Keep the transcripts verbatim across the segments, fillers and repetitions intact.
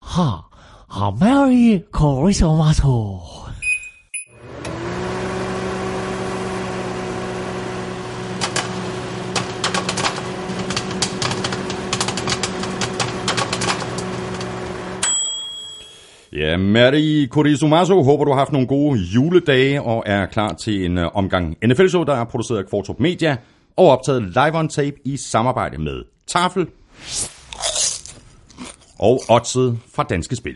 Ha, ha, Merry Christmas. Ja, Merry Korizumasu. Håber, du har haft nogle gode juledage og er klar til en uh, omgang N F L-show, der er produceret af Kvartrup Media og optaget live on tape i samarbejde med Tafel og Oddset fra Danske Spil.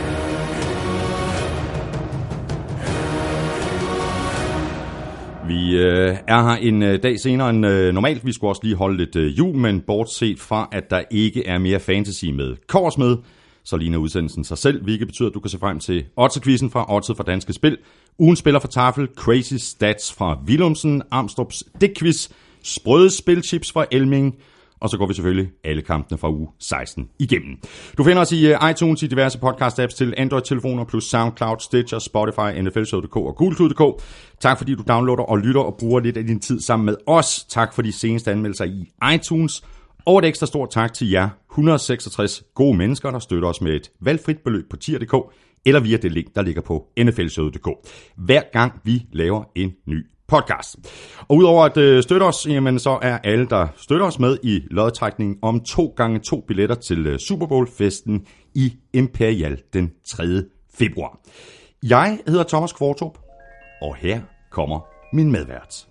Vi øh, er her en øh, dag senere end øh, normalt. Vi skulle også lige holde lidt øh, jul, men bortset fra, at der ikke er mere fantasy med Korsmed, så ligner udsendelsen sig selv, hvilket betyder, at du kan se frem til Oddset-quizzen fra Oddset fra Danske Spil, ugens spiller fra Tafel, Crazy Stats fra Willumsen, Amstrups Dækquiz, sprøde spilchips fra Elming, og så går vi selvfølgelig alle kampene fra uge seksten igennem. Du finder os i uh, iTunes, i diverse podcast-apps til Android-telefoner, plus SoundCloud, Stitcher, Spotify, N F L Show punktum d k og Gulklud punktum d k. Tak fordi du downloader og lytter og bruger lidt af din tid sammen med os. Tak for de seneste anmeldelser i iTunes. Og et ekstra stort tak til jer et hundrede og seksogtres gode mennesker, der støtter os med et valgfrit beløb på tier punktum d k eller via det link, der ligger på N F L Show punktum d k. Hver gang vi laver en ny podcast. Og udover at øh, støtte os, jamen, så er alle, der støtter os med i lodtrækningen om to gange to billetter til øh, Super Bowl-festen i Imperial den tredje februar. Jeg hedder Thomas Kvartrup, og her kommer min medvært.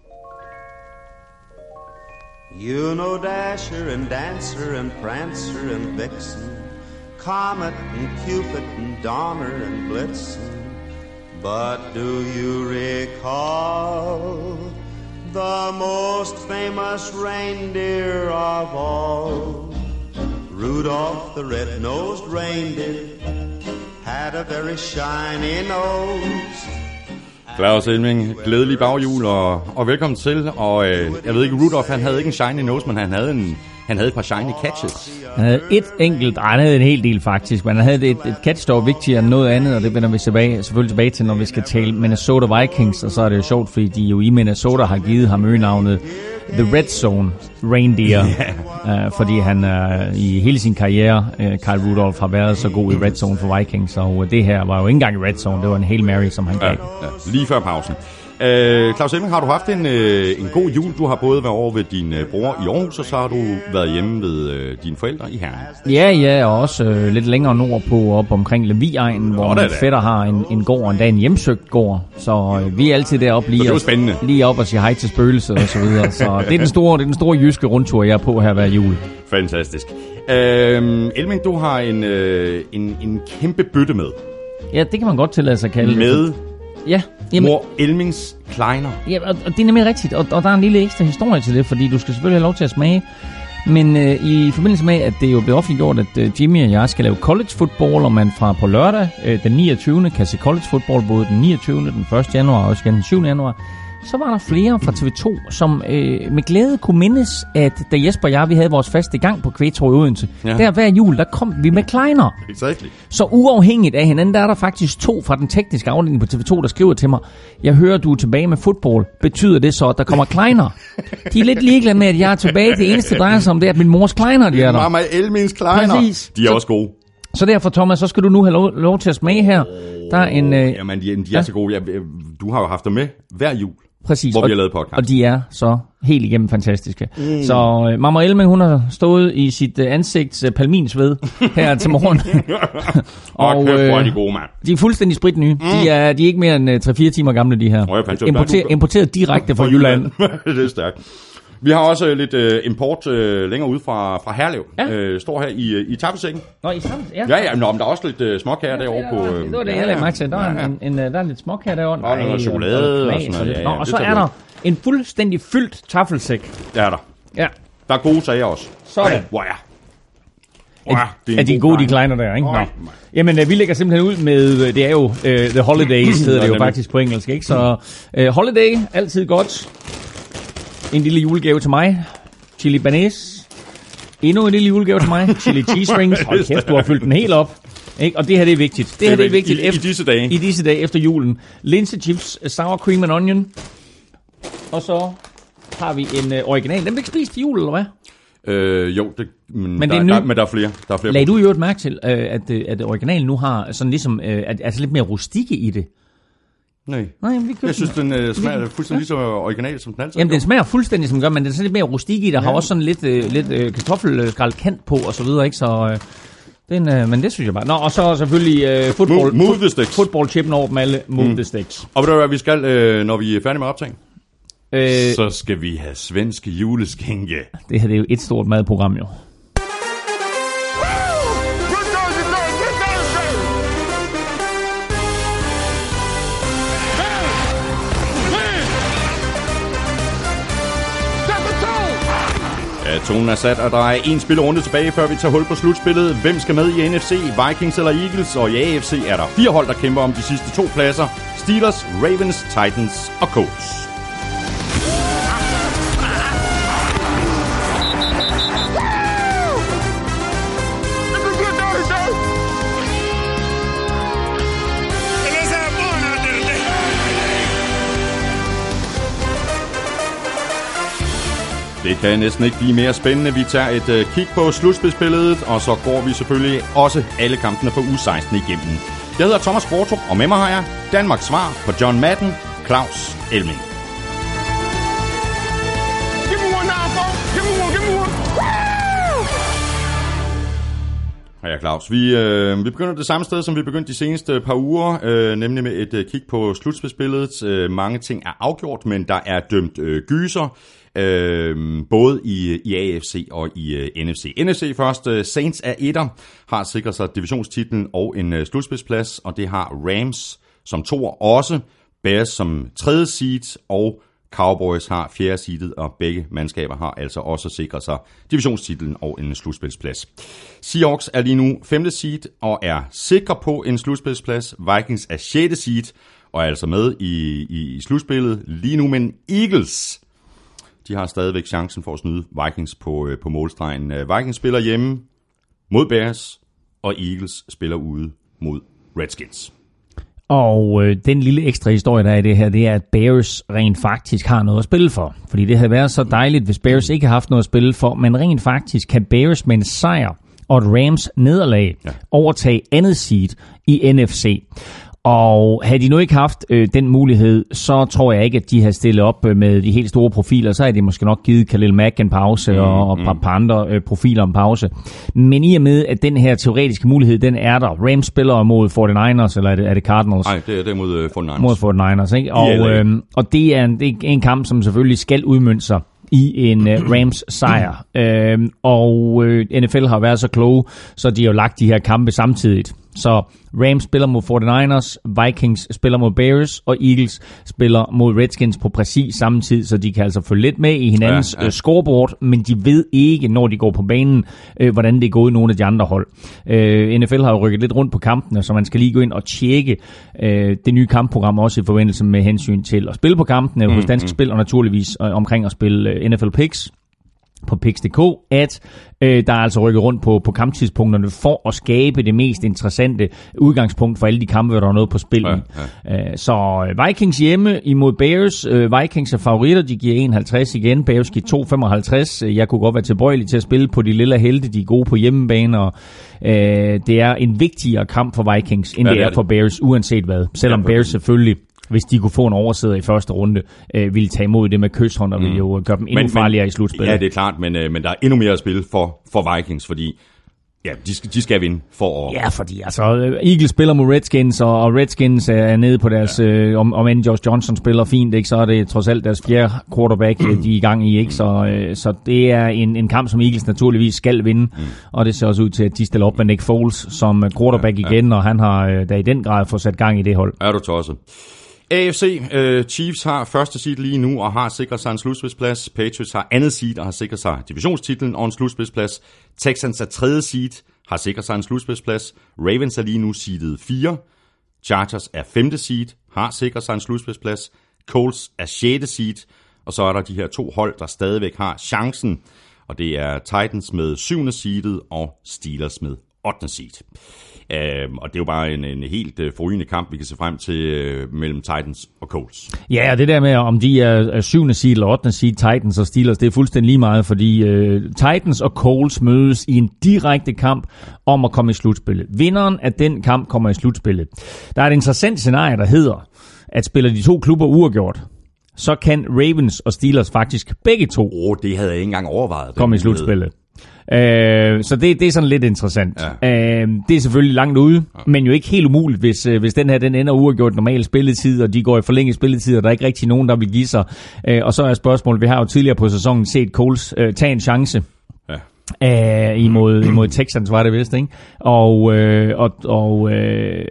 You know Dasher and Dancer and Prancer and Vixen, Comet and Cupid and Donner and Blitzen. But do you recall the most famous reindeer of all? Rudolph the red-nosed reindeer had a very shiny nose. Claus Elming, glædelig baghjul og, og velkommen til. Og øh, jeg ved ikke, Rudolph, han havde ikke en shiny nose, men han havde, en, han havde et par shiny catches. Han havde et enkelt, nej, han havde en hel del faktisk, men han havde et, et catch, der var vigtigere end noget andet, og det vender vi tilbage, selvfølgelig tilbage til, når vi skal tale Minnesota Vikings, og så er det jo sjovt, fordi de jo i Minnesota har givet ham øgenavnet The Red Zone Reindeer, yeah. uh, fordi han uh, i hele sin karriere, uh, Kyle Rudolph, har været så god i Red Zone for Vikings, og uh, det her var jo ikke engang i Red Zone, det var en Hail Mary, som han gav. Ja, ja. Lige før pausen. Uh, Claus Elming, har du haft en, uh, en god jul? Du har både været over ved din uh, bror i Aarhus, og så har du været hjemme ved uh, dine forældre i Herning. Ja, ja, og også uh, lidt længere nordpå, op omkring Lemvig-egnen, hvor min fætter har en, en gård, og endda en hjemsøgt gård. Så uh, vi er altid deroppe lige, op, lige op og siger hej til spøgelset og så videre. Så det er den store, det er den store jyske rundtur, jeg er på her hver jul. Fantastisk. Uh, Elming, du har en, uh, en, en kæmpe bøtte med. Ja, det kan man godt tillade sig at kalde med det. Ja, jamen, mor Elmings kleiner. Ja, og, og det er nemlig rigtigt, og, og der er en lille ekstra historie til det, fordi du skal selvfølgelig have lov til at smage. Men øh, i forbindelse med, at det jo blev offentliggjort, at øh, Jimmy og jeg skal lave college football, og man fra på lørdag øh, den niogtyvende kan se college football, både den niogtyvende, den første januar og også den syvende januar, så var der flere fra T V to, som øh, med glæde kunne mindes, at da Jesper og jeg, vi havde vores faste gang på Kvægtorv i Odense, ja. Der hver jul, der kom vi med kleiner. Exactly. Så uafhængigt af hinanden, der er der faktisk to fra den tekniske afdeling på T V to, der skriver til mig, jeg hører, du er tilbage med fodbold. Betyder det så, at der kommer kleiner? De er lidt ligeglade med, at jeg er tilbage. Det eneste, der drejer sig om, det er, at min mors kleiner, de er der. Mamma Elmings kleiner. Præcis. De er så, også gode. Så derfor, Thomas, så skal du nu have lov, lov til at smage her. Der er en... Øh, Jamen, de, de er ja. så gode. Du har jo haft dem med hver jul. Præcis, hvor vi og, har lavet podcast. Og de er så helt igennem fantastiske. Mm. Så uh, Mamma Elming, hun har stået i sit uh, ansigts uh, palminsved her til morgen. og og øh, er de gode, mand. De er fuldstændig spritnye. Mm. De, er, de er ikke mere end uh, tre fire timer gamle, de her. Oh, Importer, importeret direkte fra Jylland. Det er stærkt. Vi har også lidt uh, import uh, længere ude fra, fra Herlev. Ja. Uh, står her i, i taffelsækken. Nå, i taffelsækken? Ja, ja, ja, men der er også lidt uh, småkager ja, derovre på... Uh, det var det, jeg lagde mærke til. Der er, ja, ja. en, en, der er lidt småkager derovre. Der er noget chokolade og, og sådan noget. Ja, ja, Nå, og så er der en fuldstændig fyldt taffelsæk. Det er der. Ja. Der er gode sager også. Sådan. Wow. Wow, er, er de gode, de kleiner der, ikke? Nå. Jamen, uh, vi lægger simpelthen ud med, det er jo uh, The Holidays, hedder det jo faktisk på engelsk, ikke? Så uh, Holiday, altid godt. En lille julegave til mig. Chili banæs. Endnu en lille julegave til mig. Chili cheese rings. Hold kæft, du har fyldt den helt op. Ikke? Og det her, det er vigtigt. Det, det her, det er vigtigt. I, efter, i disse dage. I disse dage efter julen. Linsechips, sour cream and onion. Og så har vi en uh, original. Den bliver ikke spist til jul, eller hvad? Øh, jo, det, men, men, der, det er ny... der, men der er flere. Der er flere Lagde du jo et mærke til, øh, at, at originalen nu har sådan ligesom, øh, at, altså lidt mere rustikke i det? Nej, Nej jamen, vi jeg synes, den øh, smager fuldstændig lige så original, som den altid. Jamen, den smager fuldstændig, som den gør, men den er sådan lidt mere rustik i det, ja. Har også sådan lidt, øh, lidt øh, kartoffelskrald kant på, og så videre, ikke? Så, øh, den, øh, men det synes jeg bare. Nå, og så selvfølgelig øh, football, move, move the sticks. Football-chippen over dem alle, move mm. the sticks. Og ved du hvad vi skal, øh, når vi er færdige med optag? Øh, så skal vi have svensk juleskinke. Det her det er jo et stort madprogram, jo. Ja, tonen er sat, og der er en spillerunde tilbage, før vi tager hul på slutspillet. Hvem skal med i N F C? Vikings eller Eagles? Og i A F C er der fire hold, der kæmper om de sidste to pladser. Steelers, Ravens, Titans og Colts. Det kan næsten ikke blive mere spændende. Vi tager et uh, kig på slutspidsbilledet, og så går vi selvfølgelig også alle kampene for uge seksten igennem. Jeg hedder Thomas Kvartrup, og med mig har jeg Danmarks svar på John Madden, Claus Elming. Ja, Claus. Vi, øh, vi begynder det samme sted, som vi begyndte de seneste par uger, øh, nemlig med et øh, kig på slutspidsbilledet. Øh, mange ting er afgjort, men der er dømt øh, gyser. Øh, både i, i A F C og i uh, N F C. N F C først. Uh, Saints er etter, har sikret sig divisionstitlen og en uh, slutspidsplads, og det har Rams som toer også, Bears som tredje seed, og Cowboys har fjerde seedet, og begge mandskaber har altså også sikret sig divisionstitlen og en slutspidsplads. Seahawks er lige nu femte seed og er sikre på en slutspidsplads. Vikings er sjette seed og er altså med i, i, i slutspillet lige nu, men Eagles, de har stadigvæk chancen for at snyde Vikings på, på målstregen. Vikings spiller hjemme mod Bears, og Eagles spiller ude mod Redskins. Og øh, den lille ekstra historie, der er i det her, det er, at Bears rent faktisk har noget at spille for. Fordi det havde været så dejligt, hvis Bears ikke har haft noget at spille for, men rent faktisk kan Bears med en sejr og et Rams nederlag ja. overtage andet seed i N F C. Og havde de nu ikke haft øh, den mulighed, så tror jeg ikke, at de havde stillet op øh, med de helt store profiler. Så havde de måske nok givet Khalil Mack en pause mm, og, og et par andre øh, profiler en pause. Men i og med, at den her teoretiske mulighed, den er der. Rams spiller mod forty-niners, eller er det, er det Cardinals? Nej, det er, det er mod uh, forty-niners. Mod forty-niners, ikke? Og, øh, og det, er en, det er en kamp, som selvfølgelig skal udmønte sig i en uh, Rams sejr. Uh, og uh, N F L har været så kloge, så de har jo lagt de her kampe samtidigt. Så Rams spiller mod forty-niners, Vikings spiller mod Bears, og Eagles spiller mod Redskins på præcis samme tid, så de kan altså følge lidt med i hinandens ja, ja. scoreboard, men de ved ikke, når de går på banen, øh, hvordan det er gået i nogle af de andre hold. Øh, N F L har jo rykket lidt rundt på kampene, så man skal lige gå ind og tjekke øh, det nye kampprogram, også i forbindelse med hensyn til at spille på kampene mm, hos Dansk mm. Spil, og naturligvis øh, omkring at spille øh, N F L Picks på picks punktum d k, at øh, der er altså rykket rundt på, på kamptidspunkterne for at skabe det mest interessante udgangspunkt for alle de kampe, hvor der er noget på spil. Ja, ja. Øh, så Vikings hjemme imod Bears. Øh, Vikings er favoritter, de giver en komma halvtreds igen. Bears giver to komma femoghalvtreds. Jeg kunne godt være tilbøjelig til at spille på de lille helte, de er gode på hjemmebane, og øh, det er en vigtigere kamp for Vikings, end ja, det er, det er for Bears, uanset hvad. Selvom ja, Bears selvfølgelig, hvis de kunne få en oversæder i første runde, øh, ville tage imod det med kysthånd, og mm. ville jo gøre dem endnu men, farligere men, i slutspillet. Ja, det er klart, men, øh, men der er endnu mere at spille for, for Vikings, fordi ja, de, skal, de skal vinde for at... Ja, fordi altså, Eagles spiller mod Redskins, og, og Redskins er nede på deres... Ja. Øh, om, om end Josh Johnson spiller fint, ikke, så er det trods alt deres fjerde quarterback, mm. de er i gang i, ikke? Så, øh, så det er en, en kamp, som Eagles naturligvis skal vinde, mm. og det ser også ud til, at de stiller op med Nick Foles som quarterback ja, ja. igen, og han har øh, da i den grad fået sat gang i det hold. Er du tosset? A F C, uh, Chiefs har første seed lige nu og har sikret sig en slutspidsplads. Patriots har andet seed og har sikret sig divisionstitlen og en slutspidsplads. Texans er tredje seed, har sikret sig en slutspidsplads. Ravens er lige nu seedet fire. Chargers er femte seed, har sikret sig en slutspidsplads. Colts er sjette seed, og så er der de her to hold, der stadigvæk har chancen. Og det er Titans med syvende seedet og Steelers med ottende seed. Uh, og det er jo bare en, en helt uh, forrygende kamp, vi kan se frem til uh, mellem Titans og Colts. Ja, og det der med, om de er syvende seed eller ottende seed, Titans og Steelers, det er fuldstændig lige meget, fordi uh, Titans og Colts mødes i en direkte kamp om at komme i slutspillet. Vinderen af den kamp kommer i slutspillet. Der er et interessant scenarie, der hedder, at spiller de to klubber uafgjort, så kan Ravens og Steelers faktisk begge to Åh, oh, det havde jeg ikke engang overvejet. komme i slutspillet. Uh, så det, det er sådan lidt interessant. Ja. Uh, det er selvfølgelig langt ude, ja. men jo ikke helt umuligt, hvis, uh, hvis den her den ender uafgjort normal spilletid, og de går i forlænget spilletid, og der er ikke rigtig nogen, der vil give sig. Uh, og så er spørgsmålet, vi har jo tidligere på sæsonen set Coles uh, tage en chance. Ja. Uh, imod, imod Texans var det vist, ikke? Og, uh, og, og uh,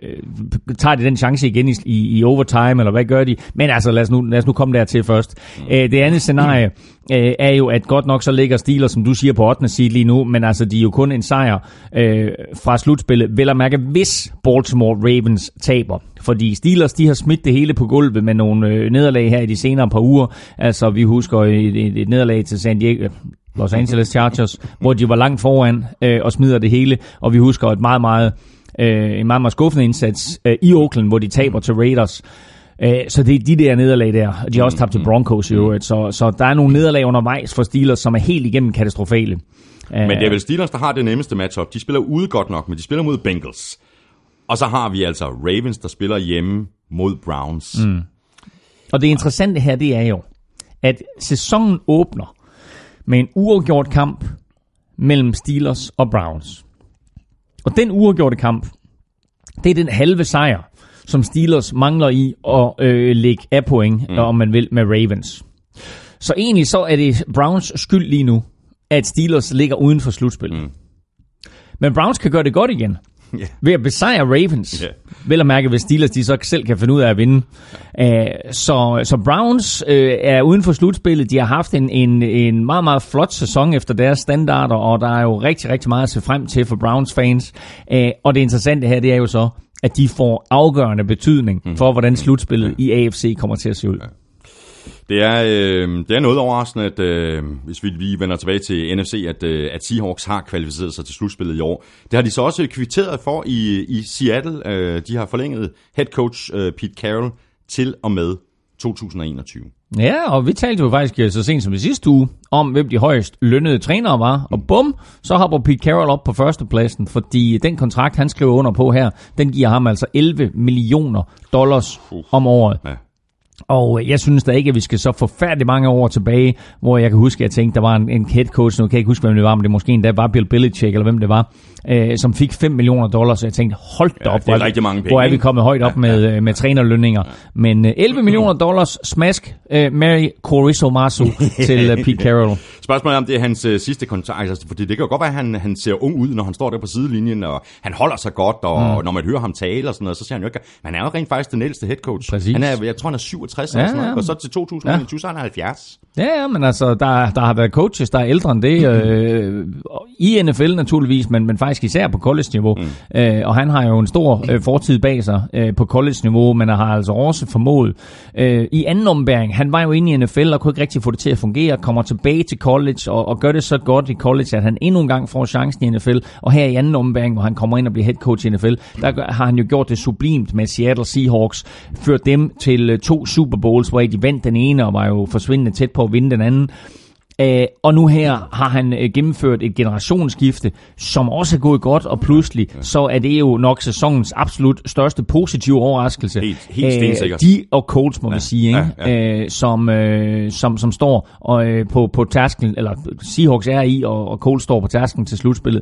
tager de den chance igen i, i, i overtime, eller hvad gør de? Men altså, lad os nu, lad os nu komme dertil først. Uh, det andet scenarie uh, er jo, at godt nok så ligger Steelers, som du siger, på ottende seed lige nu, men altså, de er jo kun en sejr uh, fra slutspillet, vel at mærke, hvis Baltimore Ravens taber. Fordi Steelers, de har smidt det hele på gulvet med nogle uh, nederlag her i de senere par uger. Altså, vi husker et, et, et nederlag til San Diego, Los Angeles Chargers, hvor de var langt foran øh, og smider det hele, og vi husker et meget, meget, øh, en meget, meget skuffende indsats øh, i Oakland, hvor de taber til Raiders. Øh, så det er de der nederlag der, og de har også tabt til Broncos i øvrigt, så, så der er nogle nederlag undervejs for Steelers, som er helt igennem katastrofale. Men det er vel Steelers, der har det nemmeste matchup. De spiller ude godt nok, men de spiller mod Bengals. Og så har vi altså Ravens, der spiller hjemme mod Browns. Mm. Og det interessante her, det er jo, at sæsonen åbner med en uafgjort kamp mellem Steelers og Browns. Og den uafgjorte kamp, det er den halve sejr, som Steelers mangler i at øh, lægge af point, mm. om man vil, med Ravens. Så egentlig så er det Browns skyld lige nu, at Steelers ligger uden for slutspillet. Mm. Men Browns kan gøre det godt igen. Yeah. Ved at besejre Ravens. Yeah. Vel at mærke, hvis Steelers de så selv kan finde ud af at vinde. Uh, så, så Browns uh, er uden for slutspillet. De har haft en, en, en meget, meget flot sæson efter deres standarder, og der er jo rigtig, rigtig meget at se frem til for Browns fans. Uh, og det interessante her, det er jo så, at de får afgørende betydning mm. for, hvordan slutspillet mm. i A F C kommer til at se ud. Ja. Det er, øh, det er noget overraskende, at øh, hvis vi lige vender tilbage til N F C, at, øh, at Seahawks har kvalificeret sig til slutspillet i år. Det har de så også kvitteret for i, i Seattle. Øh, de har forlænget head coach øh, Pete Carroll til og med to tusind og enogtyve. Ja, og vi talte jo faktisk så sent som i sidste uge om, hvem de højst lønnede trænere var. Og bum, så hopper Pete Carroll op på førstepladsen, fordi den kontrakt, han skriver under på her, den giver ham altså elleve millioner dollars om året. Ja. Og jeg synes da ikke, at vi skal så forfærdeligt mange år tilbage, hvor jeg kan huske, at jeg tænkte, der var en, en head coach, nu kan jeg ikke huske, hvem det var, men det måske endda var Bill Belichick, eller hvem det var, øh, som fik fem millioner dollars, og jeg tænkte, hold da op, ja, hvor, mange penge, hvor er vi kommet højt op ja, med, ja. med trænerlønninger. Ja. Men øh, elleve millioner dollars, smask, øh, Mary Corizo Marzo til øh, Pete Carroll. Spørgsmålet er, om det er hans øh, sidste kontrakt, altså, fordi det kan jo godt være, at han, han ser ung ud, når han står der på sidelinjen, og han holder sig godt, og mm. når man hører ham tale og sådan noget, så ser han jo ikke, han er jo rent faktisk den ældste head coach. Præcis. Han er, jeg tror, han er syvogtres ja, eller sådan noget, ja. Og så til to tusind og enogtyve, ja. Så er han halvfjerds. Ja, men altså, der, der har været coaches, der er ældre end det, øh, i N F L naturligvis, men, men faktisk især på college-niveau. Mm. Øh, og han har jo en stor øh, fortid bag sig øh, på college-niveau, men har altså også formået øh, i anden ombæring. Han var jo inde i N F L og kunne ikke rigtig få det til at fungere, kommer tilbage til college og, og gør det så godt i college, at han endnu en gang får chancen i N F L. Og her i anden ombæring, hvor han kommer ind og bliver head coach i N F L, der har han jo gjort det sublimt med Seattle Seahawks, ført dem til to Super Bowls, hvor de vandt den ene og var jo forsvindende tæt på at vinde den anden. Uh, og nu her har han uh, gennemført et generationsskifte, som også er gået godt, og pludselig ja. Så er det jo nok sæsonens absolut største positive overraskelse. Helt, helt stensikkert. Uh, de og Colts, må ja. vi sige, ikke? Ja, ja. Uh, som, uh, som, som står og, uh, på, på tærsklen, eller Seahawks er i, og, og Colts står på tærsklen til slutspillet.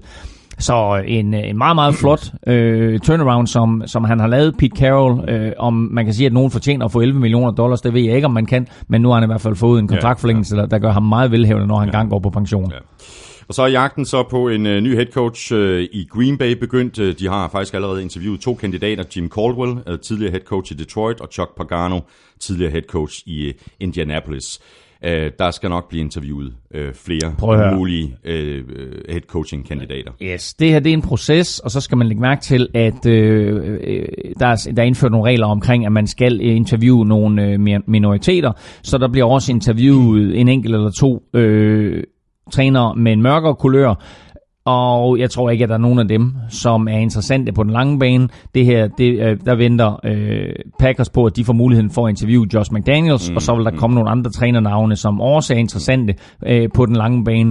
Så en, en meget, meget flot øh, turnaround, som, som han har lavet, Pete Carroll. Øh, om man kan sige, at nogen fortjener at få elleve millioner dollars, det ved jeg ikke, om man kan. Men nu har han i hvert fald fået en kontraktforlængelse, ja, ja. der, der gør ham meget velhævende, når han ja. gang går på pension. Ja. Og så er jagten så på en uh, ny head coach uh, i Green Bay begyndt. Uh, de har faktisk allerede interviewet to kandidater, Jim Caldwell, uh, tidligere head coach i Detroit, og Chuck Pagano, tidligere head coach i uh, Indianapolis. Uh, der skal nok blive interviewet uh, flere mulige uh, head coaching kandidater. Yes, det her det er en proces, og så skal man lægge mærke til, at øh, der, er, der er indført nogle regler omkring, at man skal interviewe nogle øh, minoriteter, så der bliver også interviewet en enkelt eller to øh, trænere med en mørkere kulør. og jeg tror ikke, at der er nogen af dem, som er interessante på den lange bane. Det her, det, øh, der venter øh, Packers på, at de får muligheden for at interviewe Josh McDaniels, mm, og så vil der mm. komme nogle andre trænernavne, som også er interessante øh, på den lange bane.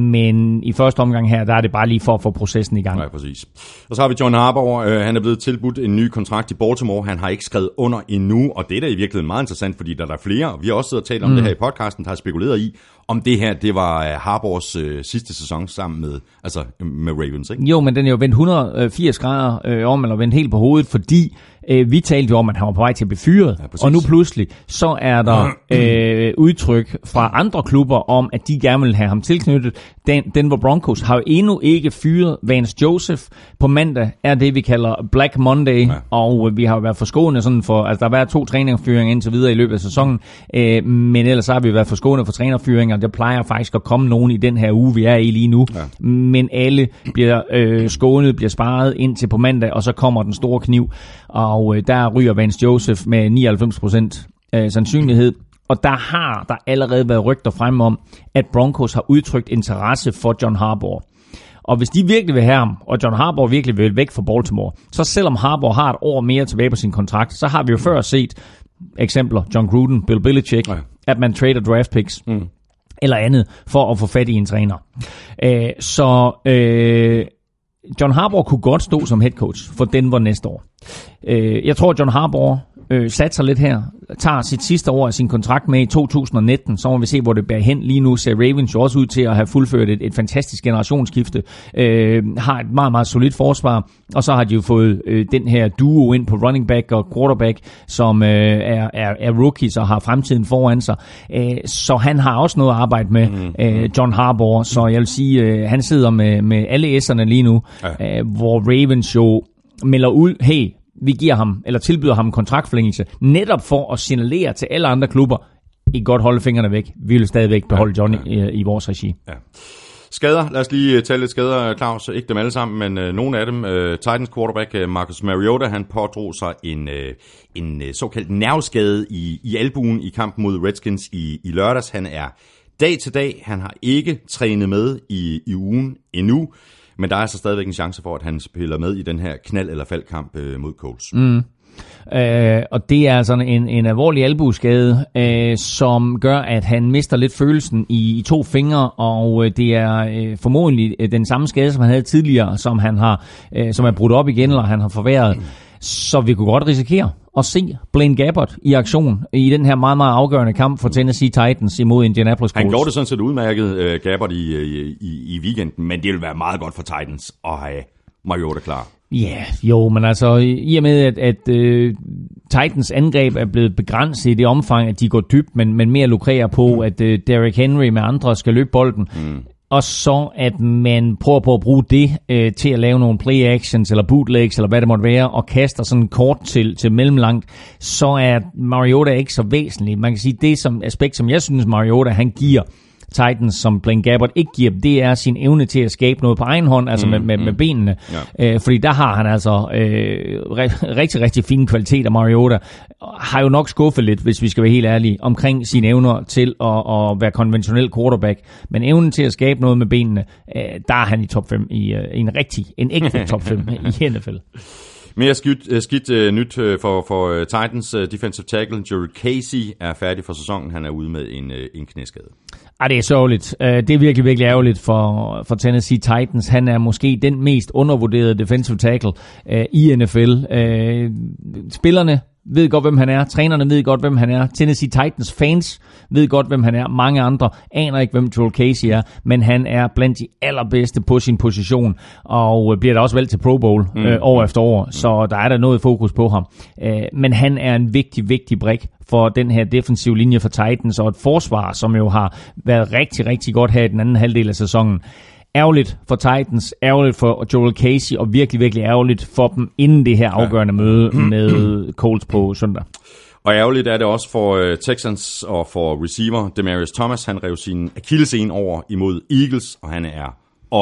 Men i første omgang her, der er det bare lige for at få processen i gang. Ja, præcis. Og så har vi John Harbaugh. Øh, han er blevet tilbudt en ny kontrakt i Baltimore. Han har ikke skrevet under endnu, og det er da i virkeligheden meget interessant, fordi der er flere, vi har også siddet og talt om mm. det her i podcasten, der har spekuleret i, om det her, det var Harbaughs øh, sidste sæson sammen med, altså, med Ravens, ikke? Jo, men den er jo vendt et hundrede og firs grader øh, om, eller vendt helt på hovedet, fordi øh, vi talte jo om, at han var på vej til at blive fyret, ja, og nu pludselig, så er der øh, udtryk fra andre klubber om, at de gerne vil have ham tilknyttet. Den, Denver Broncos har jo endnu ikke fyret Vance Joseph. På mandag er det, vi kalder Black Monday, ja. og øh, vi har jo været forskånet sådan for, altså der har været to trænerfyringer indtil videre i løbet af sæsonen, øh, men ellers har vi været forskånet for trænerfyringer. Der plejer faktisk at komme nogen i den her uge, vi er i lige nu. Ja. Men alle bliver øh, skånet, bliver sparet indtil på mandag, og så kommer den store kniv. Og øh, der ryger Vance Joseph med nioghalvfems procent øh, sandsynlighed. Og der har der allerede været rygter frem om, at Broncos har udtrykt interesse for John Harbaugh. Og hvis de virkelig vil have ham, og John Harbaugh virkelig vil væk fra Baltimore, så selvom Harbaugh har et år mere tilbage på sin kontrakt, så har vi jo før set eksempler, John Gruden, Bill Belichick, ja. at man trader draft picks. Mm. eller andet, for at få fat i en træner. Øh, så øh, John Harbaugh kunne godt stå som head coach for Denver næste år. Øh, jeg tror, John Harbaugh øh, satser lidt her, tager sit sidste år af sin kontrakt med i to tusind nitten, så må vi se, hvor det bærer hen. Lige nu ser Ravens jo også ud til at have fuldført et, et fantastisk generationsskifte, øh, har et meget, meget solidt forsvar, og så har de jo fået øh, den her duo ind på running back og quarterback, som øh, er, er, er rookies og har fremtiden foran sig. Øh, så han har også noget at arbejde med, øh, John Harbaugh, så jeg vil sige, øh, han sidder med, med alle S'erne lige nu, ja. øh, hvor Ravens jo melder ud, hey, vi giver ham, eller tilbyder ham kontraktforlængelse, netop for at signalere til alle andre klubber, I kan godt holde fingrene væk. Vi vil stadigvæk beholde Johnny ja. i, i vores regi. Ja. Skader, lad os lige tale lidt skader, Claus. Ikke dem alle sammen, men øh, nogle af dem. Øh, Titans quarterback øh, Marcus Mariota, han pådrog sig en, øh, en øh, såkaldt nerveskade i, i albuen i kampen mod Redskins i, i lørdags. Han er dag til dag. Han har ikke trænet med i, i ugen endnu. Men der er altså stadigvæk en chance for, at han spiller med i den her knald- eller faldkamp øh, mod Colts. Mm. Øh, og det er sådan en, en alvorlig albueskade, øh, som gør, at han mister lidt følelsen i, i to fingre, og øh, det er øh, formodentlig øh, den samme skade, som han havde tidligere, som han har, øh, som er brudt op igen, eller han har forværret. Mm. Så vi kunne godt risikere at se Blaine Gabbert i aktion i den her meget, meget afgørende kamp for Tennessee Titans imod Indianapolis Colts. Han gjorde det sådan set udmærket, uh, Gabbert, i, i, i weekenden, men det vil være meget godt for Titans at have Mariota klar. Ja, yeah, jo, men altså i og med, at, at uh, Titans angreb er blevet begrænset i det omfang, at de går dybt, men, men mere lukrerer på, mm. at uh, Derrick Henry med andre skal løbe bolden. Mm. Og så at man prøver på at bruge det øh, til at lave nogle play actions eller bootlegs eller hvad det måtte være, og kaster sådan kort til, til mellemlangt, så er Mariota ikke så væsentlig. Man kan sige, det som aspekt, som jeg synes Mariota han giver Titans, som Blaine Gabbert ikke giver, det er sin evne til at skabe noget på egen hånd, altså mm, med, med, med benene. Ja. Øh, fordi der har han altså øh, rigtig, rigtig fine kvaliteter. Mariota har jo nok skuffet lidt, hvis vi skal være helt ærlige, omkring sine evner til at, at være konventionel quarterback. Men evnen til at skabe noget med benene, øh, der er han i top fem, i øh, en rigtig, en ægte top fem i N F L. Mere skidt, skidt uh, nyt uh, for, for uh, Titans uh, defensive tackle, Jurrell Casey, er færdig for sæsonen. Han er ude med en, uh, en knæskade. Ah, det er sørgeligt. Uh, det er virkelig, virkelig ærgerligt for, for Tennessee Titans. Han er måske den mest undervurderede defensive tackle uh, i N F L. Uh, spillerne ved godt, hvem han er. Trænerne ved godt, hvem han er. Tennessee Titans fans ved godt, hvem han er. Mange andre aner ikke, hvem Jurrell Casey er, men han er blandt de allerbedste på sin position, og bliver da også valgt til Pro Bowl mm. øh, år efter år, mm. så der er der noget fokus på ham. Øh, men han er en vigtig, vigtig brik for den her defensive linje for Titans, og et forsvar, som jo har været rigtig, rigtig godt her i den anden halvdel af sæsonen. Ærgerligt for Titans, ærgerligt for Jurrell Casey, og virkelig, virkelig ærgerligt for dem inden det her afgørende møde med Colts på søndag. Og ærgerligt er det også for uh, Texans og for receiver Demaryius Thomas. Han rev sin akillescene over imod Eagles, og han er også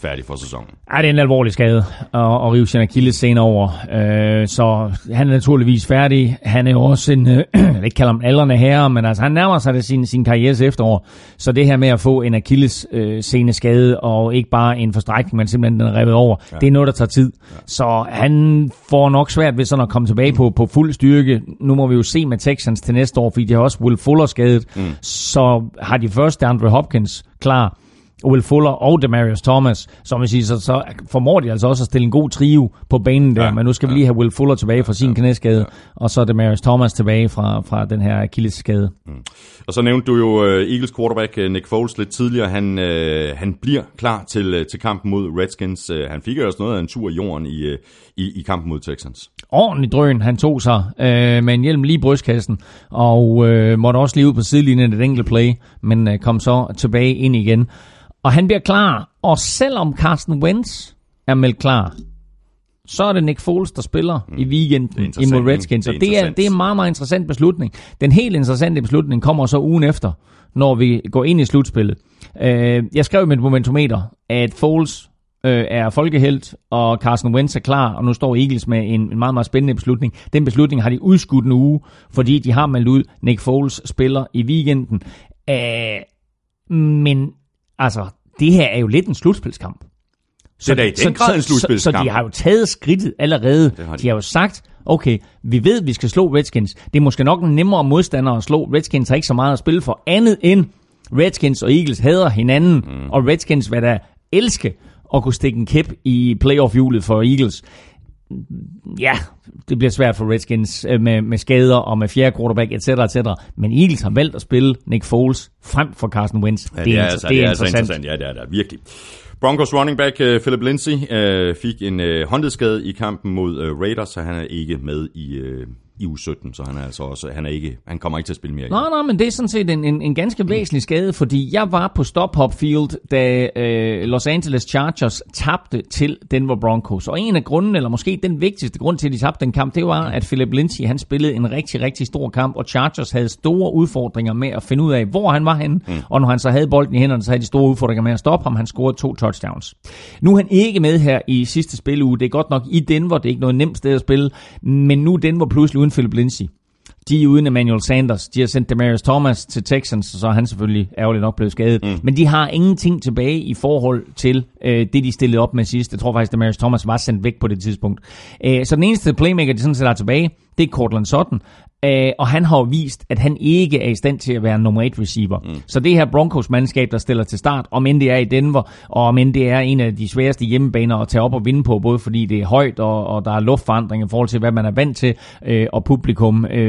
færdig for sæsonen. Ej, det er en alvorlig skade at, at rive sin akillessene over. Øh, så han er naturligvis færdig. Han er jo også en, øh, jeg vil ikke kalde ham aldrende herre, men altså, han nærmer sig det sin, sin karrieres efterår. Så det her med at få en akillessene skade, og ikke bare en forstrækning, men simpelthen den er revet over, ja. Det er noget, der tager tid. Ja. Så han får nok svært ved sådan at komme tilbage på, på fuld styrke. Nu må vi jo se med Texans til næste år, fordi de har også Will Fuller skadet. Mm. Så har de først DeAndre Hopkins klar, Will Fuller og Demaryius Thomas, som vil sige, så, så formår de altså også at stille en god trio på banen der, ja, men nu skal ja. vi lige have Will Fuller tilbage fra sin ja, knæskade, ja. og så Demaryius Thomas tilbage fra, fra den her akillesskade. Mm. Og så nævnte du jo uh, Eagles quarterback uh, Nick Foles lidt tidligere. Han, uh, han bliver klar til, uh, til kampen mod Redskins. Uh, han fik jo også noget af en tur i jorden i, uh, i, i kampen mod Texans. Ordentlig drøn, han tog sig uh, med en hjelm lige i brystkassen, og uh, måtte også lige ud på sidelinjen et enkelt play, men uh, kom så tilbage ind igen. Og han bliver klar, og selvom Carson Wentz er meldt klar, så er det Nick Foles, der spiller mm. i weekenden imod Redskins. Og det er, det, er, det er en meget, meget interessant beslutning. Den helt interessante beslutning kommer så ugen efter, når vi går ind i slutspillet. Jeg skrev i mit momentometer, at Foles er folkehelt, og Carson Wentz er klar, og nu står Eagles med en, en meget, meget spændende beslutning. Den beslutning har de udskudt en uge, fordi de har meldt ud, Nick Foles spiller i weekenden. Men altså, det her er jo lidt en slutspilskamp. Så, det er i den grad en slutspilskamp. Så, så de har jo taget skridtet allerede. Har de. de har jo sagt, okay, vi ved, at vi skal slå Redskins. Det er måske nok en nemmere modstander at slå. Redskins har ikke så meget at spille for andet end Redskins og Eagles hader hinanden. Mm. Og Redskins vil da elske at kunne stikke en kæp i playoff-hjulet for Eagles. Ja, det bliver svært for Redskins med, med skader og med fjerde quarterback, et cetera et cetera. Men Eagles har valgt at spille Nick Foles frem for Carson Wentz. Ja, det er, altså, det er, det er interessant. interessant. Ja, det er det virkelig. Broncos running back uh, Philip Lindsay uh, fik en uh, håndledsskade i kampen mod uh, Raiders, så han er ikke med i uh, i uge sytten, så han er altså også han er ikke han kommer ikke til at spille mere. Nej, nej, men det er sådan set en en, en ganske væsentlig skade, fordi jeg var på Stop Hop Field, da øh, Los Angeles Chargers tabte til Denver Broncos. Og en af grunden, eller måske den vigtigste grund til at de tabte den kamp, det var at Philip Lindsay, han spillede en rigtig rigtig stor kamp, og Chargers havde store udfordringer med at finde ud af hvor han var henne, mm. og når han så havde bolden i hænderne, så havde de store udfordringer med at stoppe ham. Han scorede to touchdowns. Nu er han ikke med her i sidste spilleuge. Det er godt nok i Denver, det er ikke noget nemt sted at spille, men nu er Denver pludselig uden Philip Lindsay. De er uden Emmanuel Sanders. De har sendt Demaryius Thomas til Texans, så er han selvfølgelig ærgerligt nok blevet skadet. Mm. Men de har ingenting tilbage i forhold til øh, det, de stillede op med sidst. Jeg tror faktisk, Demaryius Thomas var sendt væk på det tidspunkt. Øh, så den eneste playmaker, de sådan set er tilbage, det er Courtland Sutton. Uh, og han har jo vist, at han ikke er i stand til at være en nummer et receiver. Mm. Så det her Broncos-mandskab, der stiller til start, om end det er i Denver, og om end det er en af de sværeste hjemmebaner at tage op og vinde på, både fordi det er højt, og, og der er luftforandring i forhold til, hvad man er vant til, uh, og publikum uh,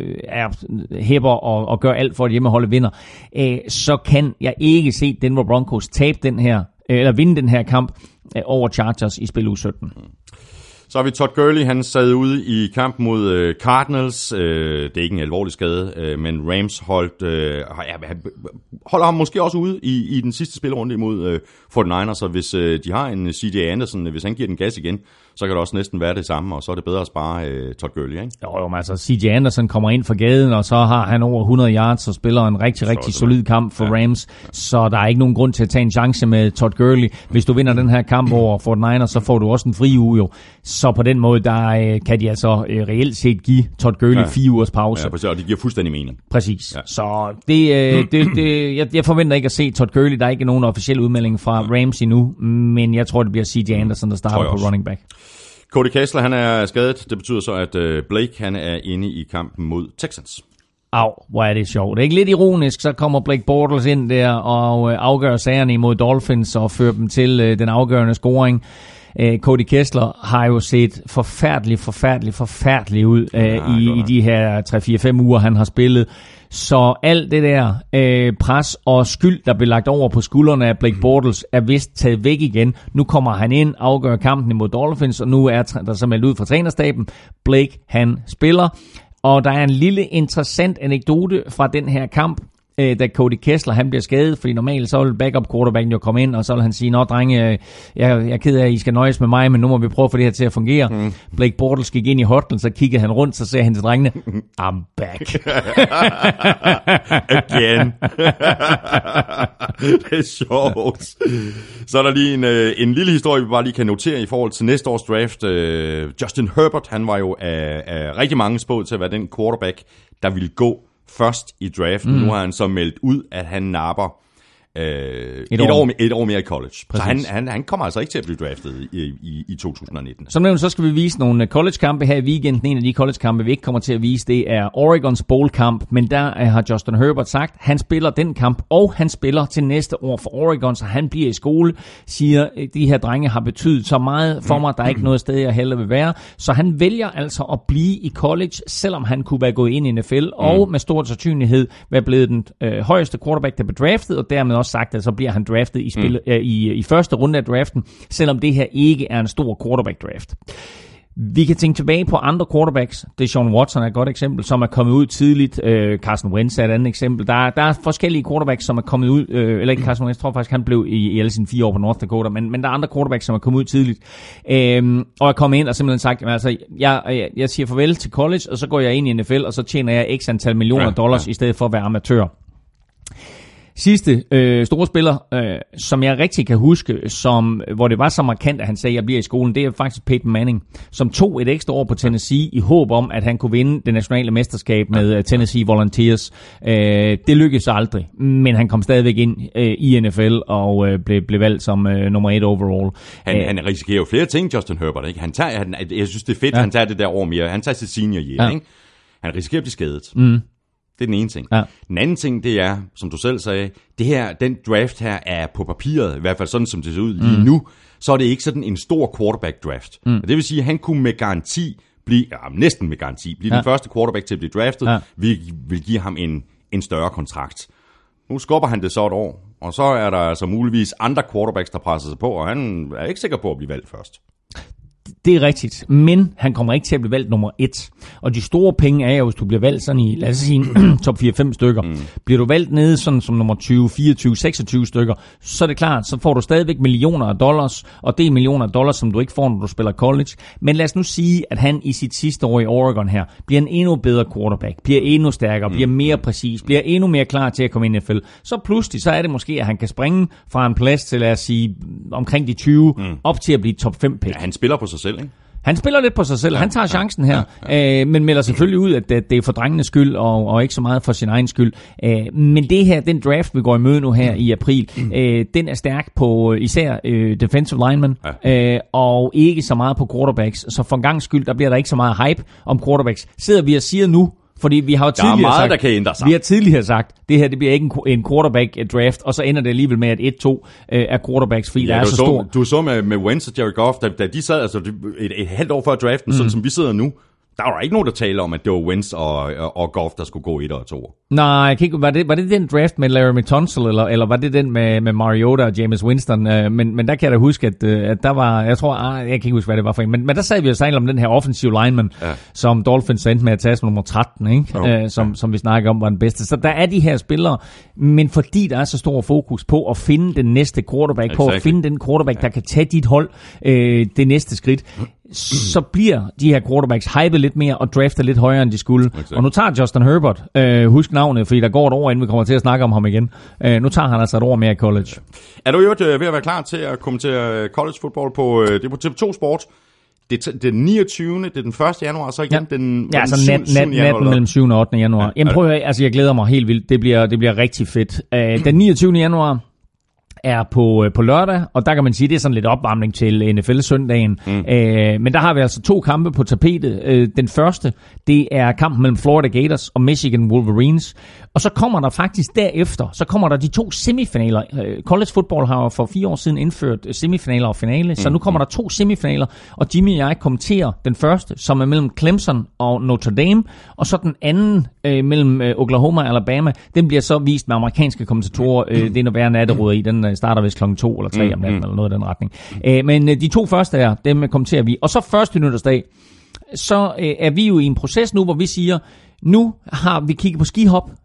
er hæpper og, og gør alt for, at hjemmeholdet vinder, uh, så kan jeg ikke se Denver Broncos tabe den her, uh, eller vinde den her kamp uh, over Chargers i spil uge sytten. Mm. Så har vi Todd Gurley, han sad ude i kampen mod øh, Cardinals. Øh, det er ikke en alvorlig skade, øh, men Rams holdt, øh, ja, holder ham måske også ude i, i den sidste spilrunde imod øh, forty-niners. Så hvis øh, de har en C J Anderson, hvis han giver den gas igen, så kan det også næsten være det samme, og så er det bedre at spare øh, Todd Gurley, ikke? Jo, jo, altså C J Anderson kommer ind fra gaden, og så har han over hundrede yards og spiller en rigtig, rigtig solid kamp for ja. Rams, så der er ikke nogen grund til at tage en chance med Todd Gurley. Hvis du vinder den her kamp over forty-niners, så får du også en fri uge jo. Så på den måde, der øh, kan de altså øh, reelt set give Todd Gurley ja. fire ugers pause. Ja, præcis, og det giver fuldstændig mening. Præcis. Ja. Så det, øh, det, det jeg, jeg forventer ikke at se Todd Gurley. Der er ikke nogen officiel udmelding fra Rams endnu, men jeg tror, det bliver C J Anderson, der starter på running back. Cody Kessler, han er skadet. Det betyder så, at øh, Blake, han er inde i kampen mod Texans. Au, hvor er det sjovt. Det er ikke lidt ironisk, så kommer Blake Bortles ind der og øh, afgør sagerne imod Dolphins og fører dem til øh, den afgørende scoring. Øh, Cody Kessler har jo set forfærdeligt, forfærdeligt, forfærdeligt ud øh, ja, i, i de her tre fire fem uger, han har spillet. Så alt det der øh, pres og skyld, der blev lagt over på skuldrene af Blake Bortles, er vist taget væk igen. Nu kommer han ind, afgør kampen imod Dolphins, og nu er der så meldt ud fra trænerstaben. Blake, han spiller. Og der er en lille interessant anekdote fra den her kamp. øh, da Cody Kessler han bliver skadet, fordi normalt så vil backup quarterbacken jo komme ind, og så vil han sige, nå drenge, jeg, jeg er ked af, at I skal nøjes med mig, men nu må vi prøve at få det her til at fungere. Mm. Blake Bortles gik ind i hotlen, så kiggede han rundt, så sagde han til drengene, I'm back. Again. Det er sjovt. Så er der lige en, en lille historie, vi bare lige kan notere i forhold til næste års draft. Justin Herbert, han var jo af, af rigtig mange spået til at være den quarterback, der ville gå først i draften. Mm. Nu har han så meldt ud, at han napper øh, et, et, år. År, et år mere i college. Præcis. Så han, han, han kommer altså ikke til at blive draftet i, i, i to tusind nitten. Som nævnt, så skal vi vise nogle college-kampe her i weekenden. En af de college-kampe, vi ikke kommer til at vise, det er Oregons Bowl-kamp. Men der har Justin Herbert sagt, han spiller den kamp, og han spiller til næste år for Oregon, så han bliver i skole. Siger, de her drenge har betydet så meget for mig, der er ikke noget sted, jeg heller vil være. Så han vælger altså at blive i college, selvom han kunne være gået ind i N F L, og med stor sandsynlighed være blevet den øh, højeste quarterback, der blev draftet, og dermed også sagt, at så bliver han draftet i, spil, mm. øh, i, i første runde af draften, selvom det her ikke er en stor quarterback-draft. Vi kan tænke tilbage på andre quarterbacks. Deshaun Watson er et godt eksempel, som er kommet ud tidligt. Øh, Carson Wentz er et andet eksempel. Der, der er forskellige quarterbacks, som er kommet ud, øh, eller ikke Carson Wentz, jeg tror faktisk, han blev i, i alle sine fire år på North Dakota, men, men der er andre quarterbacks, som er kommet ud tidligt, øh, og er kommet ind og simpelthen sagt, altså, jeg, jeg, jeg siger farvel til college, og så går jeg ind i N F L, og så tjener jeg x antal millioner ja, dollars, ja. i stedet for at være amatør. Sidste øh, store spiller, øh, som jeg rigtig kan huske, som, hvor det var så markant, at han sagde, at jeg bliver i skolen, det er faktisk Peyton Manning, som tog et ekstra år på Tennessee i håb om, at han kunne vinde det nationale mesterskab med uh, Tennessee Volunteers. Øh, det lykkedes aldrig, men han kom stadigvæk ind øh, i N F L og øh, blev, blev valgt som øh, nummer et overall. Han, Æh, han risikerer jo flere ting, Justin Herbert. Ikke? Han tager, han, jeg synes, det er fedt, ja. han tager det der år mere. Han tager sit senior year. Ja. Ikke? Han risikerer at blive skadet. Mm. Det er den ene ting. Ja. Den anden ting, det er, som du selv sagde, det her, den draft her er på papiret, i hvert fald sådan, som det ser ud lige mm. nu, så er det ikke sådan en stor quarterback-draft. Mm. Det vil sige, at han kunne med garanti blive, ja, næsten med garanti, blive ja. den første quarterback til at blive draftet. Ja. Vi vil give ham en, en større kontrakt. Nu skubber han det så et år, og så er der altså muligvis andre quarterbacks, der presser sig på, og han er ikke sikker på at blive valgt først. Det er rigtigt, men han kommer ikke til at blive valgt nummer et. Og de store penge er jo, hvis du bliver valgt sådan i, lad os sige, top fire fem stykker. Mm. Bliver du valgt nede sådan som nummer tyve, fireogtyve, seksogtyve stykker, så er det klart, så får du stadigvæk millioner af dollars, og det er millioner af dollars, som du ikke får, når du spiller college. Men lad os nu sige, at han i sit sidste år i Oregon her, bliver en endnu bedre quarterback, bliver endnu stærkere, mm. bliver mere præcis, bliver endnu mere klar til at komme ind i N F L. Så pludselig, så er det måske, at han kan springe fra en plads til, lad os sige, omkring de tyve, mm. op til at blive top fem pick. Ja, han spiller på sig selv, ikke? Han spiller lidt på sig selv. Ja, han tager chancen her, ja, ja. Øh, men melder selvfølgelig ud, at det er for drengenes skyld, og, og ikke så meget for sin egen skyld. Øh, men det her, den draft, vi går i møde nu her i april, øh, den er stærk på især øh, defensive linemen, ja. øh, og ikke så meget på quarterbacks. Så for en gangs skyld, der bliver der ikke så meget hype om quarterbacks. Sidder vi og siger nu, fordi vi har jo tidligere meget, sagt, der kan ændre sig. Vi har tidligere sagt, det her det bliver ikke en, en quarterback draft, og så ender det alligevel med, at et to øh, er quarterbacks, fordi ja, der er så, så stor. Du så med, med Wentz og Jared Goff, da, da de sad altså, et, et halvt år før draften, mm. sådan som vi sidder nu, der var ikke nogen, der taler om, at det var Wentz og, og, og Goff, der skulle gå et og to. Nej, jeg kan ikke, var, det, var det den draft med Larry Tunsil, eller, eller var det den med, med Mariota og Jameis Winston? Uh, men, men der kan jeg da huske, at, uh, at der var, jeg tror, ah, jeg kan ikke huske, hvad det var for en, men, men der sad vi og snakkede om den her offensive lineman, ja. som Dolphins endte med at tage som nummer tretten, ikke? Oh. Uh, som, ja. som vi snakker om var den bedste. Så der er de her spillere, men fordi der er så stor fokus på at finde den næste quarterback, exactly. på at finde den quarterback, ja. der kan tage dit hold uh, det næste skridt, så bliver de her quarterbacks hypet lidt mere og draftet lidt højere, end de skulle. Exactly. Og nu tager Justin Herbert, øh, husk navnet, fordi der går et år, inden vi kommer til at snakke om ham igen. Øh, nu tager han altså et år mere i college. Er du jo ved at være klar til at kommentere college football på, det er på T V to Sport? Det er den niogtyvende, det er den første januar, så igen ja. den, ja, altså nat, nat, natten mellem syvende og ottende januar. Ja. Jamen prøv at høre, altså jeg glæder mig helt vildt. Det bliver, det bliver rigtig fedt. Øh, den niogtyvende januar er på, på lørdag, og der kan man sige, det er sådan lidt opvarmning til N F L-søndagen. Mm. Øh, men der har vi altså to kampe på tapetet. Øh, den første, det er kampen mellem Florida Gators og Michigan Wolverines. Og så kommer der faktisk derefter, så kommer der de to semifinaler. Øh, college football har for fire år siden indført semifinaler og finale, mm. så nu kommer der to semifinaler, og Jimmy og jeg kommenterer den første, som er mellem Clemson og Notre Dame, og så den anden øh, mellem øh, Oklahoma og Alabama. Den bliver så vist med amerikanske kommentatorer. Øh, det er noget værre natteruder i, den starter vist klokken to eller tre mm, om natten, mm. eller noget i den retning. Øh, men øh, de to første er, dem kommenterer vi. Og så første nytårsdag, så øh, er vi jo i en proces nu, hvor vi siger, nu har vi kigget på skihop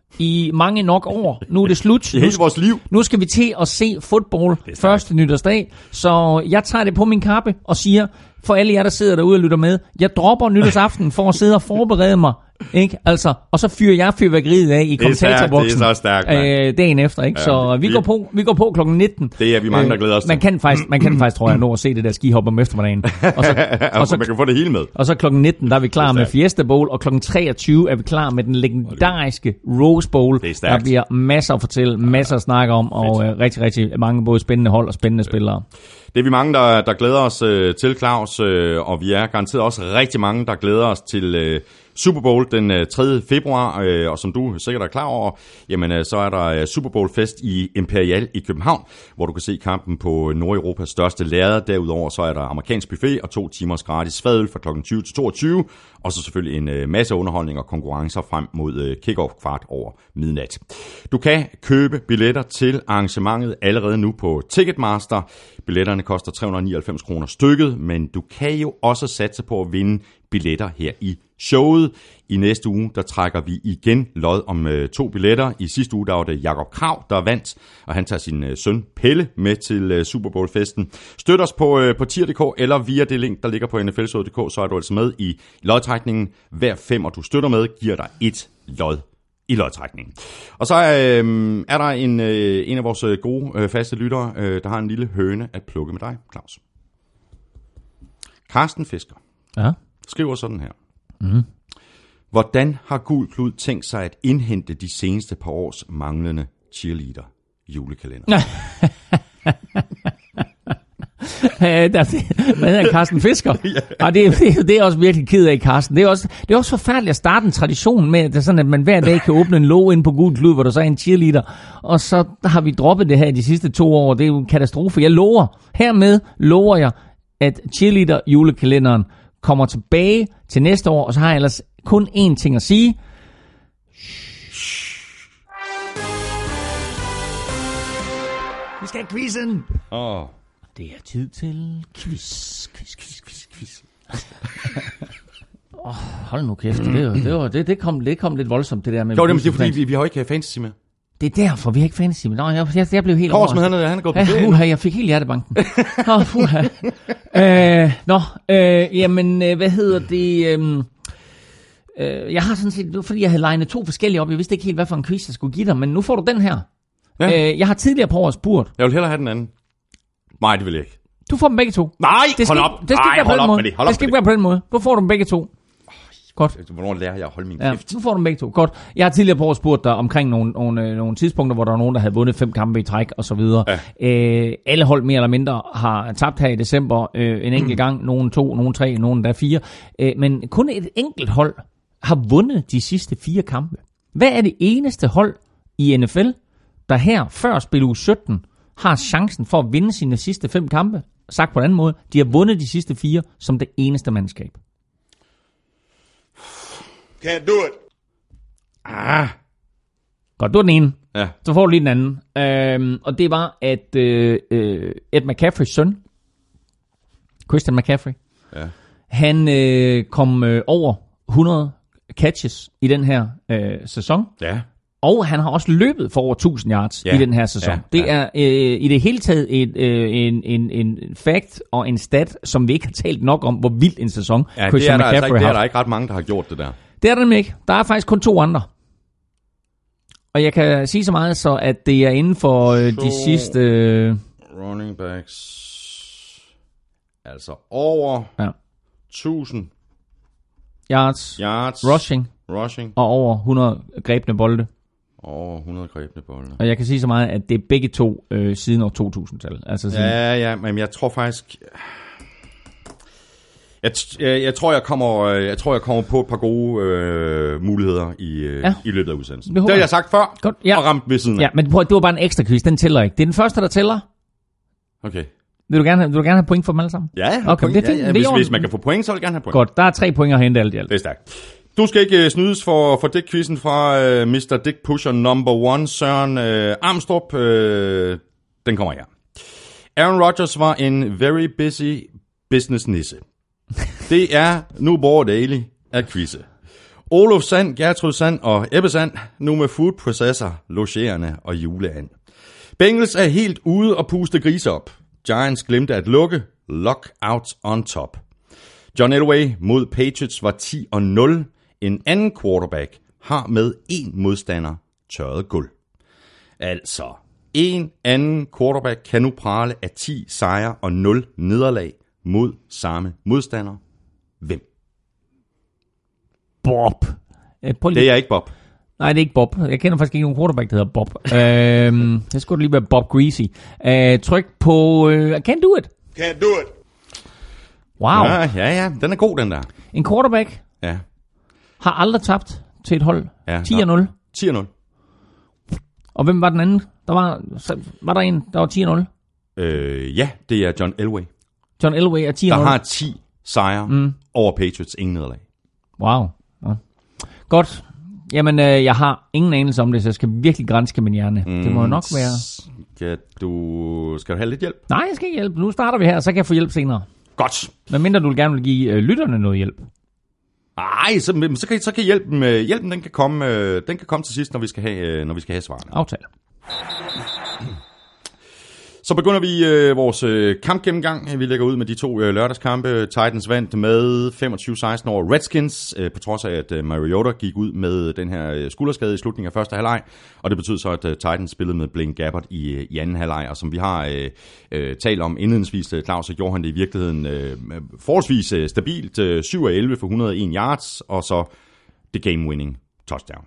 i mange nok år. Nu er det slut. I hele vores liv. Nu skal vi til at se fodbold første nytårsdag. Så jeg tager det på min kappe og siger, for alle jer, der sidder derude og lytter med, jeg dropper nytårsaften for at sidde og forberede mig. Ikke? Altså, og så fyrer jeg fyrværkeriet af i kommentatorboksen øh, dagen efter. Ikke? Ja, så vi går, på, vi går på klokken nitten. Det er vi mange, der glæder os til. Man kan faktisk, man kan faktisk tror jeg, nå at se det der skihop om eftermiddagen. Og så, og så, man kan få det hele med. Og så klokken nitten, der er vi klar med Fiesta Bowl, og klokken treogtyve er vi klar med den legendariske Rose Bowl. Der bliver masser at fortælle, masser at snakke om, og øh, rigtig, rigtig mange både spændende hold og spændende spillere. Det er vi mange, der, der glæder os øh, til, Claus, øh, og vi er garanteret også rigtig mange, der glæder os til øh, Super Bowl den øh, tredje februar, øh, og som du sikkert er klar over, jamen øh, så er der øh, Super Bowl fest i Imperial i København, hvor du kan se kampen på Nordeuropas største lærred. Derudover så er der amerikansk buffet og to timers gratis fadøl fra klokken tyve til toogtyve, og så selvfølgelig en øh, masse underholdning og konkurrencer frem mod øh, kick-off kvart over midnat. Du kan købe billetter til arrangementet allerede nu på Ticketmaster. Billetterne koster tre hundrede og nioghalvfems kroner stykket, men du kan jo også satse på at vinde billetter her i showet. I næste uge, der trækker vi igen lod om øh, to billetter. I sidste uge, der var det Jakob Krav, der vandt, og han tager sin øh, søn Pelle med til øh, Super Bowl-festen. Støt os på, øh, på tier punktum d k eller via det link, der ligger på n f l punktum d k, så er du altså med i lodtrækningen. Hver femmer, du støtter med, giver dig et lod i lodtrækningen. Og så øh, er der en, øh, en af vores gode øh, faste lyttere, øh, der har en lille høne at plukke med dig, Claus. Carsten Fisker ja. skriver sådan her. Mm. Hvordan har Gul Klud tænkt sig at indhente de seneste par års manglende cheerleader julekalender? Hvad hedder Carsten Fisker? ja. Og det, det, det er også virkelig ked af, Carsten. Det er også, det er også forfærdeligt at starte en tradition med, at, det er sådan, at man hver dag kan åbne en låg ind på Gul Klud, hvor der så er en cheerleader. Og så har vi droppet det her de sidste to år. Det er jo en katastrofe. Jeg lover, hermed lover jeg, at cheerleader julekalenderen kommer tilbage til næste år, og så har jeg ellers kun én ting at sige. Vi skal have quizzen! Åh. Oh. Det er tid til quiz, quiz, quiz, quiz, quiz. oh, hold nu kæft, det, var, det, var, det, det, kom, det kom lidt voldsomt, det der med... Jo, det er fordi, vi, vi har ikke fantasy med. Det er derfor, vi har ikke fantasy med. Nå, jeg, jeg, jeg blev helt overrasket. Korsmed, han, han er gået på ferie. Ja, uha, jeg fik helt hjertebanken. Nå, uha. øh, nå, øh, jamen, øh, hvad hedder det... Øh, øh, jeg har sådan set... Fordi jeg havde legnet to forskellige op. Jeg vidste ikke helt, hvad for en quiz jeg skulle give dig, men nu får du den her. Ja. Øh, jeg har tidligere på året spurgt... Jeg vil hellere have den anden. Nej, det vil jeg ikke. Du får dem begge to. Nej, det skal, hold op. Det skal Nej, ikke hold være på op den med det. Hold det skal ikke være på den måde. Nu får du dem begge to. Godt. Hvornår lærer jeg at holde min ja, kæft? Nu får du dem begge to. Godt. Jeg har tidligere på året spurgt dig omkring nogle, nogle, nogle tidspunkter, hvor der var nogen, der havde vundet fem kampe i træk og så videre. Ja. Øh, alle hold mere eller mindre har tabt her i december øh, en enkelt gang. Nogen to, nogen tre, nogen der fire. Øh, men kun et enkelt hold har vundet de sidste fire kampe. Hvad er det eneste hold i N F L, der her før spil uge sytten har chancen for at vinde sine sidste fem kampe? Sagt på en anden måde, de har vundet de sidste fire som det eneste mandskab. Can't do it. Ah. Godt, du er den ene. Ja. Så får du lige den anden. Øhm, og det var, at øh, øh, Ed McCaffreys søn, Christian McCaffrey, ja. han øh, kom øh, over hundrede catches i den her øh, sæson. Ja. Og han har også løbet for over tusind yards ja. i den her sæson. Ja. Det er øh, i det hele taget et, øh, en, en, en fact og en stat, som vi ikke har talt nok om, hvor vild en sæson ja, Christian det er der, McCaffrey altså ikke, har. Det er der ikke ret mange, der har gjort det der. Det er der nemlig ikke. Der er faktisk kun to andre. Og jeg kan sige så meget, så at det er inden for øh, de sidste... Øh... Running backs... Altså over ja. tusind yards, yards rushing, rushing og over hundrede grebne bolde. Over hundrede grebne bolde. Og jeg kan sige så meget, at det er begge to øh, siden år to tusind-tallet. Altså siden... Ja, ja, men jeg tror faktisk... Jeg, jeg, jeg tror jeg kommer jeg tror jeg kommer på et par gode øh, muligheder i øh, ja. i løbet af udsendelsen. Det, det har jeg sagt før. Godt, ja. Og ramt ved siden af. Ja, men prøv, det var bare en ekstra quiz, den tæller ikke. Det er den første der tæller. Okay. Vil du gerne have, vil du gerne have point for dem alle sammen? Ja, okay, point. det er fint. Ja, ja. Hvis, hvis man kan få point, så vil jeg gerne have point. Godt, der er tre point at hente alt i alt. Det er stærkt. Du skal ikke uh, snydes for, for Dick-quizzen fra uh, mister Dick Pusher number one, Søren uh, Armstrong. Uh, den kommer her. Aaron Rodgers var en very busy business nisse. Det er nu Borg Daily at quizze. Olof Sand, Gertrud Sand og Ebbe Sand, nu med food processor, logerende og juleand. Bengals er helt ude og puste grise op. Giants glemte at lukke. Lockout on top. John Elway mod Patriots var ti og nul. En anden quarterback har med én modstander tørret guld. Altså, en anden quarterback kan nu prale af ti sejre og nul nederlag mod samme modstander. Hvem? Bob. Det er ikke Bob. Nej, det er ikke Bob. Jeg kender faktisk ikke nogen quarterback, der hedder Bob. øhm, det skulle lige være Bob Greasy. Øh, tryk på uh, Can't Do It. Can't do it. Wow. Ja, ja, ja. Den er god, den der. En quarterback Ja. har aldrig tabt til et hold. Ja, ti og nul. ti og nul. Og hvem var den anden? Der var, var der en, der var ti og nul? Øh, ja, det er John Elway. John Elway er ti og Der nul. har ti sejre mm. over Patriots, ingen nederlag. Wow. Ja. Godt. Jamen, øh, jeg har ingen anelse om det, så jeg skal virkelig granske min hjerne. Mm. Det må jo nok være... Skal du, skal du have lidt hjælp? Nej, jeg skal ikke hjælpe. Nu starter vi her, så kan jeg få hjælp senere. Godt. Men mindre du gerne vil give øh, lytterne noget hjælp. Nej, så, så kan, så kan hjælpen, øh, hjælpen den kan, komme, øh, den kan komme til sidst, når vi skal have, øh, når vi skal have svarene. Aftale. Så begynder vi øh, vores øh, kampgennemgang. Vi lægger ud med de to øh, lørdagskampe. Titans vandt med femogtyve seksten over Redskins, øh, på trods af, at øh, Mariota gik ud med den her øh, skulderskade i slutningen af første halvleg. Og det betød så, at øh, Titans spillede med Blaine Gabbert i, øh, i anden halvleg. Og som vi har øh, øh, talt om indledningsvis, øh, Claus, så gjorde han det i virkeligheden øh, forholdsvis øh, stabilt. Øh, syv af elleve for et hundrede og en yards, og så det game-winning touchdown.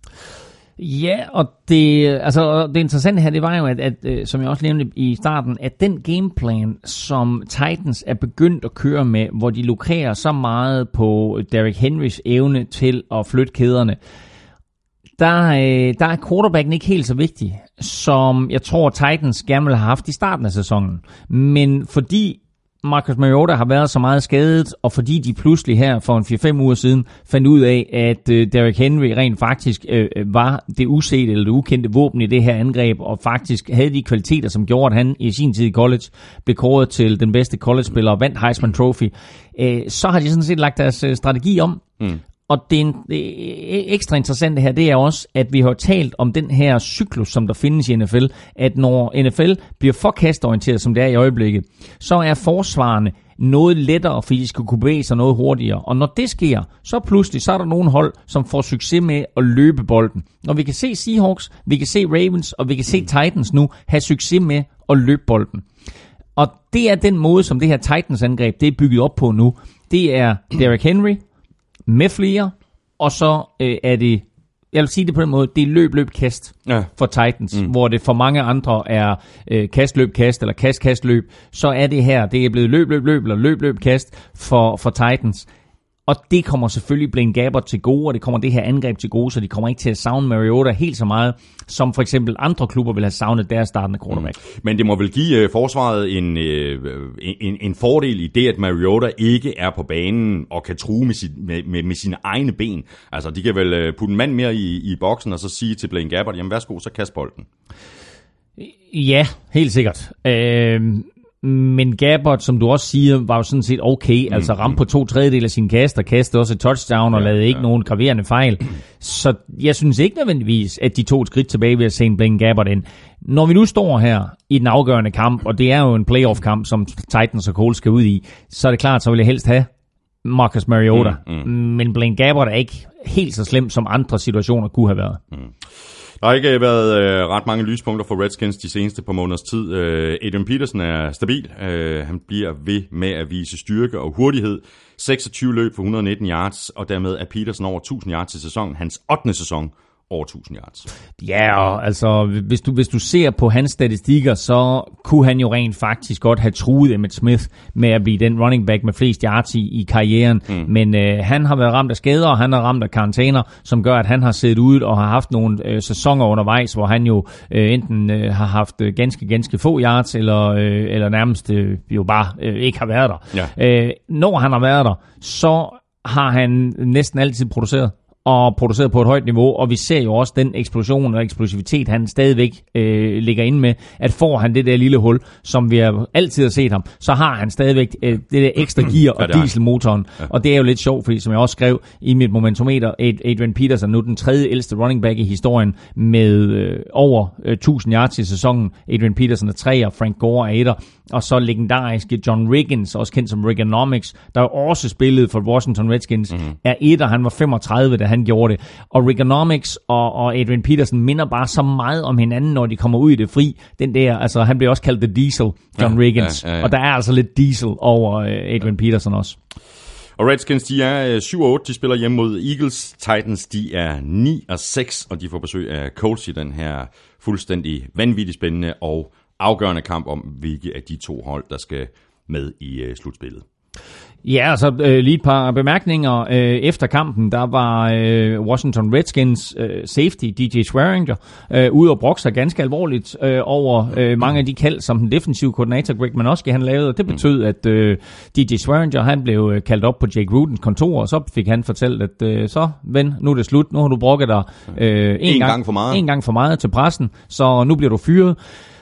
Ja, og det, altså, det interessante her, det var jo, at, at, at som jeg også nævnte i starten, at den gameplan, som Titans er begyndt at køre med, hvor de lukrerer så meget på Derrick Henrys evne til at flytte kæderne, der, der er quarterbacken ikke helt så vigtig, som jeg tror Titans gerne ville have haft i starten af sæsonen. Men fordi Marcus Mariota har været så meget skadet, og fordi de pludselig her for en fire fem uger siden fandt ud af, at øh, Derrick Henry rent faktisk øh, var det usete eller det ukendte våben i det her angreb, og faktisk havde de kvaliteter, som gjorde, at han i sin tid i college blev kåret til den bedste college-spiller og vandt Heisman Trophy, øh, så har de sådan set lagt deres øh, strategi om. Mm. Og det, er en, det er ekstra interessant her, det er også, at vi har talt om den her cyklus, som der findes i N F L, at når N F L bliver for kastorienteret, som det er i øjeblikket, så er forsvarerne noget lettere, fordi de skal kunne bevæge sig noget hurtigere. Og når det sker, så pludselig så er der nogle hold, som får succes med at løbe bolden. Og vi kan se Seahawks, vi kan se Ravens, og vi kan se Titans nu have succes med at løbe bolden. Og det er den måde, som det her Titans-angreb det er bygget op på nu. Det er Derrick Henry med flere, og så øh, er det, jeg vil sige det på den måde, det er løb-løb-kast ja. for Titans, mm. hvor det for mange andre er øh, kast-løb-kast eller kast-kast-løb, så er det her, det er blevet løb-løb-løb eller løb-løb-kast for, for Titans. Og det kommer selvfølgelig Blaine Gabbert til gode, og det kommer det her angreb til gode, så de kommer ikke til at savne Mariota helt så meget, som for eksempel andre klubber vil have savnet deres startende quarterback. Mm. Men det må vel give uh, forsvaret en, uh, en, en fordel i det, at Mariota ikke er på banen og kan true med, sit, med, med, med sine egne ben. Altså, de kan vel uh, putte en mand mere i, i boksen og så sige til Blaine Gabbert, jamen værsgo, så kast bolden. Ja, helt sikkert. Øh... Men Gabbert, som du også siger, var jo sådan set okay. Mm, altså ramte på to tredjedel af sine kast, og kastede også et touchdown, og ja, lavede ikke ja. nogen graverende fejl. Så jeg synes ikke nødvendigvis, at de tog et skridt tilbage ved at se en Blaine Gabbert ind. Når vi nu står her i den afgørende kamp, og det er jo en playoff-kamp, som Titans og Colts skal ud i, så er det klart, så vil jeg helst have Marcus Mariota. Mm, mm. Men Blaine Gabbert er ikke helt så slem, som andre situationer kunne have været. Mm. Der har ikke været øh, ret mange lyspunkter for Redskins de seneste par måneders tid. Øh, Adrian Peterson er stabil. Øh, han bliver ved med at vise styrke og hurtighed. seksogtyve løb for et hundrede og nitten yards, og dermed er Peterson over tusind yards i sæsonen. Hans ottende sæson over tusind yards. Ja, og altså, hvis du, hvis du ser på hans statistikker, så kunne han jo rent faktisk godt have truet Emmitt Smith med at blive den running back med flest yards i, i karrieren. Mm. Men øh, han har været ramt af skader, og han har ramt af karantæner, som gør, at han har siddet ude og har haft nogle øh, sæsoner undervejs, hvor han jo øh, enten øh, har haft øh, ganske, ganske få yards, eller, øh, eller nærmest øh, jo bare øh, ikke har været der. Ja. Øh, når han har været der, så har han næsten altid produceret. og produceret på et højt niveau, og vi ser jo også den eksplosion og eksplosivitet, han stadigvæk øh, ligger inde med, at får han det der lille hul, som vi altid har set ham, så har han stadigvæk øh, det der ekstra gear og ja, dieselmotoren, ja. Og det er jo lidt sjovt, fordi som jeg også skrev i mit momentometer, Adrian Peterson, nu den tredje ældste running back i historien, med øh, over øh, tusind yards i sæsonen. Adrian Peterson er treer, Frank Gore er etter, og så legendariske John Riggins, også kendt som Reaganomics, der jo også spillede for Washington Redskins, mm-hmm. er etter, han var femogtredive, da han gjorde det. Og Reaganomics og, og Adrian Peterson minder bare så meget om hinanden, når de kommer ud i det fri. Den der, altså han bliver også kaldt The Diesel, John ja, Riggins, ja, ja, ja. Og der er altså lidt diesel over uh, Adrian ja. Peterson også. Og Redskins, de er syv og otte, de spiller hjemme mod Eagles. Titans, de er ni og seks, og de får besøg af Colts i den her fuldstændig vanvittigt spændende og afgørende kamp om, hvilke af de to hold, der skal med i uh, slutspillet. Ja, altså øh, lige et par bemærkninger. Øh, efter kampen, der var øh, Washington Redskins øh, safety, D J Swearinger, øh, ude og brokse sig ganske alvorligt øh, over øh, mange af de kald, som den defensive koordinator Greg Manoski, han lavede. Og det betød, at øh, D J Swearinger, han blev kaldt op på Jake Rudens kontor, og så fik han fortalt, at øh, så, ven, nu er det slut. Nu har du brokket dig øh, en, en, gang, gang for meget. en gang for meget til pressen, så nu bliver du fyret.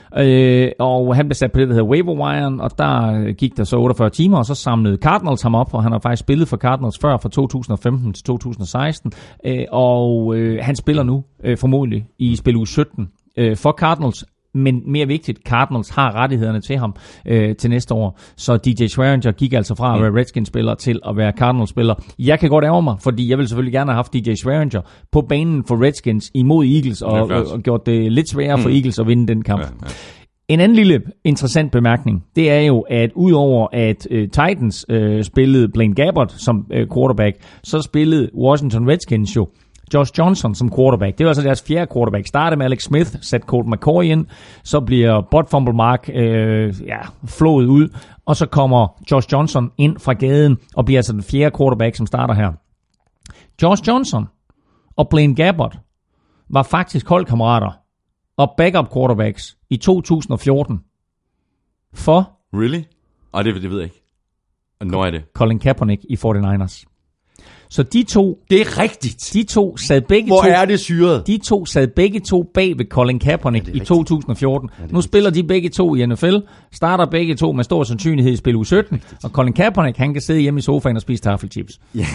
Øh, og han blev sat på det, der hedder waiver wiren, og der gik der så otteogfyrre timer, og så samlede Cardinals ham op, og han har faktisk spillet for Cardinals før, fra to tusind og femten til to tusind og seksten, øh, og øh, han spiller nu øh, formodentlig i spil uge sytten øh, for Cardinals, men mere vigtigt, Cardinals har rettighederne til ham øh, til næste år. Så D J Swearinger gik altså fra at være Redskins-spiller til at være Cardinals-spiller. Jeg kan godt ærge mig, fordi jeg ville selvfølgelig gerne have haft D J Swearinger på banen for Redskins imod Eagles, og, og, og gjort det lidt sværere for Eagles at vinde den kamp. Ja, ja. En anden lille interessant bemærkning, det er jo, at udover at øh, Titans øh, spillede Blaine Gabbert som øh, quarterback, så spillede Washington Redskins jo Josh Johnson som quarterback. Det var altså deres fjerde quarterback. Startede med Alex Smith, satte Colt McCoy ind, så bliver Bud Fumblemark øh, ja, flået ud, og så kommer Josh Johnson ind fra gaden, og bliver altså den fjerde quarterback, som starter her. Josh Johnson og Blaine Gabbert var faktisk holdkammerater og backup quarterbacks i to tusind og fjorten. For? Really? Ej, det, det ved jeg ikke. Nå er det. Colin Kaepernick i forty-niners. Så de to... Det er rigtigt. De to sad begge Hvor to... er det syret? De to sad begge to bag ved Colin Kaepernick i to tusind og fjorten. Nu rigtigt? Spiller de begge to i N F L. Starter begge to med stor sandsynlighed i spil uge sytten. Rigtigt. Og Colin Kaepernick, han kan sidde hjemme i sofaen og spise taffelchips. ja,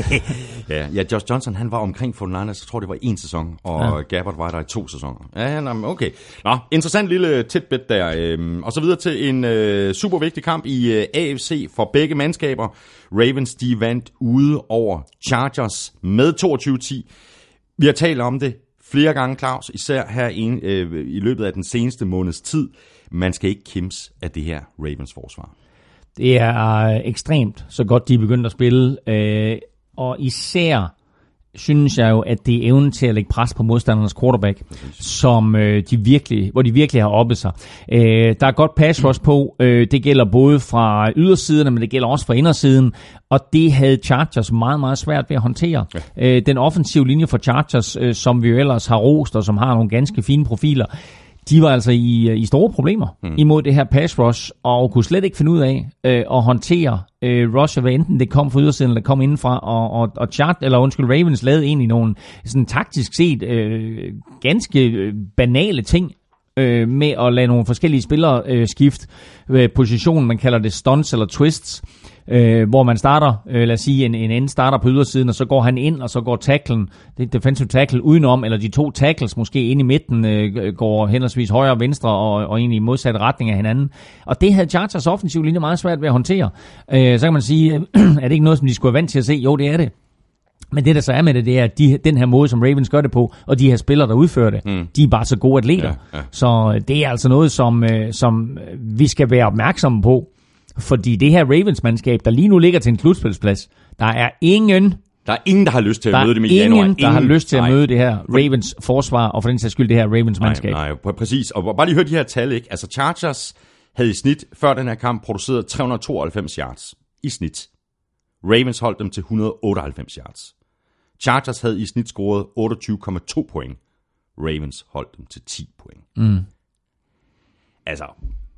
ja, Josh Johnson, han var omkring forty-niners, jeg tror det var en sæson. Og ja. Gabbert var der i to sæsoner. Ja, okay. Nå, interessant lille tidbit der. Øhm, og så videre til en øh, super vigtig kamp i øh, A F C for begge mandskaber. Ravens, de vandt ude over Chargers med toogtyve ti. Vi har talt om det flere gange, Claus, især her en, øh, i løbet af den seneste måneds tid. Man skal ikke kimse af det her Ravens forsvar. Det er ekstremt så godt, de er begyndt at spille. Øh, og især synes jeg jo, at det er evnen til at lægge pres på modstandernes quarterback, som øh, de virkelig, hvor de virkelig har oppet sig. Øh, der er godt pass rush på. Øh, det gælder både fra ydersiderne, men det gælder også fra indersiden. Og det havde Chargers meget, meget svært ved at håndtere. Ja. Øh, den offensive linje for Chargers, øh, som vi jo ellers har rost, og som har nogle ganske fine profiler, de var altså i, i store problemer mm. imod det her pass rush, og kunne slet ikke finde ud af øh, at håndtere øh, rusher, hvad enten det kom fra ydersiden, eller kom indenfra, og, og, og Chart, eller undskyld, Ravens lavede egentlig nogle sådan taktisk set øh, ganske øh, banale ting, øh, med at lade nogle forskellige spillere øh, skifte øh, position, man kalder det stunts eller twists, Øh, hvor man starter, øh, lad os sige, en, en ende starter på ydersiden, og så går han ind, og så går tacklen, det er defensive tackle udenom, eller de to tackles måske ind i midten, øh, går henholdsvis højre og venstre, og, og egentlig i modsat retning af hinanden. Og det havde Chargers offensiv linje meget svært ved at håndtere. Øh, så kan man sige, øh, er det ikke noget, som de skulle være vant til at se? Jo, det er det. Men det, der så er med det, det er, at de, den her måde, som Ravens gør det på, og de her spillere, der udfører det, mm. de er bare så gode atleter. Ja, ja. Så det er altså noget, som, øh, som vi skal være opmærksomme på. Fordi det her Ravens-mandskab, der lige nu ligger til en slutspilsplads, der er ingen... Der er ingen, der har lyst til at møde dem i januar. Der er ingen, der har lyst til at møde det her Ravens-forsvar, og for den sags skyld det her Ravens-mandskab. Nej, nej, præcis. Og bare lige høre de her tal, ikke? Altså Chargers havde i snit, før den her kamp, produceret tre hundrede og tooghalvfems yards. I snit. Ravens holdt dem til et hundrede og otteoghalvfems yards. Chargers havde i snit scoret otteogtyve komma to point. Ravens holdt dem til ti point. Mm. Altså...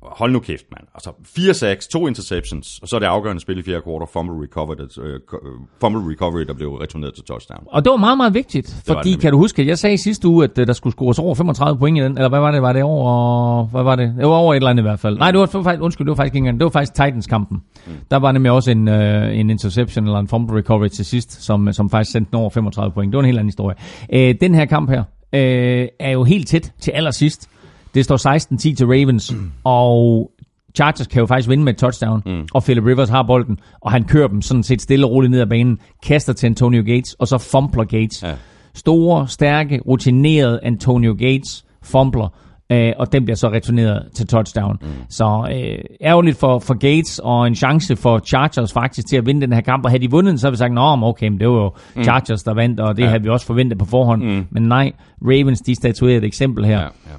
hold nu kæft, mand. Altså fire sacks, to interceptions, og så er det afgørende spil i fjerde kvartal, fumble recovery, uh, fumble recovery, der blev returneret til touchdown. Og det var meget, meget vigtigt, fordi det, kan du huske, at jeg sagde sidste uge, at der skulle scores over femogtredive point i den, eller hvad var det, var det over, hvad var det? Det var over et eller andet i hvert fald. Nej, det var, det var faktisk, undskyld, det var faktisk ikke engang, det var faktisk Titans-kampen. Mm. Der var nemlig også en, uh, en interception, eller en fumble recovery til sidst, som, som faktisk sendte den over femogtredive point. Det var en helt anden historie. Uh, den her kamp her uh, er jo helt tæt til allersidst. Det står seksten ti til Ravens, mm. og Chargers kan jo faktisk vinde med et touchdown, mm. og Philip Rivers har bolden, og han kører dem sådan set stille og roligt ned ad banen, kaster til Antonio Gates, og så fumbler Gates. Ja. Store, stærke, rutinerede Antonio Gates fumbler, øh, og den bliver så returneret til touchdown. Mm. Så øh, ærgerligt for, for Gates, og en chance for Chargers faktisk til at vinde den her kamp, og havde de vundet, så havde vi sagt, nå, okay, men det var jo mm. Chargers, der vandt, og det ja. havde vi også forventet på forhånd. Mm. Men nej, Ravens, de statuerede et eksempel her. Ja, ja.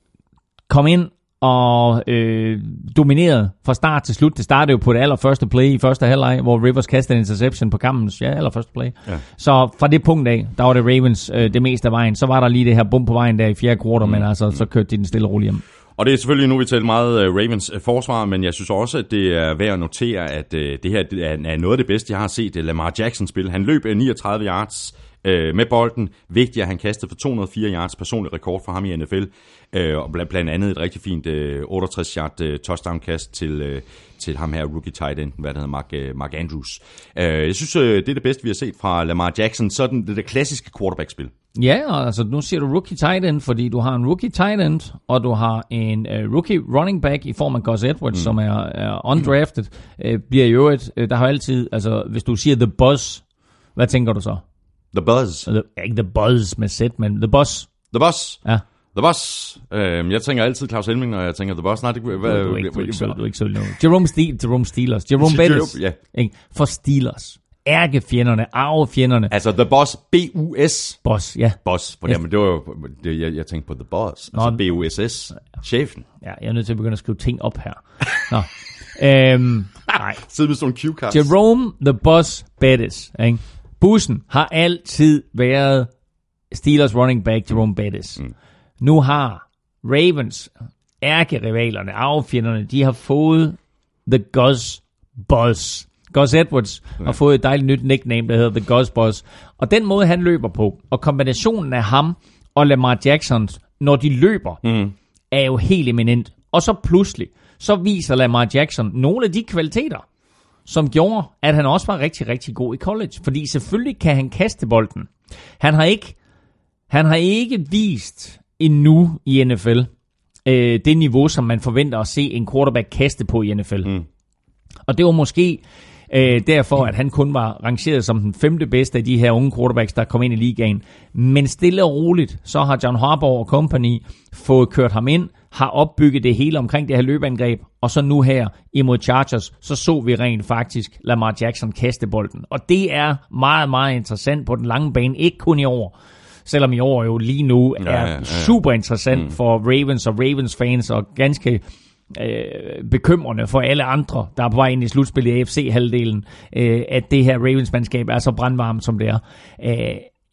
Kom ind og øh, dominerede fra start til slut. Det startede jo på det allerførste play i første halvleg, hvor Rivers kastede en interception på kampens ja, allerførste play. Ja. Så fra det punkt af, der var det Ravens øh, det meste af vejen. Så var der lige det her bum på vejen der i fjerde kvartal, mm. men altså, så kørte de den stille og roligt hjem. Og det er selvfølgelig, nu vi taler meget uh, Ravens uh, forsvar, men jeg synes også, at det er værd at notere, at uh, det her det er noget af det bedste, jeg har set uh, Lamar Jackson spille. Han løb uh, niogtredive yards uh, med bolden. Vigtigt, at han kastede for to hundrede og fire yards, personlig rekord for ham i N F L. Uh, og blandt, blandt andet et rigtig fint uh, otteogtres yard uh, touchdown-kast til, uh, til ham her, rookie tight end, hvad der hedder, Mark, uh, Mark Andrews. Uh, jeg synes, uh, det er det bedste, vi har set fra Lamar Jackson. Sådan det, det klassiske quarterback-spil. Ja, altså nu siger du rookie tight end, fordi du har en rookie tight end, og du har en uh, rookie running back i form af Gus Edwards, mm. som er, er undrafted. Uh, bliver jo et, uh, der har altid, altså hvis du siger the buzz, hvad tænker du så? The buzz? The, ikke the buzz med Z, men the buzz. The buzz? Ja. The Boss. Øh, jeg tænker altid Claus Elming, når jeg tænker The Boss. Nej, det, hvad, du, er ikke, du, er ikke så, du er ikke så noget. Jerome, Ste- Jerome Steelers. Jerome Bettis. Ja. For Steelers. Ærkefjenderne, arvefjenderne. Altså The Boss, B U S. Boss, ja. Boss. For yes. Jamen, det var jo, det, jeg, jeg tænkte på The Boss. Altså B U S S. Chefen. Ja, jeg er nødt til at begynde at skrive ting op her. Nå. øhm, nej. Sid med sådan nogle cue-cards. Jerome The Boss Bettis. Ikke? Bussen har altid været Steelers running back Jerome Bettis. Mm. Nu har Ravens, ærkerivalerne, arvefjenderne, de har fået The Gus Buzz. Gus Edwards ja. har fået et dejligt nyt nickname, der hedder The Gus Buzz. Og den måde, han løber på, og kombinationen af ham og Lamar Jackson, når de løber, mm. er jo helt eminent. Og så pludselig, så viser Lamar Jackson nogle af de kvaliteter, som gjorde, at han også var rigtig, rigtig god i college. Fordi selvfølgelig kan han kaste bolden. Han har ikke, han har ikke vist endnu i N F L øh, det niveau, som man forventer at se en quarterback kaste på i N F L. Mm. Og det var måske øh, derfor, at han kun var rangeret som den femte bedste af de her unge quarterbacks, der kom ind i ligaen. Men stille og roligt, så har John Harbaugh og company fået kørt ham ind, har opbygget det hele omkring det her løbeangreb, og så nu her imod Chargers, så så vi rent faktisk Lamar Jackson kaste bolden. Og det er meget, meget interessant på den lange bane, ikke kun i år, selvom i år jo lige nu er ja, ja, ja. super interessant mm. for Ravens og Ravens fans, og ganske øh, bekymrende for alle andre, der er på vej ind i slutspillet i A F C-halvdelen, øh, at det her Ravens-mandskab er så brandvarmt, som det er. Øh,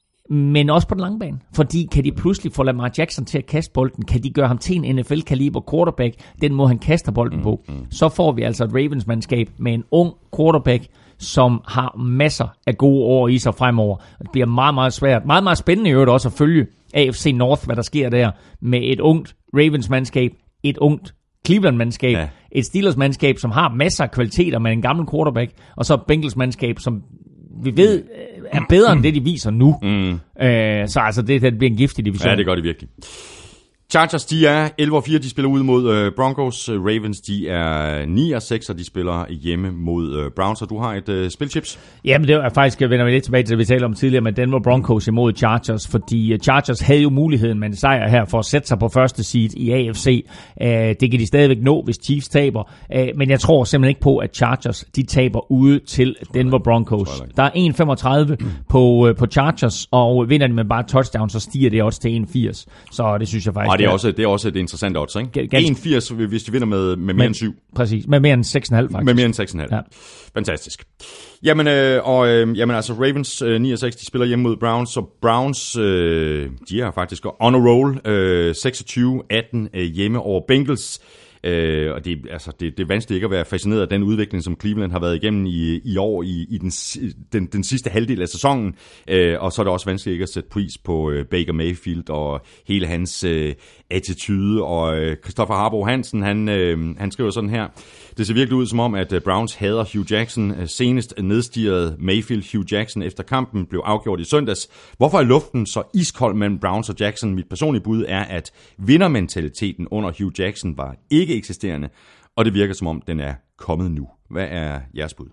men også på den lange bane, fordi kan de pludselig få Lamar Jackson til at kaste bolden, kan de gøre ham til en N F L-kaliber quarterback, den måde han kaster bolden på, mm, mm. så får vi altså et Ravens-mandskab med en ung quarterback, som har masser af gode år i sig fremover. Det bliver meget, meget svært. Meget, meget spændende i øvrigt også at følge A F C North, hvad der sker der med et ungt Ravens-mandskab, et ungt Cleveland-mandskab, ja. Et Steelers-mandskab, som har masser af kvaliteter med en gammel quarterback, og så et Bengals-mandskab, som vi ved er bedre end det, de viser nu. Mm. Øh, så altså, det, det bliver en giftig division. Ja, det gør det virkelig. Chargers, de er elleve og fire, de spiller ud mod øh, Broncos. Ravens, de er ni og seks, og de spiller hjemme mod øh, Browns. Og du har et øh, spilchips? Jamen, det var faktisk, jeg vender mig lidt tilbage til det, vi talte om tidligere, med Denver Broncos imod Chargers, fordi Chargers havde jo muligheden med en sejr her for at sætte sig på første seed i A F C. Uh, det kan de stadigvæk nå, hvis Chiefs taber. Uh, men jeg tror simpelthen ikke på, at Chargers, de taber ude til Denver Broncos. Der er en komma femogtredive på, uh, på Chargers, og vinder de med bare touchdown, så stiger det også til en komma firs. Så det synes jeg faktisk... Og det er også, det er også et interessant odds, ikke? en komma firs, hvis de vinder med, med mere med, end syv. Præcis, med mere end seks komma fem faktisk. Med mere end seks komma fem. Ja. Fantastisk. Jamen, øh, og, øh, jamen altså, Ravens øh, ni og seks, de spiller hjemme mod Browns, så Browns, øh, de er faktisk on a roll, øh, seksogtyve atten øh, hjemme over Bengals. Øh, og det, altså, det, det er vanskeligt ikke at være fascineret af den udvikling, som Cleveland har været igennem i, i år, i, i den, den, den sidste halvdel af sæsonen. Øh, og så er det også vanskeligt ikke at sætte pris på øh, Baker Mayfield og hele hans øh, attitude. Og øh, Christoffer Harbo Hansen, han, øh, han skriver sådan her: det ser virkelig ud som om, at Browns hader Hugh Jackson. Senest nedstirrede Mayfield Hugh Jackson efter kampen blev afgjort i søndags. Hvorfor er luften så iskold mellem Browns og Jackson? Mit personlige bud er, at vindermentaliteten under Hugh Jackson var ikke eksisterende, og det virker som om, den er kommet nu. Hvad er jeres bud?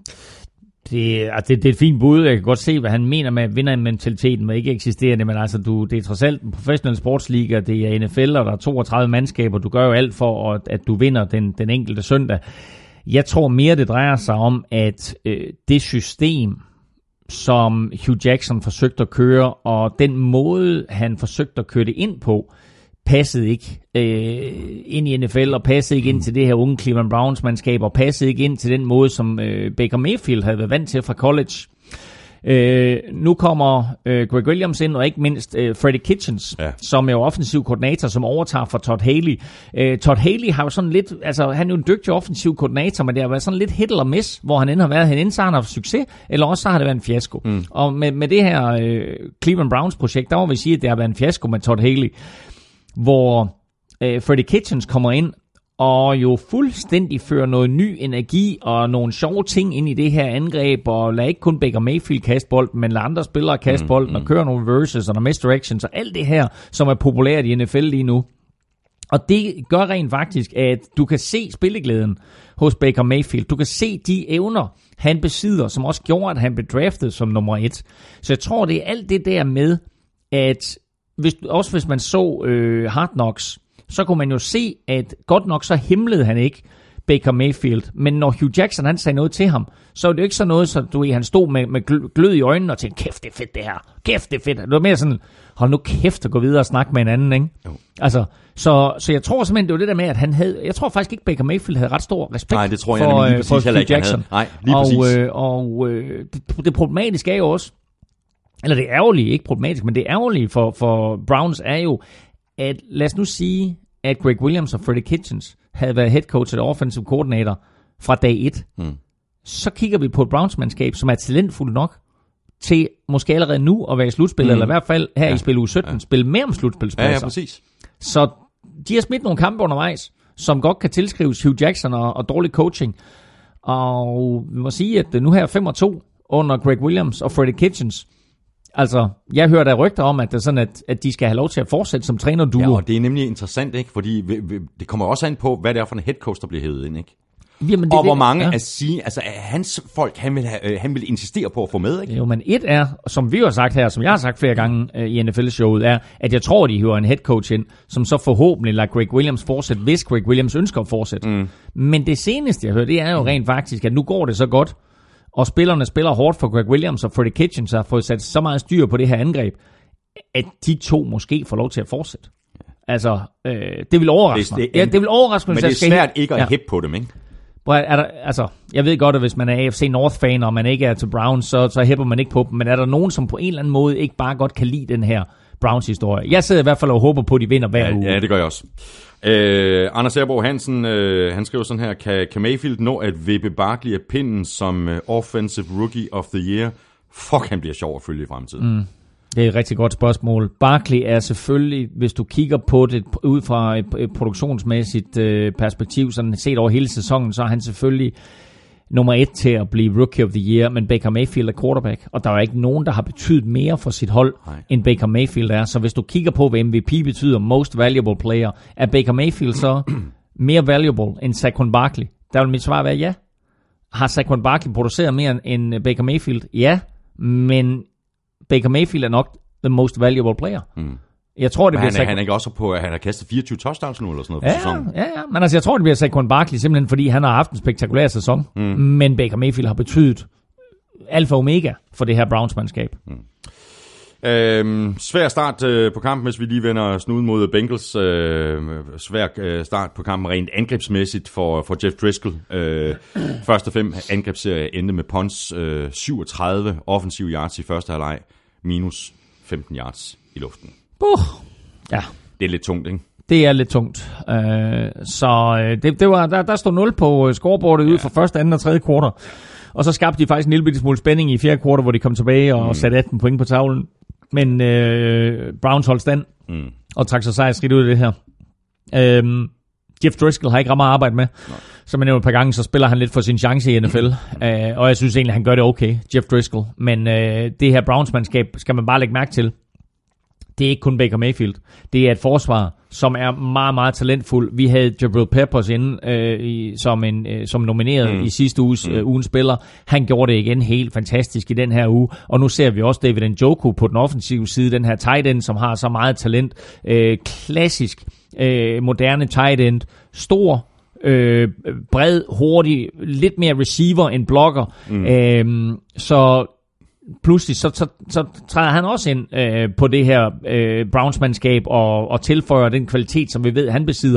Det, altså det, det er et fint bud. Jeg kan godt se, hvad han mener med, at vindermentaliteten var ikke eksisterende, men altså, du, det er trods alt en professionel sportsliga, det er N F L, og der er toogtredive mandskaber. Du gør jo alt for, at, at du vinder den, den enkelte søndag. Jeg tror mere, det drejer sig om, at øh, det system, som Hugh Jackson forsøgte at køre, og den måde, han forsøgte at køre det ind på, passede ikke øh, ind i N F L, og passede ikke ind til det her unge Cleveland Browns-mandskab, og passede ikke ind til den måde, som øh, Baker Mayfield havde været vant til fra college. Øh, nu kommer øh, Greg Williams ind, og ikke mindst øh, Freddie Kitchens, ja. som er jo offensiv koordinator, som overtager for Todd Haley. Øh, Todd Haley har jo sådan lidt, altså han er jo en dygtig offensiv koordinator, men det har været sådan lidt hit eller miss, hvor han end har været, han enten så har han haft succes, eller også så har det været en fiasko. Mm. Og med, med det her øh, Cleveland Browns-projekt, der må vi sige, at det har været en fiasko med Todd Haley, hvor øh, Freddie Kitchens kommer ind og jo fuldstændig fører noget ny energi og nogle sjove ting ind i det her angreb, og lader ikke kun Baker Mayfield kaste bolden, men lader andre spillere kaste bolden, mm, mm. og kører nogle reverses og nogle misdirections og alt det her, som er populært i N F L lige nu. Og det gør rent faktisk, at du kan se spilleglæden hos Baker Mayfield. Du kan se de evner, han besidder, som også gjorde, at han blev draftet som nummer et. Så jeg tror, det er alt det der med, at hvis, også hvis man så øh, Hard Knocks, så kunne man jo se, at godt nok så himlede han ikke Baker Mayfield. Men når Hugh Jackson han sagde noget til ham, så var det jo ikke sådan noget, så du, han stod med, med glød i øjnene og tænkte, kæft det er fedt det her, kæft det er fedt. Det var mere sådan, hold nu kæft og gå videre og snakke med en anden, ikke? Jo. Altså, så, så jeg tror simpelthen, det var det der med, at han havde, jeg tror faktisk ikke, Baker Mayfield havde ret stor respekt. Nej, det tror jeg for, lige præcis, for Hugh Jackson. Nej, lige og, præcis. Øh, og øh, det, det problematiske er jo også, eller det ærgerlige, ikke problematisk, men det ærgerlige for, for Browns er jo, at lad os nu sige, at Greg Williams og Freddie Kitchens havde været head coach eller offensive coordinator fra dag et, mm. så kigger vi på et Browns-mandskab, som er talentfuldt nok til måske allerede nu at være i slutspil, mm. eller i hvert fald her ja. i spil uge sytten, ja. spille mere om slutspilspladser. Ja, ja, præcis. Så de har smidt nogle kampe undervejs, som godt kan tilskrives Hugh Jackson og, og dårlig coaching. Og vi må sige, at nu her fem og to under Greg Williams og Freddie Kitchens. Altså, jeg hører der rygter om, at det er sådan, at, at de skal have lov til at fortsætte som træner-duo. Ja, og det er nemlig interessant, ikke? Fordi vi, vi, det kommer også an på, hvad det er for en head coach, der bliver hævet ind, ikke? Jamen, det, og hvor mange ja. at sige, altså hans folk, han vil, have, han vil insistere på at få med, ikke? Jo, men et er, som vi har sagt her, som jeg har sagt flere gange uh, i N F L-showet, er, at jeg tror, de hører en head coach ind, som så forhåbentlig lader Greg Williams fortsætte, hvis Greg Williams ønsker at fortsætte. Mm. Men det seneste, jeg hører, det er jo rent faktisk, at nu går det så godt, og spillerne spiller hårdt for Greg Williams, og Freddie Kitchens har fået sat så meget styr på det her angreb, at de to måske får lov til at fortsætte. Altså, øh, det vil overraske mig. Ja, det vil overraske mig. Men det er svært ikke at ja. hæppe på dem, ikke? Er der, altså, jeg ved godt, at hvis man er A F C North-fan, og man ikke er til Browns, så, så hæpper man ikke på dem. Men er der nogen, som på en eller anden måde ikke bare godt kan lide den her Browns-historie? Jeg sidder i hvert fald og håber på, at de vinder hver ja, uge. Ja, det gør jeg også. Øh, Anders Erbo Hansen, øh, han skriver sådan her, kan, kan Mayfield nå at vippe Barkley af pinden som uh, Offensive Rookie of the Year? Fuck, han bliver sjov at følge i fremtiden. Mm. Det er et rigtig godt spørgsmål. Barkley er selvfølgelig, hvis du kigger på det ud fra et, et produktionsmæssigt øh, perspektiv, sådan set over hele sæsonen, så er han selvfølgelig nummer et til at blive Rookie of the Year, men Baker Mayfield er quarterback, og der er ikke nogen, der har betydet mere for sit hold, Nej. end Baker Mayfield er. Så hvis du kigger på, hvad M V P betyder, Most Valuable Player, er Baker Mayfield så mere valuable end Saquon Barkley? Der vil mit svar være ja. Har Saquon Barkley produceret mere end Baker Mayfield? Ja, men Baker Mayfield er nok the most valuable player. Mm. Jeg tror, det men bliver han, er, han er ikke også på, at han har kastet fireogtyve touchdowns nu, eller sådan noget ja, på sæsonen? Ja, ja, men altså, jeg tror, det bliver Saquon Barkley, simpelthen fordi han har haft en spektakulær sæson, mm. men Baker Mayfield har betydet alfa og omega for det her Browns-mandskab. Mm. Øhm, svær start øh, på kampen, hvis vi lige vender snuden mod Bengals. Øh, svær øh, start på kampen rent angrebsmæssigt for, for Jeff Driscoll. Øh, første fem angrebsserie endte med punts, øh, syvogtredive offensive yards i første halvleg, minus femten yards i luften. Uh, ja. Det er lidt tungt, ikke? Det er lidt tungt. Uh, så uh, det, det var, der, der stod nul på scoreboardet ja. Ude for første, anden og tredje kvartal. Og så skabte de faktisk en lille bitte smule spænding i fjerde kvartal, hvor de kom tilbage og mm. satte atten point på tavlen. Men uh, Browns holdt stand mm. og trak sig sejrsskridt ud af det her. Uh, Jeff Driscoll har ikke ret meget at arbejde med. Nej. Som jeg nævnte et par gange, så spiller han lidt for sin chance i N F L. uh, og jeg synes egentlig, han gør det okay, Jeff Driscoll. Men uh, det her Browns-mandskab skal man bare lægge mærke til. Det er ikke kun Baker Mayfield. Det er et forsvar, som er meget, meget talentfuld. Vi havde Jabril Peppers inde øh, i, som, en, øh, som nomineret mm. i sidste uges øh, ugens spiller. Han gjorde det igen helt fantastisk i den her uge. Og nu ser vi også David Njoku på den offensive side. Den her tight end, som har så meget talent. Øh, klassisk, øh, moderne tight end. Stor, øh, bred, hurtig. Lidt mere receiver end blocker. Mm. Øh, så... Pludselig så, så, så træder han også ind øh, på det her øh, Browns-mandskab og, og tilføjer den kvalitet, som vi ved, han besidder.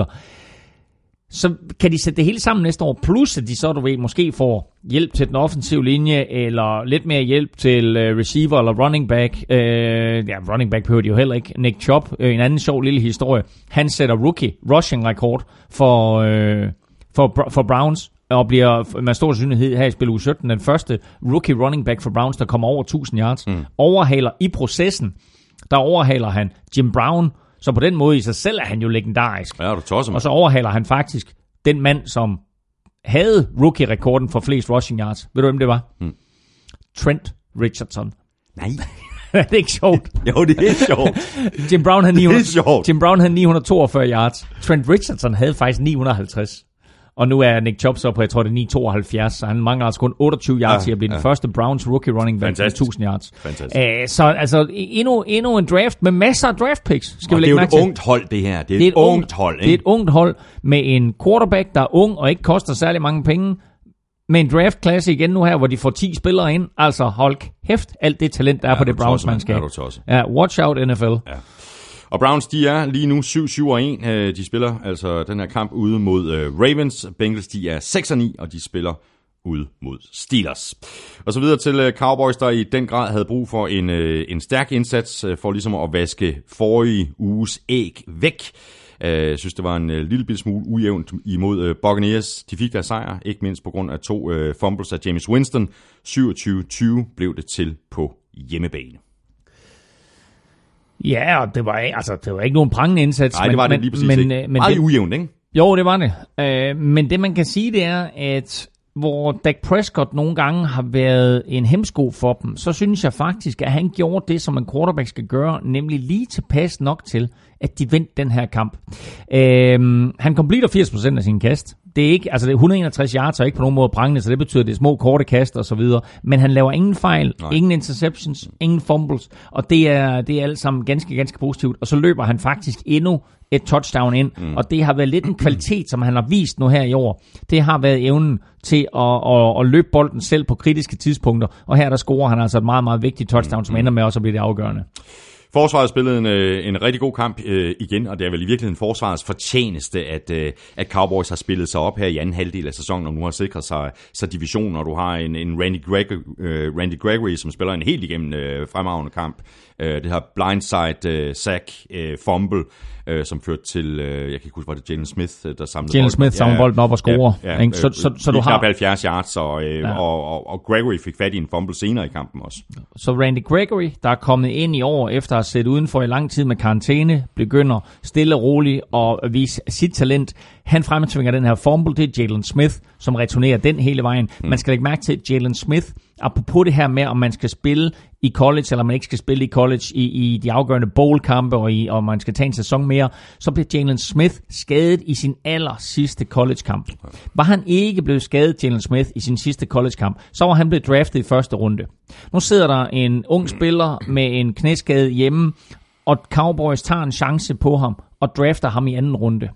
Så kan de sætte det hele sammen næste år, plus at de så, du ved, måske får hjælp til den offensive linje, eller lidt mere hjælp til øh, receiver eller running back. Øh, ja, running back behøver de jo heller ikke. Nick Chubb, øh, en anden sjov lille historie. Han sætter rookie rushing-rekord for, øh, for, for Browns, og bliver med stor sandsynlighed her i spil uge sytten den første rookie running back for Browns, der kommer over tusind yards. Mm. Overhaler i processen, der overhaler han Jim Brown, så på den måde i sig selv er han jo legendarisk. Ja, du tosser, og så overhaler han faktisk den mand, som havde rookie-rekorden for flest rushing yards. Ved du, hvem det var? Mm. Trent Richardson. Nej. Det er ikke sjovt. Jo, det er sjovt. Jim Brown havde ni hundrede, det er sjovt. Jim Brown havde ni hundrede toogfyrre yards. Trent Richardson havde faktisk ni hundrede og halvtreds. Og nu er Nick Chubb så på, jeg tror det er ni hundrede tooghalvfjerds, så han mangler altså kun otteogtyve yards til ja, at blive ja. den første Browns rookie running back med tusind yards. Æh, så altså endnu, endnu en draft med masser af draft picks, skal og vi lægge mærke til. Det er jo et ungt hold, det her. Det er, det er et, et ungt, ungt hold. Ikke? Det er et ungt hold med en quarterback, der er ung og ikke koster særlig mange penge. Med en draftklasse igen nu her, hvor de får ti spillere ind. Altså hold kæft, alt det talent, der er ja, på det Browns-mandskab. Ja, watch out N F L. Ja. Og Browns, de er lige nu syv syv og en. De spiller altså den her kamp ude mod Ravens. Bengals, de er seks og ni, og de spiller ude mod Steelers. Og så videre til Cowboys, der i den grad havde brug for en, en stærk indsats for ligesom at vaske forrige uges æg væk. Jeg synes, det var en lille bitte smule ujævnt imod Buccaneers. De fik deres sejr, ikke mindst på grund af to fumbles af James Winston. syvogtyve tyve blev det til på hjemmebane. Ja, og det var, altså, det var ikke nogen prangende indsats. Nej, det var men, det lige præcis men, ikke. Men, Meget det, ujævnt, ikke? Jo, det var det. Uh, men det, man kan sige, det er, at hvor Dak Prescott nogle gange har været en hemsko for dem, så synes jeg faktisk, at han gjorde det, som en quarterback skal gøre, nemlig lige tilpas nok til, at de vendte den her kamp. Uh, han completer firs procent af sin kast. Det er ikke, altså det er et hundrede og enogtres yards, og ikke på nogen måde prangende, så det betyder, at det er små, korte kast og så videre. Men han laver ingen fejl, Nej. ingen interceptions, ingen fumbles, og det er, det er alt sammen ganske, ganske positivt. Og så løber han faktisk endnu et touchdown ind, mm. og det har været lidt en kvalitet, som han har vist nu her i år. Det har været evnen til at, at, at løbe bolden selv på kritiske tidspunkter, og her der scorer han altså et meget, meget vigtigt touchdown, som ender med også at blive det afgørende. Forsvaret spillede en, en rigtig god kamp øh, igen, og det er vel i virkeligheden forsvarets fortjeneste, at, øh, at Cowboys har spillet sig op her i anden halvdel af sæsonen, og nu har sikret sig, sig divisionen, og du har en, en Randy, Greg, øh, Randy Gregory, som spiller en helt igennem øh, fremragende kamp. Øh, det her blindside øh, sack øh, fumble, øh, som førte til, øh, jeg kan ikke huske, var det Jalen Smith, der samlede Jalen Smith samlede bolden op og scorer. Ja, ja, så, så, så du har halvfjerds yards, og, øh, ja. og, og, og Gregory fik fat i en fumble senere i kampen også. Så Randy Gregory, der er kommet ind i år efter at have set udenfor i lang tid med karantæne, begynder stille og roligt at vise sit talent. Han fremtvinger den her fumble, det er Jalen Smith, som returnerer den hele vejen. Mm. Man skal lægge mærke til, at Jalen Smith, apropos det her med, om man skal spille i college, eller man ikke skal spille i college i, i de afgørende bowl-kampe, og, i, og man skal tage en sæson mere, så bliver Jalen Smith skadet i sin aller sidste college-kamp. Var han ikke blevet skadet, Jalen Smith, i sin sidste college-kamp, så var han blevet draftet i første runde. Nu sidder der en ung spiller med en knæskade hjemme, og Cowboys tager en chance på ham, og drafter ham i anden runde.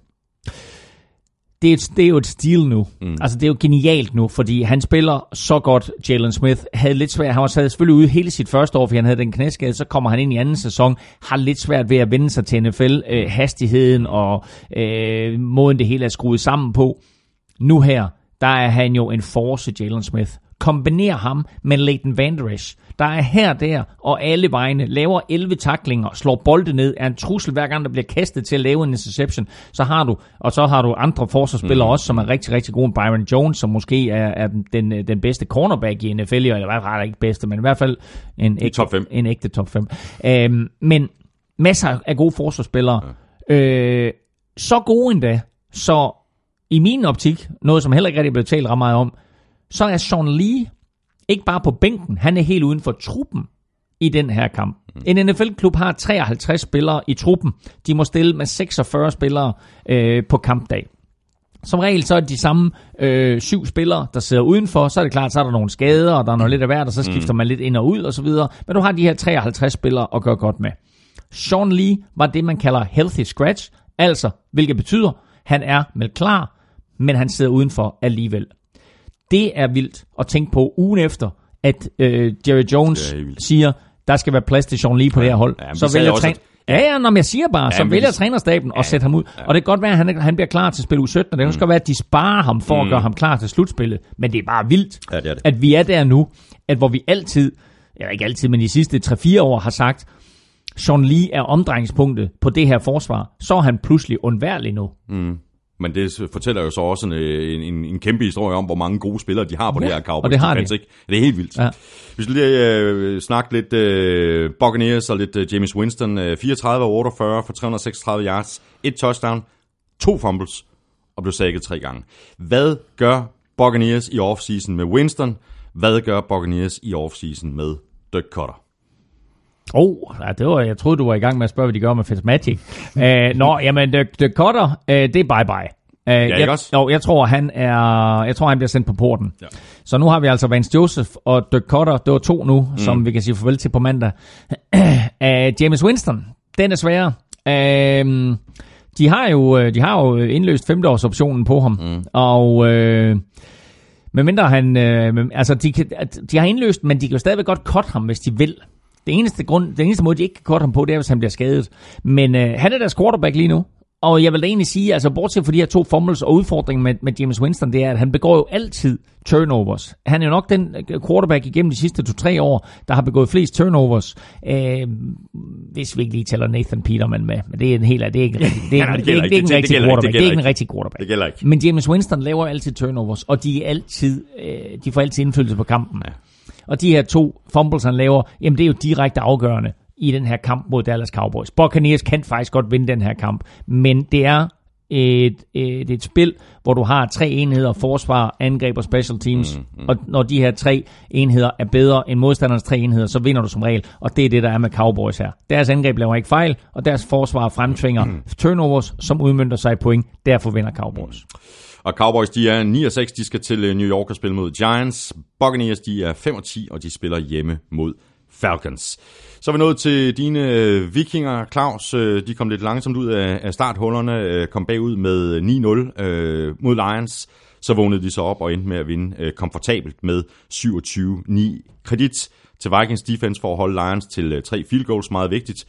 Det er, et, det er jo et stil nu. Mm. Altså, det er jo genialt nu, fordi han spiller så godt. Jalen Smith havde lidt svært. Han var selvfølgelig ude hele sit første år, fordi han havde den knæskade. Så kommer han ind i anden sæson, har lidt svært ved at vende sig til N F L. Øh, hastigheden og øh, måden det hele er skruet sammen på. Nu her, der er han jo en force, Jalen Smith. Kombiner ham med Leighton Vander Esch, der er her, der og alle vegne, laver elleve tacklinger, slår bolde ned, er en trussel hver gang, der bliver kastet til at lave en interception, så har du, og så har du andre forsvarsspillere mm. også, som er rigtig, rigtig gode. Byron Jones, som måske er, er den, den bedste cornerback i N F L, eller i hvert fald ikke bedste, men i hvert fald en ægte top fem. En ægte top fem. Øhm, men masser af gode forsvarsspillere. Ja. Øh, så gode endda, så i min optik, noget som heller ikke rigtig blev talt ret meget om, så er Sean Lee ikke bare på bænken, han er helt uden for truppen i den her kamp. En N F L-klub har treoghalvtreds spillere i truppen. De må stille med seksogfyrre spillere øh, på kampdag. Som regel så er det de samme øh, syv spillere, der sidder udenfor. Så er det klart, så er der nogle skader, og der er noget lidt af hvert, og så skifter man lidt ind og ud og så videre. Men du har de her treoghalvtreds spillere at gøre godt med. Sean Lee var det, man kalder healthy scratch, altså hvilket betyder, han er meldt klar, men han sidder udenfor alligevel. Det er vildt at tænke på ugen efter, at øh, Jerry Jones siger, der skal være plads til Sean Lee på ja, det her hold. Ja, så vælger træn... Ja, ja, når jeg siger bare, ja, så vælger vi... trænerstaben ja, at sætte ham ud. Ja. Og det kan godt være, at han, han bliver klar til at spille u sytten, og det kan også godt være, at de sparer ham for mm. at gøre ham klar til slutspillet. Men det er bare vildt, ja, det er det. At vi er der nu, at hvor vi altid, ja ikke altid, men de sidste tre fire år har sagt, Sean Lee er omdrejningspunktet på det her forsvar, så er han pludselig undværlig nu. Mm. Men det fortæller jo så også en, en, en kæmpe historie om, hvor mange gode spillere de har på ja, det her Cowboys. Og det har de. Ikke? Det er helt vildt. Ja. Vi skal lige uh, snakke lidt uh, Buccaneers og lidt uh, Jameis Winston. Uh, fireogtredive og otteogfyrre for tre hundrede og seksogtredive yards. Et touchdown, to fumbles og blev sækket tre gange. Hvad gør Buccaneers i offseason med Winston? Hvad gør Buccaneers i offseason med Dirk Koetter? Åh, oh, det var, jeg troede, du var i gang med at spørge, hvad de gør med Fitzmagic. uh, Nå, jamen, Dirk, Dirk Koetter, uh, det er bye-bye. Uh, ja, jeg, jo, jeg tror, han er, jeg tror, han bliver sendt på porten. Ja. Så nu har vi altså Vance Joseph og Dirk Koetter, det var to nu, mm. som vi kan sige farvel til på mandag. uh, Jameis Winston, den er sværere. Uh, de har jo, de har jo indløst femteårsoptionen på ham, mm. og uh, medmindre han, uh, altså de, kan, de har indløst, men de kan jo stadigvæk godt cut ham, hvis de vil. Det eneste, grund, den eneste måde, de ikke kan korte ham på, det er, hvis han bliver skadet. Men øh, han er deres quarterback lige nu. Og jeg vil da egentlig sige, altså bortset fra de her to fumbles og udfordringen med, med Jameis Winston, det er, at han begår jo altid turnovers. Han er jo nok den quarterback igennem de sidste to-tre år, der har begået flest turnovers. Øh, hvis vi ikke lige tæller Nathan Peterman med. Men det er en helt det er ikke, det er, ja, det det er, det er ikke en rigtig quarterback. Det er ikke en rigtig quarterback. Det gælder ikke. Men Jameis Winston laver altid turnovers, og de er altid, øh, de får altid indflydelse på kampen. Ja. Og de her to fumbles, han laver, jamen det er jo direkte afgørende i den her kamp mod Dallas Cowboys. Buccaneers kan faktisk godt vinde den her kamp, men det er et, et, et spil, hvor du har tre enheder, forsvar, angreb og special teams, mm, mm. og når de her tre enheder er bedre end modstandernes tre enheder, så vinder du som regel, og det er det, der er med Cowboys her. Deres angreb laver ikke fejl, og deres forsvar fremtvinger mm. turnovers, som udmønter sig i point. Derfor vinder Cowboys. Mm. Og Cowboys, de er ni og seks, de skal til New York og spille mod Giants. Buccaneers, de er fem og ti, og de spiller hjemme mod Falcons. Så er vi nået til dine vikinger, Claus. De kom lidt langsomt ud af starthullerne, kom bagud med ni nul mod Lions. Så vågnede de så op og endte med at vinde komfortabelt med syvogtyve ni. Kredit til Vikings defense for at holde Lions til tre field goals, meget vigtigt.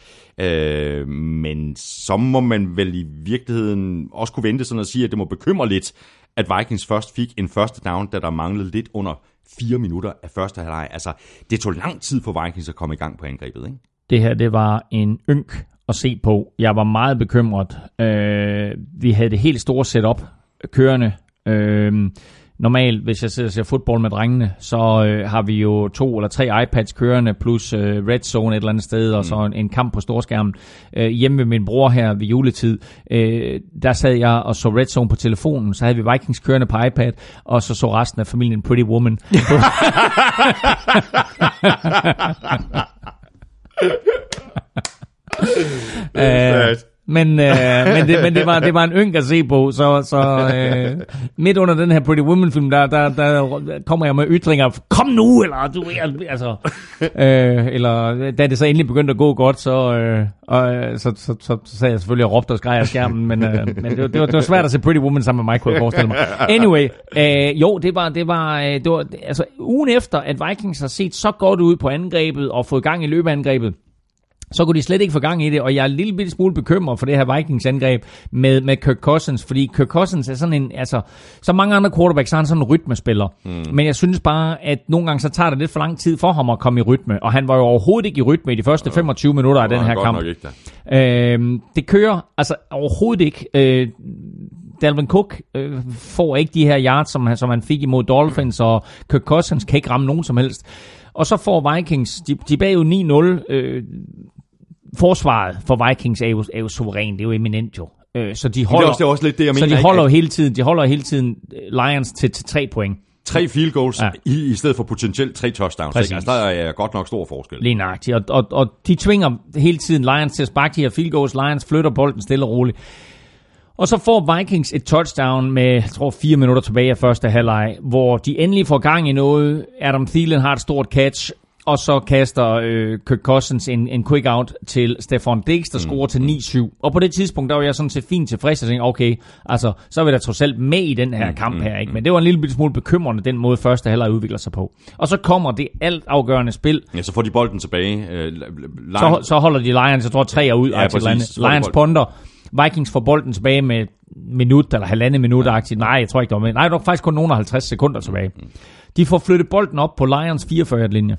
Øh, men så må man vel i virkeligheden også kunne vente sådan at sige, at det må bekymre lidt, at Vikings først fik en første down, da der manglede lidt under fire minutter af første halvleg. Altså, det tog lang tid for Vikings at komme i gang på angrebet, ikke? Det her, det var en ynk at se på. Jeg var meget bekymret. Øh, vi havde det helt store setup kørende. Øh, Normalt, hvis jeg ser, ser fodbold med drengene, så øh, har vi jo to eller tre iPads kørende, plus øh, Red Zone et eller andet sted, mm. og så en, en kamp på storskærmen. Øh, hjemme med min bror her ved juletid, øh, der sad jeg og så Red Zone på telefonen, så havde vi Vikings kørende på iPad, og så så resten af familien Pretty Woman. øh, Men, øh, men, det, men det, var, det var en ynk at se på, så, så øh, midt under den her Pretty Woman-film, der, der, der kommer jeg med ytringer, kom nu, eller du altså, øh, eller da det så endelig begyndte at gå godt, så, øh, og, så, så, så, så sad jeg selvfølgelig og råbte og skreg af skærmen, men, øh, men det, var, det, var, det var svært at se Pretty Woman sammen med mig, kunne jeg forestille mig. Anyway, øh, jo, det var, det var, det var altså ugen efter, at Vikings har set så godt ud på angrebet og fået gang i løbeangrebet, så kunne de slet ikke få gang i det, og jeg er en lille bitte smule bekymret for det her Vikings-angreb med, med Kirk Cousins, fordi Kirk Cousins er sådan en, altså, så mange andre quarterbacks har han sådan en rytmespiller, mm. men jeg synes bare, at nogle gange så tager det lidt for lang tid for ham at komme i rytme, og han var jo overhovedet ikke i rytme i de første femogtyve minutter af den her kamp. Øh, det kører altså overhovedet ikke. Øh, Dalvin Cook øh, får ikke de her yards, som han, som han fik imod Dolphins, og Kirk Cousins kan ikke ramme nogen som helst. Og så får Vikings, de, de bag jo ni nul, øh, forsvaret for Vikings er jo, er jo suveræn, det er jo eminent jo. Øh, så de holder, det er også lidt det, jeg så mener, de holder jo hele tiden, de holder hele tiden Lions til, til tre point. Tre field goals ja. i, i stedet for potentielt tre touchdowns. Altså, der er godt nok stor forskel. Lige nøjagtigt. Og, og, og de tvinger hele tiden Lions til at sparke de her field goals. Lions flytter bolden stille og roligt. Og så får Vikings et touchdown med, jeg tror, fire minutter tilbage af første halvleg, hvor de endelig får gang i noget. Adam Thielen har et stort catch, og så kaster øh, Kirk Cousins en, en quick out til Stefon Diggs, der mm. scorer til ni syv. Og på det tidspunkt, der var jeg sådan set fint tilfreds, og tænkte, okay, altså, så er vi da trods alt med i den her kamp her, ikke? Men det var en lille smule bekymrende, den måde første halvleg udvikler sig på. Og så kommer det alt afgørende spil. Ja, så får de bolden tilbage. Øh, så, så holder de Lions, jeg tror, tre ud. Ja, præcis. Lions punter. Vikings får bolden tilbage med minut eller halvandet minut-agtigt. Nej, jeg tror ikke, det var med. Nej, det var faktisk kun nogen af halvtreds sekunder tilbage. De får flyttet bolden op på Lions fireogfyrre-linje.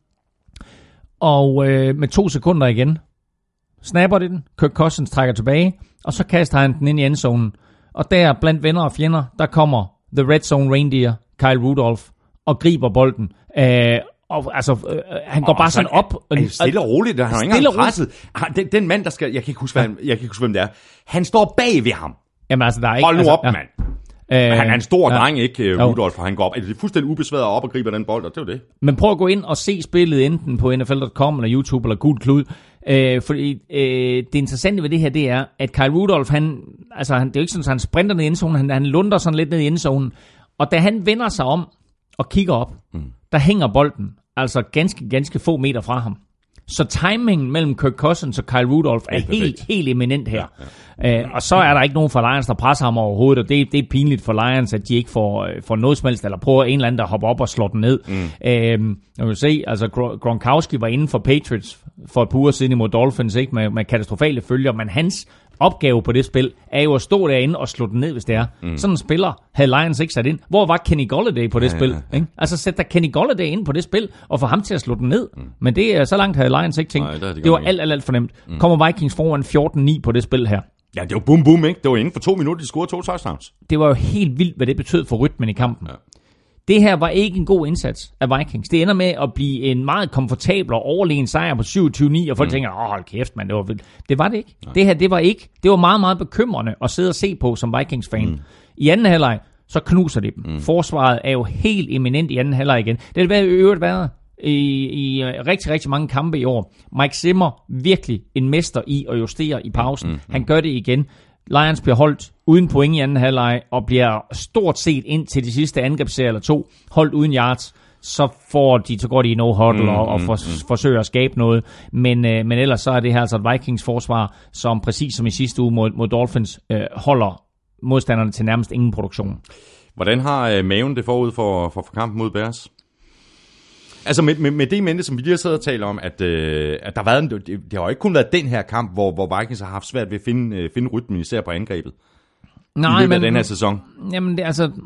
Og øh, med to sekunder igen, snapper de den. Kirk Cousins trækker tilbage, og så kaster han den ind i endzonen. Og der blandt venner og fjender, der kommer The Red Zone Reindeer, Kyle Rudolph, og griber bolden. Øh, Og, altså, øh, han går oh, bare sådan op. Er, er stille og roligt, han har ikke engang presset. Den, den mand, der skal, jeg kan ikke huske, hvad han, jeg kan ikke huske, hvem det er. Han står bag ved ham. Jamen altså, der er ikke... Hold nu altså, op, ja. mand. Øh, han er en stor ja. dreng, ikke Rudolph, for han går op. Altså, det er fuldstændig ubesværet op og griber den bold, og det er jo det. Men prøv at gå ind og se spillet enten på N F L punktum com eller YouTube eller Gul Klud. Øh, fordi øh, det interessante ved det her, det er, at Kyle Rudolph, han, altså, han, det er jo ikke sådan, at han sprinter ned i endzonen, han, han lunder sådan lidt ned i endzonen. Og da han vender sig om og kigger op, mm. der hænger bolden altså ganske, ganske få meter fra ham. Så timingen mellem Kirk Cousins og Kyle Rudolph er helt, helt, helt eminent her. Ja, ja. Øh, og så er der ikke nogen fra Lions, der presser ham overhovedet, og det, det er pinligt for Lions, at de ikke får, får noget som helst, eller prøver en eller anden, der hopper op og slår den ned. Mm. Øh, jeg vil se, altså Gronkowski var inden for Patriots for et par uger siden imod Dolphins, ikke, med, med katastrofale følger, men hans opgave på det spil er jo at stå derinde og slå den ned, hvis det er. Mm. Sådan en spiller havde Lions ikke sat ind. Hvor var Kenny Golladay på det ja, spil? Ja, ja. Ikke? Altså sæt der Kenny Golladay ind på det spil, og få ham til at slå den ned. Mm. Men det er så langt havde Lions ikke tænkt. Nej, det, det var alt, alt, alt for nemt. Mm. Kommer Vikings foran fjorten ni på det spil her. Ja, det var boom, boom, ikke? Det var inden for to minutter, de scorede to touchdowns. Det var jo helt vildt, hvad det betød for rytmen i kampen. Ja. Det her var ikke en god indsats af Vikings. Det ender med at blive en meget komfortabel og overlegen sejr på syvogtyve ni, og folk mm. tænker, åh, hold kæft, man, det var vildt. Det var det ikke. Nej. Det her, det var ikke. Det var meget, meget bekymrende at sidde og se på som Vikings-fan. Mm. I anden halvleg, så knuser de dem. Mm. Forsvaret er jo helt eminent i anden halvleg igen. Det har øvrigt været i, i rigtig, rigtig mange kampe i år. Mike Zimmer, virkelig en mester i at justere i pausen. Mm. Han gør det igen. Lions bliver holdt uden point i anden halvleg, og bliver stort set ind til de sidste angrebsserie eller to, holdt uden yards. Så, får de, så går de i no-huddle mm, og, og for, mm. forsøger at skabe noget. Men, øh, men ellers så er det her altså et Vikings forsvar, som præcis som i sidste uge mod, mod Dolphins, øh, holder modstanderne til nærmest ingen produktion. Hvordan har øh, maven det forud for, for, for kampen mod Bears? Altså med, med, med det i mente, som vi lige har siddet og talt om, at, øh, at der har været en, det, det har jo ikke kun været den her kamp, hvor, hvor Vikings har haft svært ved at finde, øh, finde rytmen, især på angrebet. Nej, i løbet men, af den her sæson. Jamen det er altså...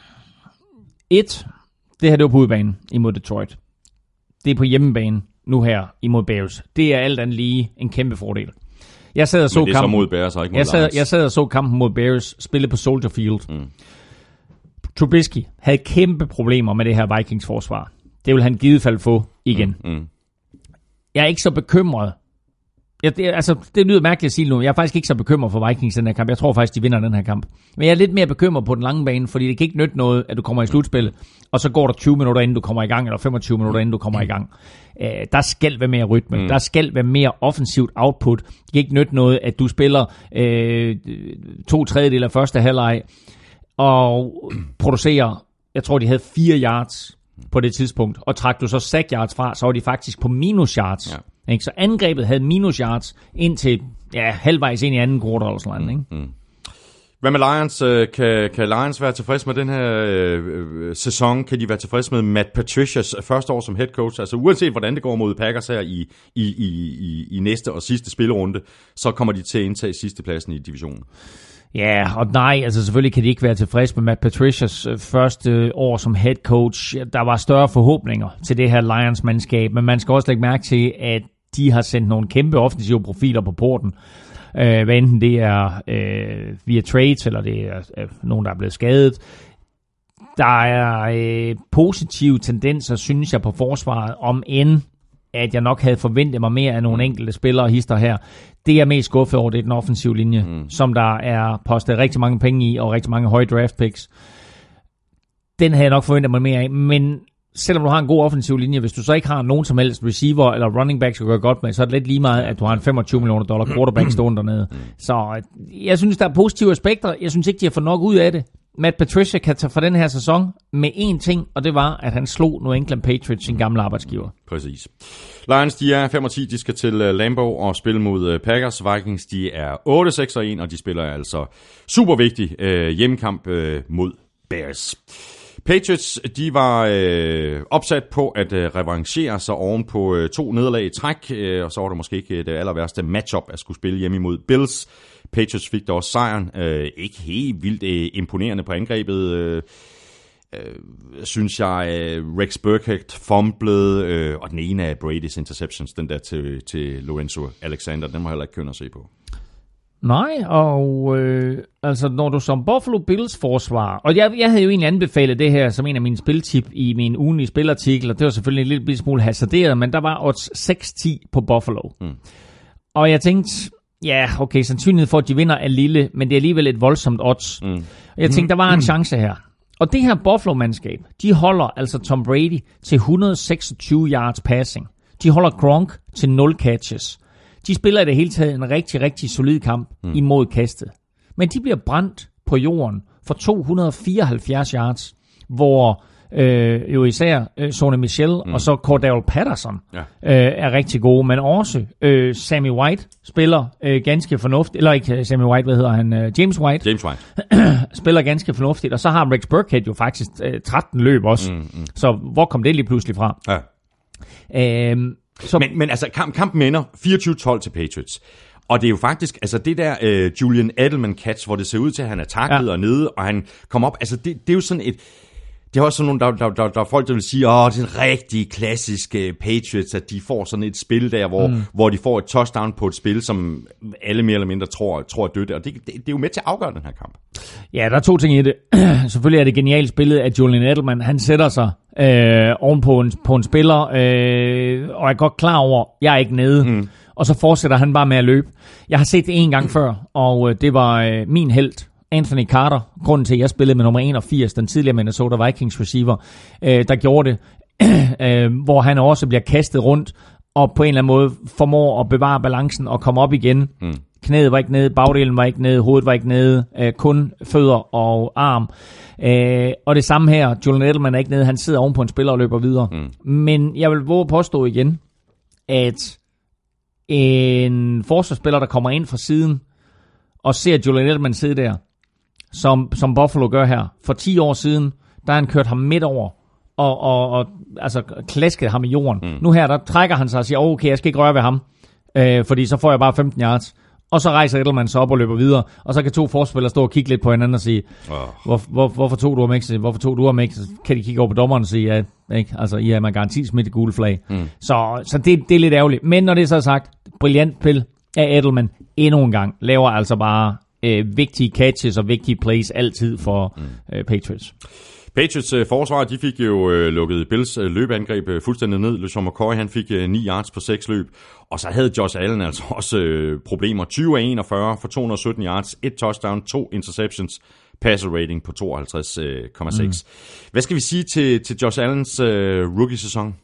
Et, det her det var på udebane imod Detroit. Det er på hjemmebane nu her imod Bears. Det er alt andet lige en kæmpe fordel. Jeg sad og så men det er kampen, så mod Bears, og ikke mod jeg sad, jeg sad og så kampen mod Bears spille på Soldier Field. Mm. Trubisky havde kæmpe problemer med det her Vikings forsvar. Det vil han i givet fald få igen. Mm, mm. Jeg er ikke så bekymret. Jeg, det, altså, det lyder mærkeligt at sige nu. Jeg er faktisk ikke så bekymret for Vikings i den her kamp. Jeg tror faktisk, de vinder den her kamp. Men jeg er lidt mere bekymret på den lange bane, fordi det kan ikke nytte noget, at du kommer i slutspillet, og så går der tyve minutter, inden du kommer i gang, eller femogtyve minutter, inden du kommer i gang. Uh, der skal være mere rytme. Mm. Der skal være mere offensivt output. Det kan ikke nytte noget, at du spiller uh, to tredjedel af første halvleg, og producerer, jeg tror, de havde fire yards på det tidspunkt, og trak du så sack yards fra, så var de faktisk på minus yards. Ja. Ikke? Så angrebet havde minus yards indtil ja, halvvejs ind i anden quarter eller sådan noget. Ikke? Mm. Hvad med Lions? Kan, kan Lions være tilfreds med den her øh, sæson? Kan de være tilfreds med Matt Patricias første år som head coach? Altså uanset hvordan det går mod Packers her i, i, i, i, i næste og sidste spillerunde, så kommer de til at indtage sidstepladsen i divisionen. Ja, og nej, altså selvfølgelig kan de ikke være tilfreds med Matt Patricias første år som head coach. Der var større forhåbninger til det her Lions-mandskab, men man skal også lægge mærke til, at de har sendt nogle kæmpe offensive profiler på porten. Øh, hvad enten det er øh, via trades, eller det er øh, nogen, der er blevet skadet. Der er øh, positive tendenser, synes jeg, på forsvaret, om end at jeg nok havde forventet mig mere af nogle enkelte spillere og hister her. Det er mest skuffet over, det er den offensive linje, mm. som der er postet rigtig mange penge i, og rigtig mange høje draft picks. Den havde jeg nok forventet mig mere af, men selvom du har en god offensiv linje, hvis du så ikke har nogen som helst receiver eller running back, skal gøre godt med, så er det lidt lige meget, at du har en femogtyve millioner dollar quarterback stående dernede. Så jeg synes, der er positive aspekter. Jeg synes ikke, de har fået nok ud af det. Matt Patricia kan tage for den her sæson med én ting, og det var, at han slog New England Patriots, sin gamle arbejdsgiver. Præcis. Lions, de er fem og ti, de skal til Lambeau og spille mod Packers. Vikings, de er otte seks og en, og de spiller altså super vigtig øh, hjemmekamp øh, mod Bears. Patriots, de var øh, opsat på at øh, revanchere sig oven på øh, to nederlag i træk, øh, og så var det måske ikke det aller værste matchup at skulle spille hjemme imod Bills. Patriots fik da også sejren. Øh, ikke helt vildt øh, imponerende på angrebet, øh, øh, synes jeg. Øh, Rex Burkhead fumblede, øh, og den ene af Brady's interceptions, den der til, til Lorenzo Alexander, den må heller ikke kønne at se på. Nej, og øh, altså når du som Buffalo Bills forsvar, og jeg, jeg havde jo egentlig anbefalet det her som en af mine spiltip i min ugenlige spilartikel, og det var selvfølgelig en lille smule hasarderet, men der var odds seks ti på Buffalo. Mm. Og jeg tænkte, ja, okay, sandsynlighed for, at de vinder er lille, men det er alligevel et voldsomt odds. Mm. Og jeg tænkte, der var en chance her. Og det her Buffalo-mandskab, de holder altså Tom Brady til et hundrede og seksogtyve yards passing. De holder Gronk til nul catches. De spiller i det hele taget en rigtig, rigtig solid kamp mm. imod kastet. Men de bliver brændt på jorden for to hundrede og fireoghalvfjerds yards, hvor øh, jo især øh, Sony Michel mm. og så Cordell Patterson ja. øh, er rigtig gode, men også øh, Sammy White spiller øh, ganske fornuftigt, eller ikke Sammy White, hvad hedder han? Øh, James White. James White. spiller ganske fornuftigt, og så har Rex Burkhead jo faktisk øh, tretten løb også. Mm, mm. Så hvor kom det lige pludselig fra? Ja. Øhm, Så... Men, men altså, kamp, kampen ender fireogtyve tolv til Patriots. Og det er jo faktisk, altså det der uh, Julian Edelman-catch, hvor det ser ud til, at han er taklet ja. og nede, og han kommer op, altså det, det er jo sådan et, det er også sådan nogle, der, der, der, der er folk, der vil sige, åh, det er en rigtig klassisk uh, Patriots, at de får sådan et spil der, hvor, mm. hvor de får et touchdown på et spil, som alle mere eller mindre tror, tror er dødt, og det, det, det er jo med til at afgøre den her kamp. Ja, der er to ting i det. Selvfølgelig er det genialt spillet af Julian Edelman. Han sætter sig øh, oven på en, på en spiller, øh, og er godt klar over, jeg er ikke nede. Mm. Og så fortsætter han bare med at løbe. Jeg har set det en gang før, og øh, det var øh, min helt, Anthony Carter, grunden til, at jeg spillede med nummer enogfirs, den tidligere Minnesota Vikings receiver, øh, der gjorde det, øh, hvor han også bliver kastet rundt, og på en eller anden måde formår at bevare balancen og komme op igen. Mm. Knæet var ikke nede, bagdelen var ikke nede, hovedet var ikke nede, øh, kun fødder og arm. Øh, og det samme her, Julian Edelman er ikke nede, han sidder oven på en spiller og løber videre. Mm. Men jeg vil våge påstå igen, at en forsvarsspiller, der kommer ind fra siden, og ser Julian Edelman sidde der, som, som Buffalo gør her, for ti år siden, der har han kørt ham midt over, og, og, og altså klasket ham i jorden. Mm. Nu her, der trækker han sig og siger, oh, okay, jeg skal ikke røre ved ham, øh, fordi så får jeg bare femten yards. Og så rejser Edelman sig op og løber videre, og så kan to forspillere stå og kigge lidt på hinanden og sige, oh. hvor, hvor, hvorfor tog du ham ikke? Hvorfor tog du ham ikke? Så kan de kigge over på dommeren og sige, ja, ikke? Altså, I er man garanti smidt i gule flag. Mm. Så, så det, det er lidt ærgerligt. Men når det er så sagt, brilliant spil af Edelman endnu en gang, laver altså bare øh, vigtige catches og vigtige plays altid for mm. øh, Patriots. Patriots øh, forsvar, de fik jo øh, lukket Bills øh, løbeangreb øh, fuldstændig ned. LeSean McCoy, han fik øh, ni yards på seks løb. Og så havde Josh Allen altså også øh, problemer. tyve af enogfyrre for to hundrede og sytten yards, et touchdown, to interceptions, passer rating på tooghalvtreds komma seks. Mm. Hvad skal vi sige til, til Josh Allens øh, rookie-sæson?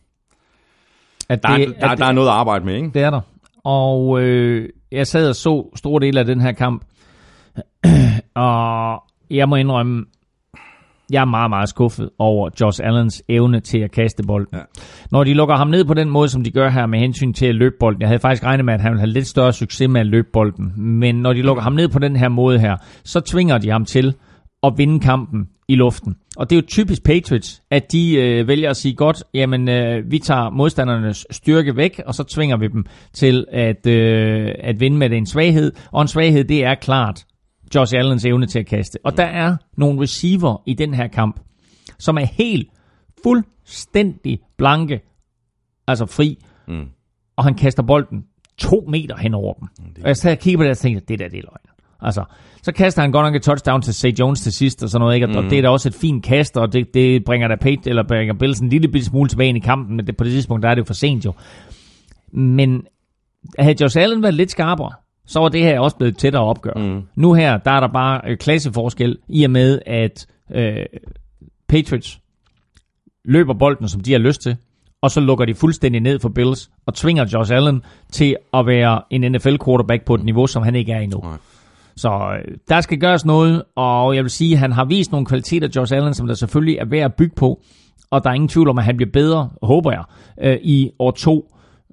At det, der, der, at der er noget at arbejde med, ikke? Det er der. Og øh, jeg sad og så store dele af den her kamp. Og jeg må indrømme, jeg er meget, meget skuffet over Josh Allens evne til at kaste bolden. Ja. Når de lukker ham ned på den måde, som de gør her med hensyn til at løbe bolden. Jeg havde faktisk regnet med, at han ville have lidt større succes med at løbe bolden. Men når de lukker ham ned på den her måde her, så tvinger de ham til at vinde kampen i luften. Og det er jo typisk Patriots, at de øh, vælger at sige, godt, jamen øh, vi tager modstandernes styrke væk, og så tvinger vi dem til at, øh, at vinde med en svaghed. Og en svaghed, det er klart Josh Allens evne til at kaste. Og der er nogle receiver i den her kamp, som er helt fuldstændig blanke, altså fri, mm. og han kaster bolden to meter hen over dem. Mm, og jeg sad og kiggede på det, og tænkte, det der, det er løgn. Altså, så kaster han godt nok et touchdown til Zay Jones til sidst, og sådan noget, ikke? Og mm. det er da også et fint kast, og det, det bringer da Pate, eller bringer Bills en lille smule tilbage ind i kampen, men det, på det tidspunkt, der er det jo for sent jo. Men havde Josh Allen været lidt skarpere, så var det her også blevet tættere opgør. Mm. Nu her, der er der bare øh, klasseforskel, i og med, at øh, Patriots løber bolden, som de har lyst til, og så lukker de fuldstændig ned for Bills, og tvinger Josh Allen til at være en N F L-quarterback på et niveau, som han ikke er endnu. Mm. Så øh, der skal gøres noget, og jeg vil sige, at han har vist nogle kvaliteter, Josh Allen, som der selvfølgelig er værd at bygge på, og der er ingen tvivl om, at han bliver bedre, håber jeg, øh, i år to.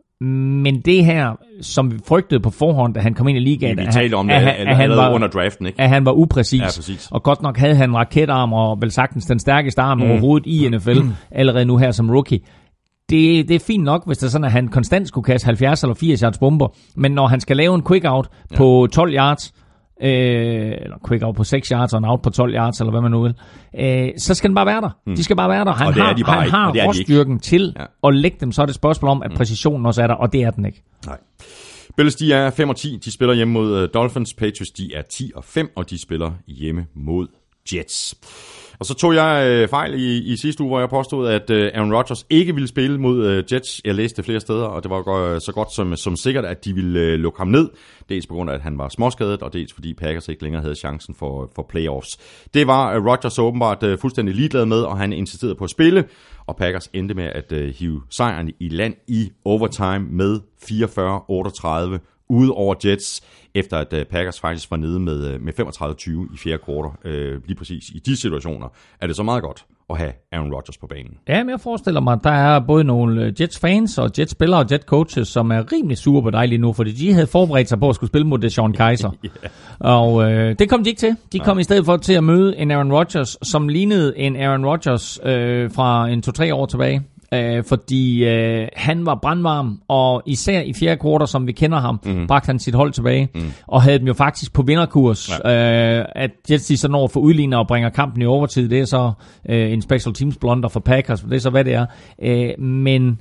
Men det her, som vi frygtede på forhånd, da han kom ind i ligaen, vi talte om det at, at, at han var under draften, ikke? At han var upræcis. Ja, præcis. Og godt nok havde han raketarm, og vel sagtens den stærkeste arm mm. overhovedet i N F L, mm. allerede nu her som rookie. Det, det er fint nok, hvis det er sådan, at han konstant skulle kaste halvfjerds eller firs yards bomber, men når han skal lave en quick out ja. på tolv yards, øh, eller quick out på seks yards og en out på tolv yards, eller hvad man nu vil, øh, så skal den bare være der. Mm. De skal bare være der. Han har, de han har råstyrken til ja. at lægge dem, så er det et spørgsmål om, at præcisionen også er der, og det er den ikke. Nej. Bills, de er fem og ti, de spiller hjemme mod uh, Dolphins. Patriots, de er ti og fem, og de spiller hjemme mod Jets. Og så tog jeg øh, fejl i, i sidste uge, hvor jeg påstod, at øh, Aaron Rodgers ikke ville spille mod øh, Jets. Jeg læste flere steder, og det var go- så godt som, som sikkert, at de ville øh, lukke ham ned. Dels på grund af, at han var småskadet, og dels fordi Packers ikke længere havde chancen for, for playoffs. Det var øh, Rodgers åbenbart øh, fuldstændig ligeglad med, og han insisterede på at spille. Og Packers endte med at øh, hive sejren i land i overtime med fireogfyrre otteogtredive ude over Jets, efter at uh, Packers faktisk var nede med, uh, med femogtredive tyve i fjerde kvartal. Uh, lige præcis i de situationer er det så meget godt at have Aaron Rodgers på banen. Ja, men jeg forestiller mig, at der er både nogle Jets-fans og Jets-spillere og Jets-coaches, som er rimelig sure på dig lige nu, fordi de havde forberedt sig på at skulle spille mod DeShone Kizer. yeah. Og uh, det kom de ikke til. De kom ja. i stedet for til at møde en Aaron Rodgers, som lignede en Aaron Rodgers uh, fra en to-tre år tilbage. Uh, fordi uh, han var brandvarm, og især i fjerde kvartal, som vi kender ham, mm. bragte han sit hold tilbage, mm. og havde dem jo faktisk på vinderkurs. Ja. Uh, at Jets de så når for udligner og bringer kampen i overtid, det er så uh, en special teams blunder for Packers, det er så hvad det er. Uh, men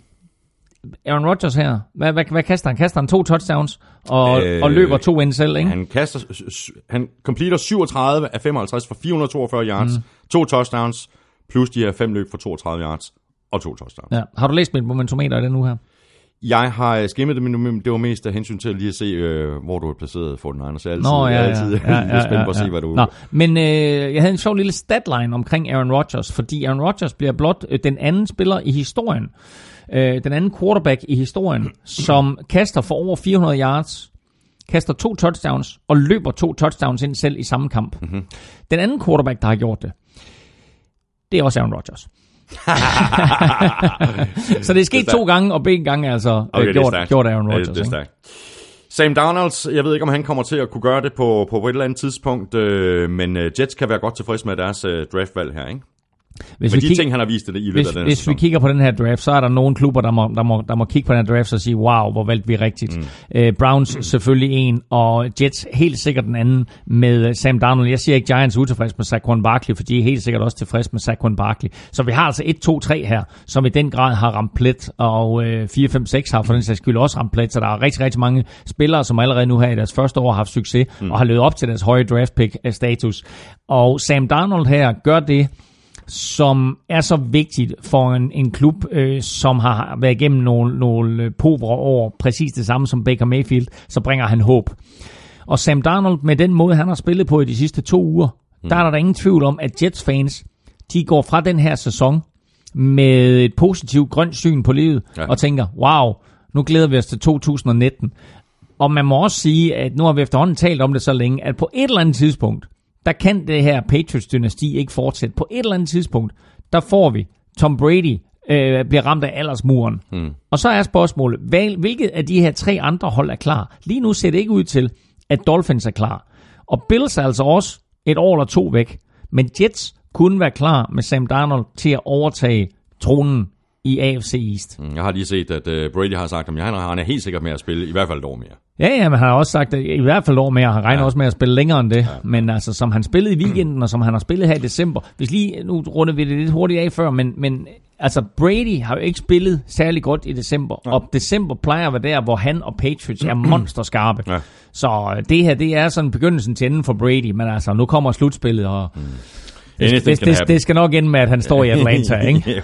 Aaron Rodgers her, hvad, hvad, hvad kaster han? Kaster han to touchdowns og, øh, og løber to ind selv, ikke? Han kaster, han completer syvogtredive af femoghalvtreds for fire hundrede og toogfyrre yards, mm. to touchdowns, plus de her fem løb for toogtredive yards. Og to touchdowns. Ja. Har du læst mit momentometer i det nu her? Jeg har skimmet det, men det var mest af hensyn til at lige at se, øh, hvor du er placeret for den anden. Så jeg altid, Nå, ja, ja, jeg er altid ja, ja, lidt spændt på at ja, se, hvad du... Nå, men øh, jeg havde en sjov lille statline omkring Aaron Rodgers, fordi Aaron Rodgers bliver blot øh, den anden spiller i historien, øh, den anden quarterback i historien, som kaster for over fire hundrede yards, kaster to touchdowns og løber to touchdowns ind selv i samme kamp. Mm-hmm. Den anden quarterback, der har gjort det, det er også Aaron Rodgers. Så det er sket det er to gange, og begge gange er altså okay, gjort, gjort Aaron Rodgers. Det, det er stærkt. Sam Darnold, jeg ved ikke, om han kommer til at kunne gøre det på, på et eller andet tidspunkt, øh, men Jets kan være godt tilfreds med deres øh, draftvalg her, ikke? Hvis Men de kig... ting, han har vist det i løbet hvis, af den Hvis sæson. vi kigger på den her draft, så er der nogle klubber, der må, der må, der må kigge på den her draft og sige, wow, hvor valgte vi rigtigt. Mm. Uh, Browns mm. selvfølgelig en, og Jets helt sikkert den anden med Sam Darnold. Jeg siger ikke Giants utilfreds med Saquon Barkley, for de er helt sikkert også tilfreds med Saquon Barkley. Så vi har altså et, to, tre her, som i den grad har ramt plet, og uh, fire, fem, seks har for den sags skyld også ramt plet, så der er rigtig, rigtig mange spillere, som allerede nu her i deres første år har haft succes, mm. og har løbet op til deres høje draft pick status. Og Sam Darnold her gør det, som er så vigtigt for en, en klub, øh, som har været igennem nogle, nogle povre år, præcis det samme som Baker Mayfield, så bringer han håb. Og Sam Darnold, med den måde, han har spillet på i de sidste to uger, mm. der er der ingen tvivl om, at Jets-fans, de går fra den her sæson med et positivt grønt syn på livet, ja. og tænker, wow, nu glæder vi os til to tusind nitten. Og man må også sige, at nu har vi efterhånden talt om det så længe, at på et eller andet tidspunkt, der kan det her Patriots-dynasti ikke fortsætte. På et eller andet tidspunkt, der får vi Tom Brady øh, bliver ramt af aldersmuren. Mm. Og så er spørgsmålet, hvilket af de her tre andre hold er klar? Lige nu ser det ikke ud til, at Dolphins er klar. Og Bills er altså også et år eller to væk. Men Jets kunne være klar med Sam Darnold til at overtage tronen i A F C East. Jeg har lige set, at uh, Brady har sagt, at han er helt sikkert med at spille i hvert fald et år mere. Ja, ja, men han har også sagt, at i hvert fald et år mere. Han regner ja. også med at spille længere end det. Ja. Men altså, som han spillede i weekenden, og som han har spillet her i december. Hvis lige, nu runder vi det lidt hurtigt af før, men, men altså, Brady har jo ikke spillet særlig godt i december. Ja. Og december plejer at være der, hvor han og Patriots er monsterskarpe. Ja. Så det her, det er sådan begyndelsen til enden for Brady. Men altså, nu kommer slutspillet, og mm. det, det, det, det skal nok ende med, at han står i Atlanta, ikke?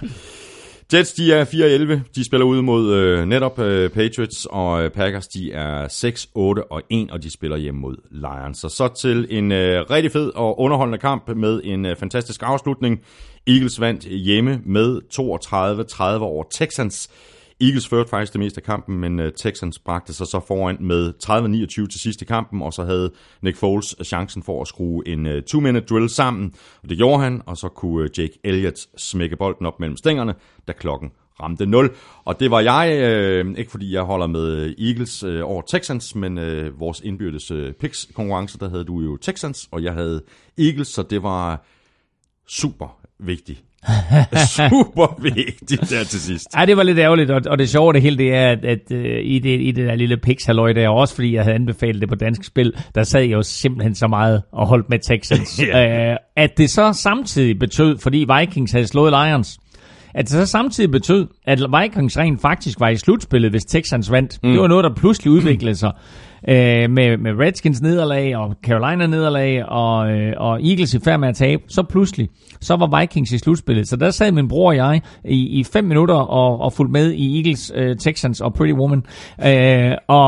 Jets, de er fire elleve. De spiller ud mod øh, netop øh, Patriots, og øh, Packers, de er seks otte og en, og de spiller hjemme mod Lions. Så så til en øh, rigtig fed og underholdende kamp med en øh, fantastisk afslutning. Eagles vandt hjemme med toogtredive tredive over Texans. Eagles førte faktisk det meste af kampen, men uh, Texans bragte sig så foran med tredive niogtyve til sidst i kampen, og så havde Nick Foles chancen for at skrue en uh, two-minute drill sammen, og det gjorde han, og så kunne uh, Jake Elliott smække bolden op mellem stængerne, da klokken ramte nul. Og det var jeg, øh, ikke fordi jeg holder med Eagles øh, over Texans, men øh, vores indbyrdes øh, picks-konkurrence, der havde du jo Texans, og jeg havde Eagles, så det var super vigtigt. Super vigtigt der til sidst. Ja, det var lidt ærgerligt, og, og det sjove det hele, det er, at, at uh, i, det, i det der lille pix-halløj der, også fordi jeg havde anbefalet det på dansk spil, der sad jeg jo simpelthen så meget og holdt med Texans. yeah. uh, at det så samtidig betød, fordi Vikings havde slået Lions, at det så samtidig betød, at Vikings rent faktisk var i slutspillet, hvis Texans vandt. Mm. Det var noget, der pludselig udviklede sig. Øh, med, med Redskins nederlag og Carolina nederlag og, øh, og Eagles i færd med at tabe, så pludselig, så var Vikings i slutspillet. Så der sad min bror og jeg i, i fem minutter og, og fulgte med i Eagles, øh, Texans og Pretty Woman. Øh,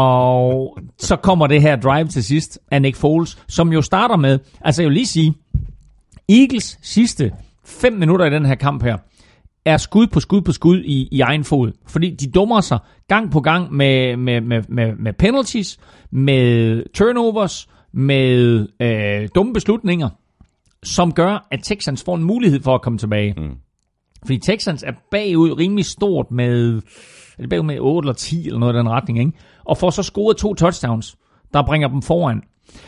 og så kommer det her drive til sidst af Nick Foles, som jo starter med, altså jeg vil lige sige, Eagles sidste fem minutter i den her kamp her, er skud på skud på skud i, i egen fod. Fordi de dummer sig gang på gang med, med, med, med, med penalties, med turnovers, med øh, dumme beslutninger, som gør, at Texans får en mulighed for at komme tilbage. Mm. Fordi Texans er bagud rimelig stort med, er det bagud med otte eller ti eller noget i den retning, ikke? Og får så scoret to touchdowns, der bringer dem foran.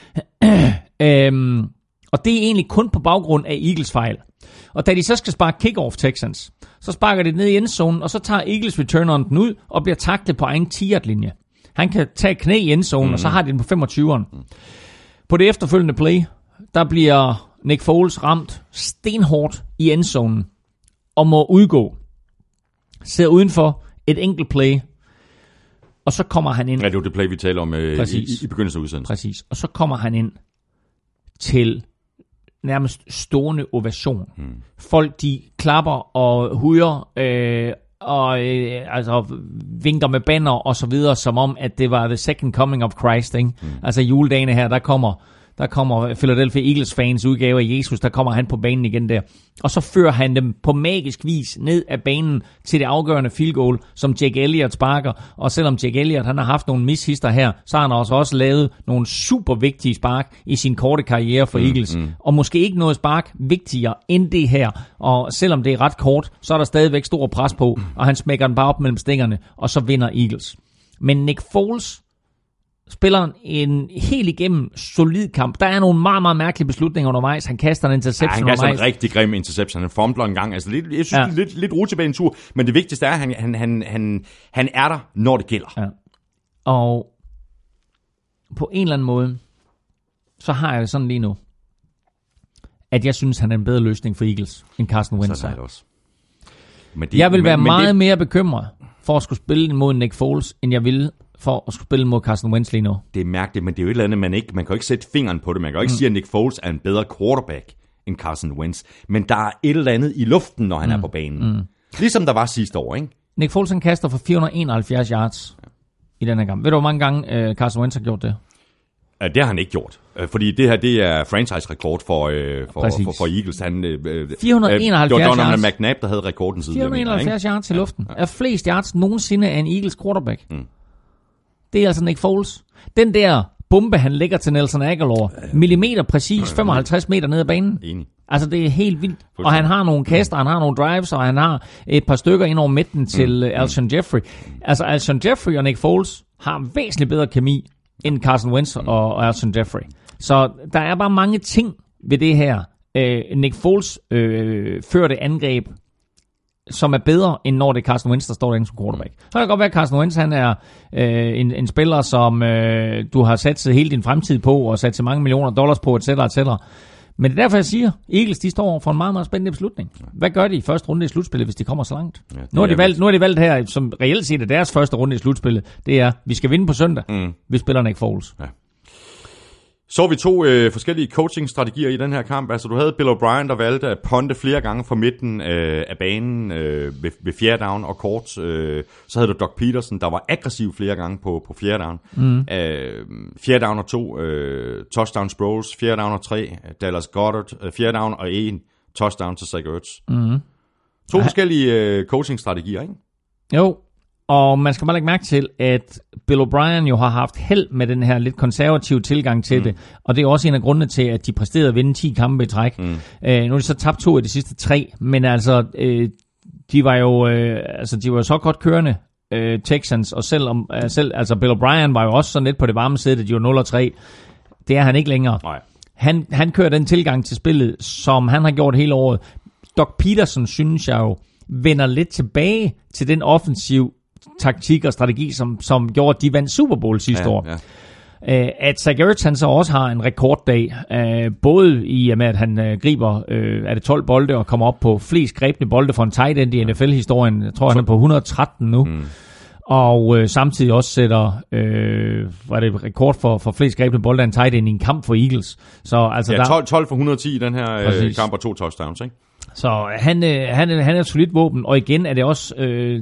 øhm, og det er egentlig kun på baggrund af Eagles fejl. Og da de så skal sparke kick-off Texans, så sparker de ned i endzonen, og så tager Eagles returneren den ud, og bliver taklet på egen ti-yard-linje. Han kan tage knæ i endzonen, mm. og så har de den på femogtyveren. Mm. På det efterfølgende play, der bliver Nick Foles ramt stenhårdt i endzonen, og må udgå. Sidder udenfor et enkelt play, og så kommer han ind. Ja, det er det play, vi taler om øh, i, i begyndelsen af udsendelsen. Præcis, og så kommer han ind til nærmest stående ovation. Hmm. Folk, de klapper og hujer, øh, og øh, altså vinker med banner og så videre, som om, at det var the second coming of Christ, ikke? Hmm. Altså juledagene her, der kommer, der kommer Philadelphia Eagles fans udgave af Jesus, der kommer han på banen igen der. Og så fører han dem på magisk vis ned af banen til det afgørende field goal, som Jake Elliott sparker. Og selvom Jake Elliott, han har haft nogle mishister her, så har han også, også lavet nogle super vigtige spark i sin korte karriere for mm, Eagles. Mm. Og måske ikke noget spark vigtigere end det her. Og selvom det er ret kort, så er der stadigvæk stor pres på, og han smækker den bare op mellem stængerne, og så vinder Eagles. Men Nick Foles spiller en helt igennem solid kamp. Der er nogle meget, meget mærkelige beslutninger undervejs. Han kaster en interception ja, han undervejs. Han kaster en rigtig grim interception. Han fumbler en gang. Altså, lidt, jeg synes, ja. det er lidt, lidt rutsjebane tur. Men det vigtigste er, at han, han, han, han, han er der, når det gælder. Ja. Og på en eller anden måde, så har jeg det sådan lige nu, at jeg synes, han er en bedre løsning for Eagles, end Carson Wentz. Så er det også. Men det, jeg vil men, være men meget det... mere bekymret for at skulle spille mod Nick Foles, end jeg ville for at skulle spille mod Carson Wentz lige nu. Det er mærkeligt, men det er jo et eller andet, man ikke, man kan jo ikke sætte fingeren på det. Man kan jo ikke mm. sige, at Nick Foles er en bedre quarterback end Carson Wentz. Men der er et eller andet i luften, når han mm. er på banen. Mm. Ligesom der var sidste år, ikke? Nick Foles han kaster for fire hundrede og enoghalvfjerds yards ja. i den her kamp. Ved du, hvor mange gange uh, Carson Wentz har gjort det? Ja, det har han ikke gjort. Fordi det her, det er franchise-rekord for, øh, for, for, for Eagles. Han, øh, fire hundrede og enoghalvfjerds yards. Det var Donovan McNabb, der havde rekorden siden. fire hundrede og enoghalvfjerds yards til luften. Ja, ja. Er flest yards nogensinde af en Eagles quarterback. Mm. Det er altså Nick Foles. Den der bombe, han lægger til Nelson Aguilar. Millimeter præcis, femoghalvtreds meter ned ad banen. Enig. Altså, det er helt vildt. Og han har nogle kaster, han har nogle drives, og han har et par stykker ind over midten til mm. Alshon Jeffrey. Altså, Alshon Jeffrey og Nick Foles har væsentligt bedre kemi end Carson Wentz og, og Alshon Jeffrey. Så der er bare mange ting ved det her. Øh, Nick Foles øh, førte angreb, som er bedre, end når det er Carson Wentz, der står derinde som quarterback. Så kan det godt være, at Carson Wentz, han er øh, en, en spiller, som øh, du har sat hele din fremtid på, og sat så mange millioner dollars på, et cetera, et cetera. Men det er derfor, jeg siger, Eagles, de står for en meget, meget spændende beslutning. Hvad gør de i første runde i slutspillet, hvis de kommer så langt? Ja, nu, har de valgt, nu har de valgt her, som reelt set er deres første runde i slutspillet, det er, vi skal vinde på søndag. Mm. Vi spiller Nick Foles. Ja. Så vi to øh, forskellige coaching-strategier i den her kamp. Altså, du havde Bill O'Brien, der valgte at punte flere gange fra midten øh, af banen øh, ved, ved fjerde down og kort. Øh, så havde du Doug Peterson, der var aggressiv flere gange på, på fjerde down. Mm. Øh, fjerde down og to, øh, touchdown Sproles, fjerde down og tre, Dallas Goedert, øh, fjerde down og en, touchdown til Zach Ertz. Mm. To Ej. forskellige øh, coaching-strategier, ikke? Jo. Og man skal bare lægge mærke til, at Bill O'Brien jo har haft held med den her lidt konservative tilgang til mm. det. Og det er også en af grundene til, at de præsterede at vinde ti kampe i træk. Mm. Øh, nu er de så tabt to af de sidste tre. Men altså, øh, de var jo øh, altså, de var så godt kørende, øh, Texans. Og selv om, øh, selv, altså Bill O'Brien var jo også sådan lidt på det varme sæt, at de var nul og tre. Det er han ikke længere. Nej. Han, han kører den tilgang til spillet, som han har gjort hele året. Doug Peterson, synes jeg jo, vender lidt tilbage til den offensiv taktik og strategi, som, som gjorde, at de vandt Super Bowl sidste ja, år. Ja. Uh, at Zach Ertz, han så også har en rekorddag, uh, både i og med, at han uh, griber uh, er det tolv bolde og kommer op på flest grebne bolde for en tight end i N F L-historien. Jeg tror, han er på et hundrede og tretten nu. Mm. Og uh, samtidig også sætter uh, var det rekord for, for flest grebne bolde af en tight end i en kamp for Eagles. Så, altså, ja, tolv, tolv for et hundrede og ti i den her uh, kamp og to touchdowns, ikke? Så han, øh, han, han er et solidt våben, og igen er det også øh,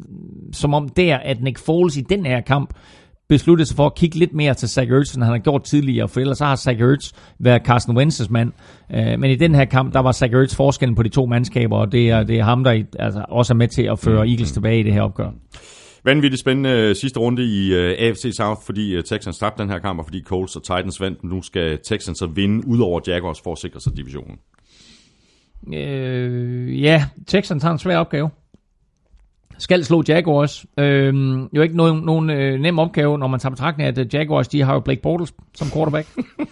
som om der, at Nick Foles i den her kamp besluttede sig for at kigge lidt mere til Zach Ertz, end han har gjort tidligere, for ellers så har Zach Ertz været Carson Wentz's mand. Øh, men i den her kamp, der var Zach Ertz forskellen på de to mandskaber, og det er, det er ham, der altså, også er med til at føre Eagles tilbage i det her opgør. Vanvittigt spændende sidste runde i uh, A F C South, fordi uh, Texans tabte den her kamp, og fordi Colts og Titans vandt. Nu skal Texans så vinde ud over Jaguars for at sikre sig divisionen. Øh, ja, Texans har en svær opgave. Skal slå Jaguars. Øh, jo ikke nogen, nogen øh, nem opgave, når man tager betragtning af, at Jaguars, de har jo Blake Bortles som quarterback.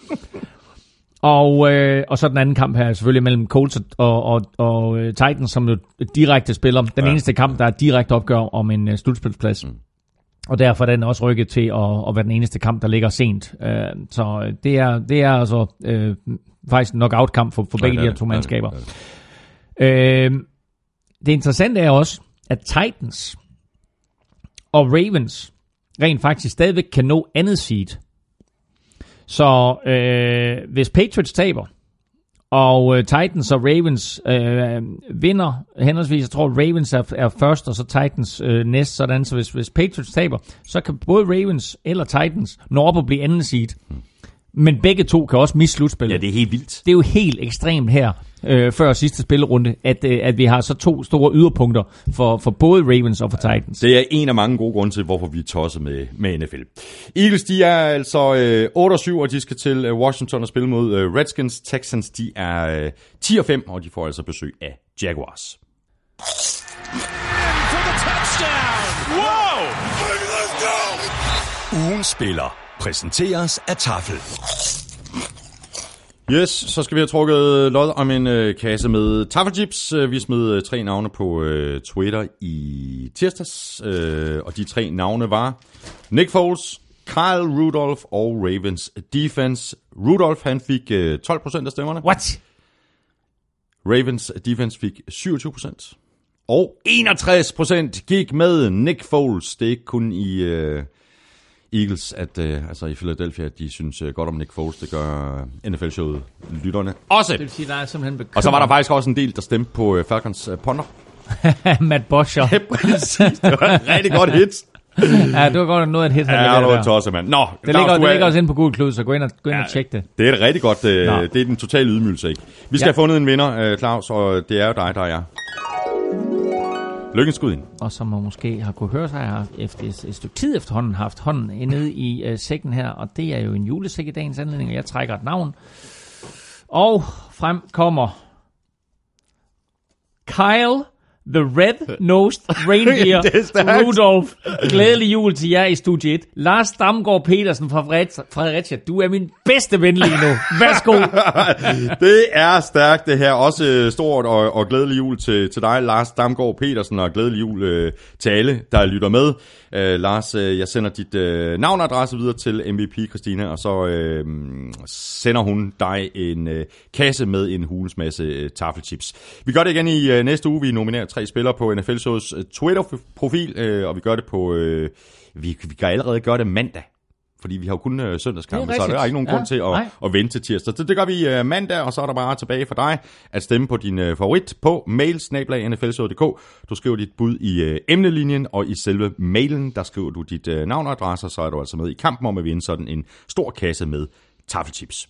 og, øh, og så den anden kamp her, selvfølgelig mellem Colts og, og, og Titans, som jo direkte spiller. Den ja. eneste kamp, der er direkte opgør om en uh, slutspilsplads. Mm. Og derfor er den også rykket til at, at være den eneste kamp, der ligger sent. Uh, så det er, det er altså uh, faktisk en knockout-kamp for, for begge ja, de her to mandskaber. Ja, ja. Uh, det interessante er også, at Titans og Ravens rent faktisk stadigvæk kan nå andet seed. Så uh, hvis Patriots taber, og uh, Titans og Ravens uh, vinder henholdsvis, jeg tror Ravens er, er først, og så Titans uh, næst, sådan, så hvis, hvis Patriots taber, så kan både Ravens eller Titans nå op og blive anden seed. Men begge to kan også misse slutspillet. Ja, det er helt vildt. Det er jo helt ekstremt her, øh, før sidste spillerunde, at, øh, at vi har så to store yderpunkter for, for både Ravens og for Titans. Det er en af mange gode grunde til, hvorfor vi er tosset med, med N F L. Eagles, de er altså øh, otte og syv, og de skal til øh, Washington og spille mod øh, Redskins. Texans, de er øh, ti og fem, og de får altså besøg af Jaguars. Ugen spiller præsenteres af Tafel. Yes, så skal vi have trukket lod om en øh, kasse med taffelchips. Vi smed øh, tre navne på øh, Twitter i tirsdags, øh, og de tre navne var Nick Foles, Kyle Rudolph og Ravens Defense. Rudolph, han fik øh, tolv procent af stemmerne. What? Ravens Defense fik syvogtyve procent. Og enogtres procent gik med Nick Foles. Det er ikke kun i... Øh, Eagles, at øh, altså i Philadelphia, de synes øh, godt om Nick Foles. Det gør N F L-showet lytterne også. Det vil sige, der er simpelthen bekymret. Og så var der faktisk også en del, der stemte på øh, Falcons øh, punter. Matt Bosher. Ja, præcis. Det var et rigtig godt hit. Ja, det var godt noget af et hit. Ja, det var tosset, mand. Nå, det ligger, det ligger også inde på Google Klud, så gå ind og, gå ind ja, og tjek det. Det er et rigtig godt. Øh, det er den totale ydmygelse, ikke? Vi skal ja. have fundet en vinder, øh, Claus, og det er jo dig, der er. Lykkens skud ind. Og som man måske har kunne høre, så har jeg efter et, et stykke tid efterhånden haft hånden nede i øh, sækken her, og det er jo en julesæk i dagens anledning, og jeg trækker et navn. Og frem kommer Kyle the Red-Nosed Reindeer Rudolph. Glædelig jul til jer i Studie et. Lars Damgaard Petersen fra Fredericia. Du er min bedste ven lige nu. Værsgo. Det er stærkt det her. Også stort og, og glædelig jul til, til dig, Lars Damgaard Petersen, og glædelig jul øh, til alle, der lytter med. Øh, Lars, øh, jeg sender dit øh, navn og adresse videre til M V P Christina, og så øh, sender hun dig en øh, kasse med en hulens masse øh, taffelchips. Vi gør det igen i øh, næste uge. Vi nominerer tre spillere på N F L-shows øh, Twitter-profil, øh, og vi gør det på... Øh, vi, vi kan allerede gøre det mandag. Fordi vi har jo kun øh, søndagskampe, så der er ikke nogen ja, grund til at, at vente til tirsdag. Så det gør vi øh, mandag, og så er der bare tilbage for dig at stemme på din øh, favorit på mail snabel-a n f l punktum d k. Du skriver dit bud i øh, emnelinjen, og i selve mailen, der skriver du dit øh, navn og adresse, så er du altså med i kampen om at vinde sådan en stor kasse med taffelchips.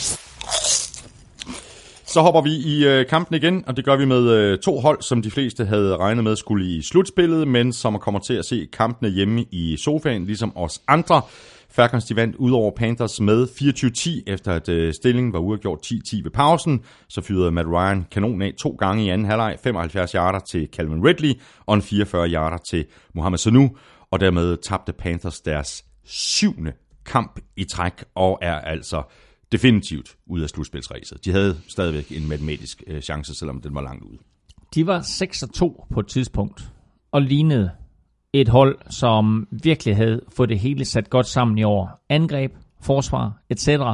Så hopper vi i øh, kampen igen, og det gør vi med øh, to hold, som de fleste havde regnet med skulle i slutspillet, men som kommer til at se kampene hjemme i sofaen, ligesom os andre. Falcons de vandt ud over Panthers med fireogtyve ti, efter at øh, stillingen var uafgjort ti ti ved pausen. Så fyrede Matt Ryan kanonen af to gange i anden halvleg, femoghalvfjerds yarder til Calvin Ridley og en fireogfyrre yarder til Mohamed Sanu, og dermed tabte Panthers deres syvende kamp i træk og er altså definitivt ude af slutspilsræset. De havde stadigvæk en matematisk øh, chance, selvom den var langt ude. De var seks og to på et tidspunkt og lignede et hold, som virkelig havde fået det hele sat godt sammen i år. Angreb, forsvar, et cetera.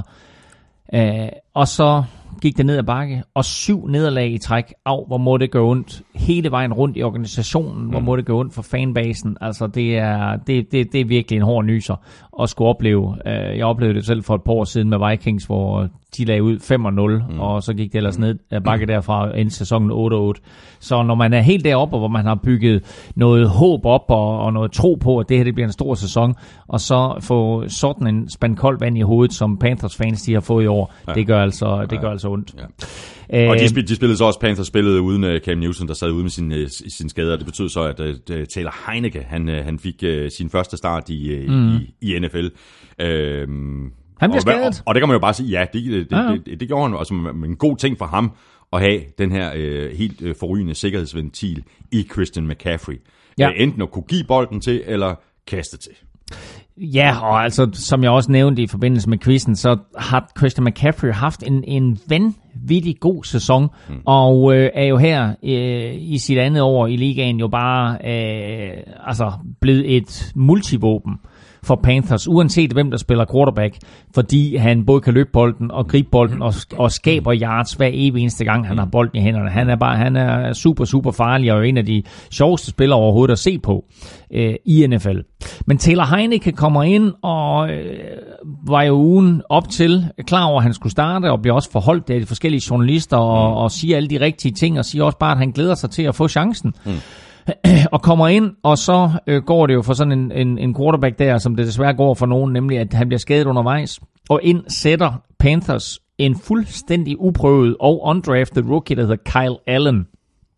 Øh, og så gik det ned ad bakke, og syv nederlag i træk. Af, hvor må det gå ondt hele vejen rundt i organisationen, mm. hvor må det gå ondt for fanbasen. Altså, det er, det, det, det er virkelig en hård nyser at skulle opleve. Øh, jeg oplevede det selv for et par år siden med Vikings, hvor de lagde ud fem nul, mm. og så gik det ellers ned ad bakke derfra ind sæsonen otte otte. Så når man er helt deroppe, hvor man har bygget noget håb op og, og noget tro på, at det her det bliver en stor sæson, og så få sådan en spand koldt vand i hovedet, som Panthers fans de har fået i år, ja. det gør altså, det gør altså ondt. Ja. Æh, og de, spil, de spillede så også, Panthers spillede uden uh, Cam Newton, der sad ude med sin, uh, sin skader. Det betød så, at uh, Taylor Heineke, han, uh, han fik uh, sin første start i, uh, mm. i, i N F L. Uh, han bliver skadet. Og, og det kan man jo bare sige, ja, det, det, ja, ja. det, det, det gjorde han altså en god ting for ham at have den her uh, helt uh, forrygende sikkerhedsventil i Christian McCaffrey. Ja. Uh, enten at kunne give bolden til, eller kaste til. Ja, og altså, som jeg også nævnte i forbindelse med quizzen, så har Christian McCaffrey haft en, en vanvittig god sæson, mm. og øh, er jo her øh, i sit andet år i ligaen jo bare øh, altså blevet et multivåben for Panthers, uanset hvem der spiller quarterback, fordi han både kan løbe bolden og gribe bolden og, og skaber yards hver evig eneste gang, han har bolden i hænderne. Han er bare han er super, super farlig og en af de sjoveste spillere overhovedet at se på øh, i N F L. Men Taylor Heineke kommer ind og øh, var jo ugen op til klar over, at han skulle starte og bliver også forholdt af de forskellige journalister og, mm. og siger alle de rigtige ting og siger også bare, at han glæder sig til at få chancen. Mm. Og kommer ind, og så øh, går det jo for sådan en, en, en quarterback der, som det desværre går for nogen, nemlig at han bliver skadet undervejs. Og ind sætter Panthers en fuldstændig uprøvet og undrafted rookie, der hedder Kyle Allen.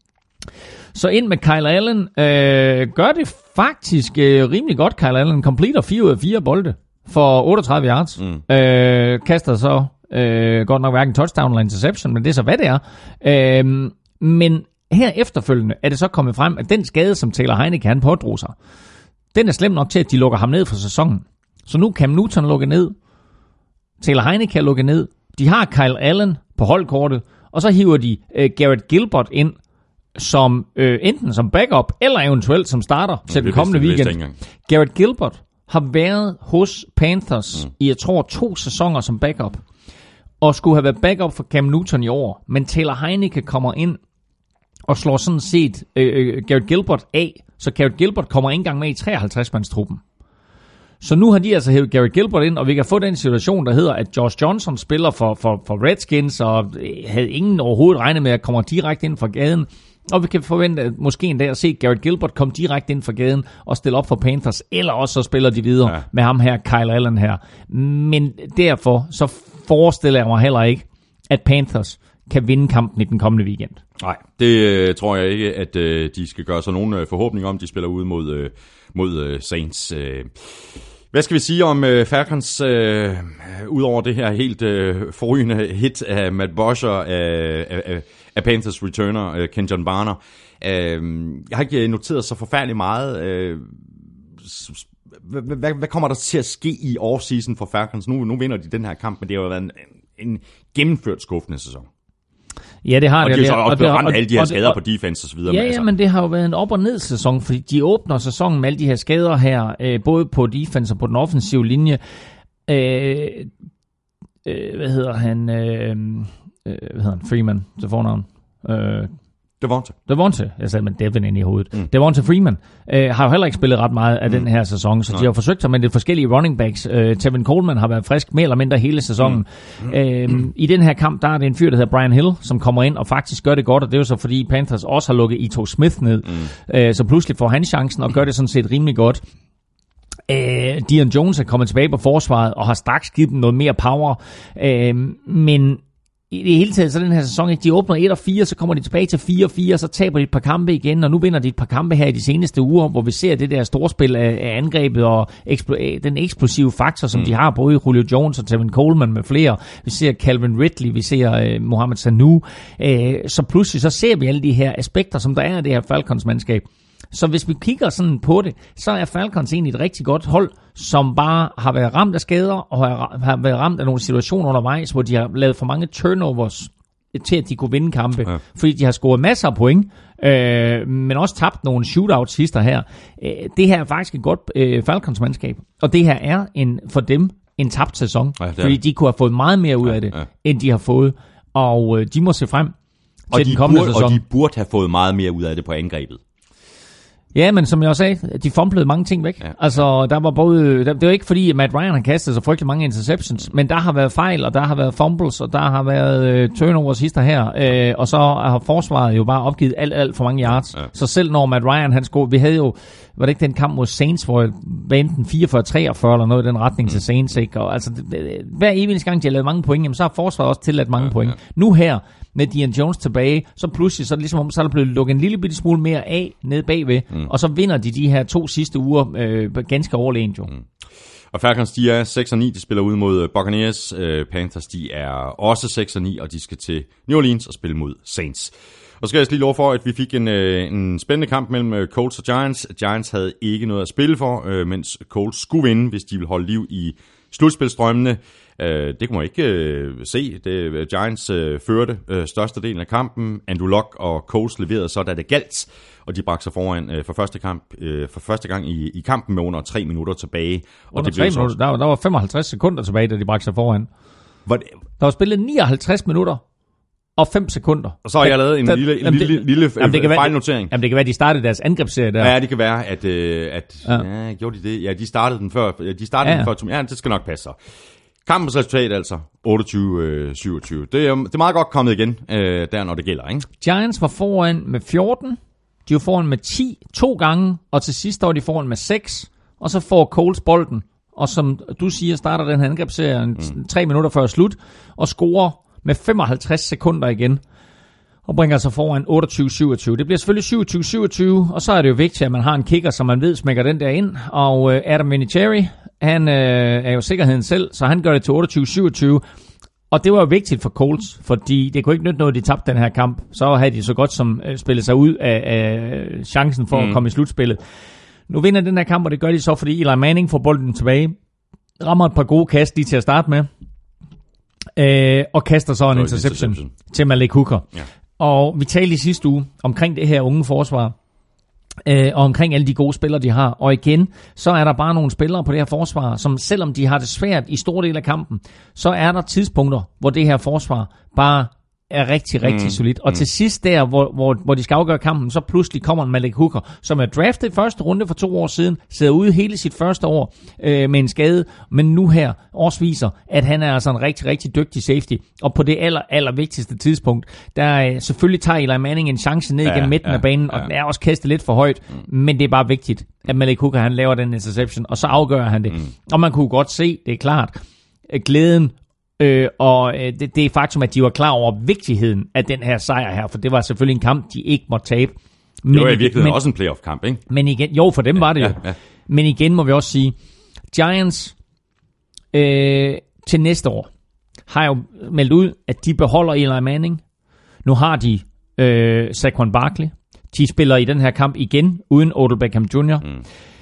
Så ind med Kyle Allen, øh, gør det faktisk øh, rimelig godt. Kyle Allen completer fire ud af fire bolde for otteogtredive yards. Mm. Øh, kaster så øh, godt nok hverken touchdown eller interception, men det er så hvad det er. Øh, men her efterfølgende er det så kommet frem, at den skade, som Taylor Heineke han pådrog sig, den er slem nok til, at de lukker ham ned for sæsonen. Så nu kan Newton lukke ned, Taylor Heineke kan lukke ned, de har Kyle Allen på holdkortet, og så hiver de øh, Garrett Gilbert ind, som øh, enten som backup, eller eventuelt som starter til den kommende weekend. Garrett Gilbert har været hos Panthers mm. i, jeg tror, to sæsoner som backup, og skulle have været backup for Cam Newton i år, men Taylor Heineke kommer ind, og slår sådan set øh, Garrett Gilbert af, så Garrett Gilbert kommer ikke engang med i treoghalvtreds-mandstruppen. Så nu har de altså hævet Garrett Gilbert ind, og vi kan få den situation, der hedder, at Josh Johnson spiller for, for, for Redskins, og havde ingen overhovedet regnet med at komme direkte ind fra gaden. Og vi kan forvente at måske en dag at se Garrett Gilbert komme direkte ind fra gaden og stille op for Panthers, eller også så spiller de videre ja. med ham her, Kyle Allen her. Men derfor så forestiller jeg mig heller ikke, at Panthers kan vinde kampen i den kommende weekend. Nej, det øh, tror jeg ikke, at øh, de skal gøre sig nogen øh, forhåbning om. De spiller ude mod, øh, mod øh, Saints. Øh. Hvad skal vi sige om øh, Falcons, øh, udover det her helt øh, forrygende hit af Matt Bosher, af, af, af Panthers returner, øh, Kenjon Barner? Øh, jeg har ikke noteret så forfærdeligt meget. Øh, hvad, hvad, hvad kommer der til at ske i offseason for Falcons? Nu, nu vinder de den her kamp, men det har jo været en, en gennemført skuffende sæson. Ja, det har og det. Og de har også blevet ramt alle de her skader på defense og så videre. Ja, altså. ja, men det har jo været en op- og ned sæson, fordi de åbner sæsonen med alle de her skader her, øh, både på defense og på den offensive linje. Øh, øh, hvad hedder han? Øh, øh, hvad hedder han? Freeman til fornavn. Øh, Devonta. Devonta, jeg sagde med Devin ind i hovedet. Mm. Devonta Freeman øh, har jo heller ikke spillet ret meget af mm. den her sæson, så Nej. de har forsøgt sig med de forskellige running backs. Øh, Tevin Coleman har været frisk mere eller mindre hele sæsonen. Mm. Øh, mm. I den her kamp, der er det en fyr, der hedder Brian Hill, som kommer ind og faktisk gør det godt, og det er jo så fordi Panthers også har lukket Ito Smith ned. Mm. Øh, så pludselig får han chancen og gør det sådan set rimelig godt. Øh, Dion Jones er kommet tilbage på forsvaret og har straks givet dem noget mere power. Øh, men i det hele taget, så den her sæson, ikke? De åbner et og fire, så kommer de tilbage til fire og fire, så taber de et par kampe igen, og nu vinder de et par kampe her i de seneste uger, hvor vi ser det der storspil af, af angrebet og ekspl- den eksplosive faktor, som mm. de har, både Julio Jones og Tevin Coleman med flere. Vi ser Calvin Ridley, vi ser uh, Mohamed Sanu. Uh, så pludselig så ser vi alle de her aspekter, som der er af det her Falcons-mandskab. Så hvis vi kigger sådan på det, så er Falcons egentlig et rigtig godt hold, som bare har været ramt af skader, og har været ramt af nogle situationer undervejs, hvor de har lavet for mange turnovers til, at de kunne vinde kampe. Ja. Fordi de har scoret masser af point, øh, men også tabt nogle shootouts sidste her. Øh, det her er faktisk et godt øh, Falcons-mandskab, og det her er en, for dem en tabt sæson, ja, fordi de kunne have fået meget mere ud ja, af det, ja. end de har fået, og øh, de må se frem til den kommende burde, sæson. Og de burde have fået meget mere ud af det på angrebet. Ja, men som jeg også sagde, de fumblede mange ting væk. Ja. Altså, der var både, der, det var ikke fordi, at Matt Ryan har kastet så frygtelig mange interceptions, men der har været fejl, og der har været fumbles, og der har været uh, turnovers sidste her, øh, og så har forsvaret jo bare opgivet alt, alt for mange yards. Ja. Så selv når Matt Ryan, han scorede, vi havde jo, var det ikke den kamp mod Saints, hvor jeg var enten fireogfyrre treogfyrre eller noget i den retning mm. til Saints, ikke? Og altså, hver evig gang, de har lavet mange point, jamen, så har forsvaret også tilladt mange ja, point. Ja. Nu her, med Dion Jones tilbage, så pludselig så er det ligesom om, så er der blevet lukket en lille bitte smule mere af nede bagved, mm. og så vinder de de her to sidste uger øh, ganske overlegent jo. Mm. Og Falcons, de er seks og ni, de spiller ud mod Buccaneers. Øh, Panthers, de er også seks og ni, og de skal til New Orleans og spille mod Saints. Og så skal jeg lige love for, at vi fik en, øh, en spændende kamp mellem Colts og Giants. Giants havde ikke noget at spille for, øh, mens Colts skulle vinde, hvis de ville holde liv i slutspilsstrømmene. Uh, det kunne man ikke uh, se. Det, Giants uh, førte uh, størstedelen af kampen. Andrew Luck og Colts leverede så, da det galt, og de bragte sig foran uh, for, første kamp, uh, for første gang i, i kampen med under tre minutter tilbage. Under og det tre minutter? Der var, der var femoghalvtreds sekunder tilbage, da de bragte sig foran. Var det? Der var spillet nioghalvtreds minutter og fem sekunder. Og så har jeg lavet en da, lille, en jamen lille, det, lille jamen det fejlnotering. Jamen det kan være, at de startede deres angrebsserie der. Ja, det kan være, at, uh, at ja. Ja, gjorde de det? Ja, de startede den før. De startede ja. den før. Ja, det skal nok passe sig. Kampens resultat altså otteogtyve syvogtyve. Det er, det er meget godt kommet igen, øh, der når det gælder, ikke? Giants var foran med fjorten, de var foran med ti to gange, og til sidst var de foran med seks, og så får Colts bolden, og som du siger, starter den her angrebsserie mm. tre minutter før slut, og scorer med femoghalvtreds sekunder igen, og bringer sig foran otteogtyve syvogtyve. Det bliver selvfølgelig syvogtyve syvogtyve, og så er det jo vigtigt, at man har en kicker, som man ved smækker den der ind, og øh, Adam Vinatieri, han øh, er jo sikkerheden selv, så han gør det til otteogtyve syvogtyve. Og det var jo vigtigt for Colts, fordi det kunne ikke nytte noget, de tabte den her kamp. Så havde de så godt som øh, spillet sig ud af, af chancen for mm. at komme i slutspillet. Nu vinder den her kamp, og det gør de så, fordi Eli Manning får bolden tilbage. Rammer et par gode kast lige til at starte med. Øh, og kaster så en interception, interception til Malik Hooker. Ja. Og vi talte i sidste uge omkring det her unge forsvar. Øh, og omkring alle de gode spillere, de har. Og igen, så er der bare nogle spillere på det her forsvar, som selvom de har det svært i store del af kampen, så er der tidspunkter, hvor det her forsvar bare er rigtig, rigtig mm. solidt. Og mm. til sidst der, hvor, hvor, hvor de skal afgøre kampen, så pludselig kommer en Malik Hooker, som er draftet i første runde for to år siden, sidder ude hele sit første år øh, med en skade, men nu her også viser, at han er altså en rigtig, rigtig dygtig safety. Og på det aller, aller vigtigste tidspunkt, der øh, selvfølgelig tager Eli Manning en chance ned igennem ja, midten ja, af banen, ja. Og den er også kastet lidt for højt, mm. men det er bare vigtigt, at Malik Hooker, han laver den interception, og så afgør han det. Mm. Og man kunne godt se, det er klart, glæden Øh, og øh, det, det er faktum, at de var klar over vigtigheden af den her sejr her, for det var selvfølgelig en kamp, de ikke måtte tabe. Men, det var i virkeligheden men, også en playoff-kamp, ikke? Men igen, jo, for dem ja, var det jo. Ja, ja. Men igen må vi også sige, Giants øh, til næste år har jo meldt ud, at de beholder Eli Manning. Nu har de øh, Saquon Barkley. De spiller i den her kamp igen uden Odell Beckham junior Mm.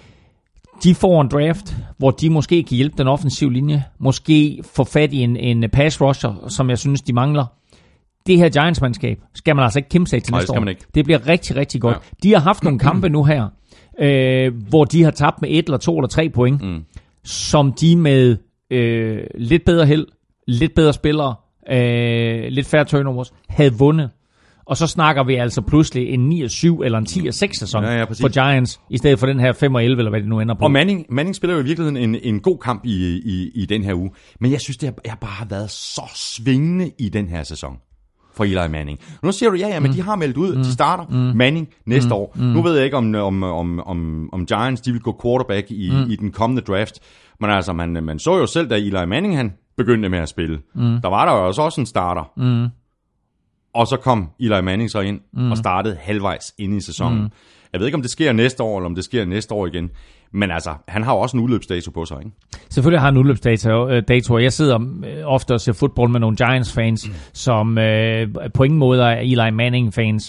De får en draft, hvor de måske kan hjælpe den offensive linje. Måske få fat i en, en pass rusher, som jeg synes, de mangler. Det her Giants-mandskab skal man altså ikke kæmpe sig til næste år. Det bliver rigtig, rigtig godt. Ja. De har haft nogle kampe nu her, øh, hvor de har tabt med et eller to eller tre point, mm. som de med øh, lidt bedre held, lidt bedre spillere, øh, lidt færre turnovers, havde vundet. Og så snakker vi altså pludselig en ni og syv eller en ti og seks sæson ja, ja, for Giants, i stedet for den her fem og elleve, eller hvad det nu ender på. Og Manning, Manning spiller jo i virkeligheden en, en god kamp i, i, i den her uge. Men jeg synes, det har bare har været så svingende i den her sæson for Eli Manning. Nu siger du, ja, ja, men mm. de har meldt ud, mm. de starter mm. Manning næste mm. år. Mm. Nu ved jeg ikke, om, om, om, om, om Giants de vil gå quarterback i, mm. i den kommende draft. Men altså, man, man så jo selv, da Eli Manning han begyndte med at spille. Mm. Der var der jo også en starter. Mm. Og så kom Eli Manning så ind mm. og startede halvvejs inde i sæsonen. Mm. Jeg ved ikke, om det sker næste år, eller om det sker næste år igen. Men altså, han har jo også en udløbsdato på sig, ikke? Selvfølgelig har han en udløbsdato, og jeg sidder ofte og ser fodbold med nogle Giants-fans, mm. som øh, på ingen måde er Eli Manning-fans.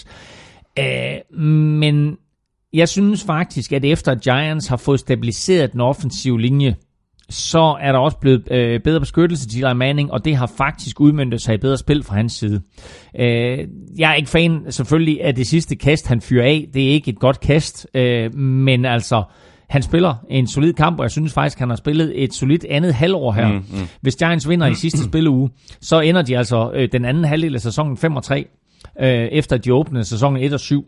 Øh, men jeg synes faktisk, at efter Giants har fået stabiliseret den offensive linje, så er der også blevet øh, bedre beskyttelse til Eli Manning, og det har faktisk udmøntet sig i bedre spil fra hans side. Øh, jeg er ikke fan selvfølgelig af det sidste kast, han fyrer af. Det er ikke et godt kast, øh, men altså, han spiller en solid kamp, og jeg synes faktisk, han har spillet et solidt andet halvår her. Mm, mm. Hvis Giants vinder i sidste spilleuge, så ender de altså øh, den anden halvdel af sæsonen fem og tre, øh, efter de åbnede sæsonen et og syv.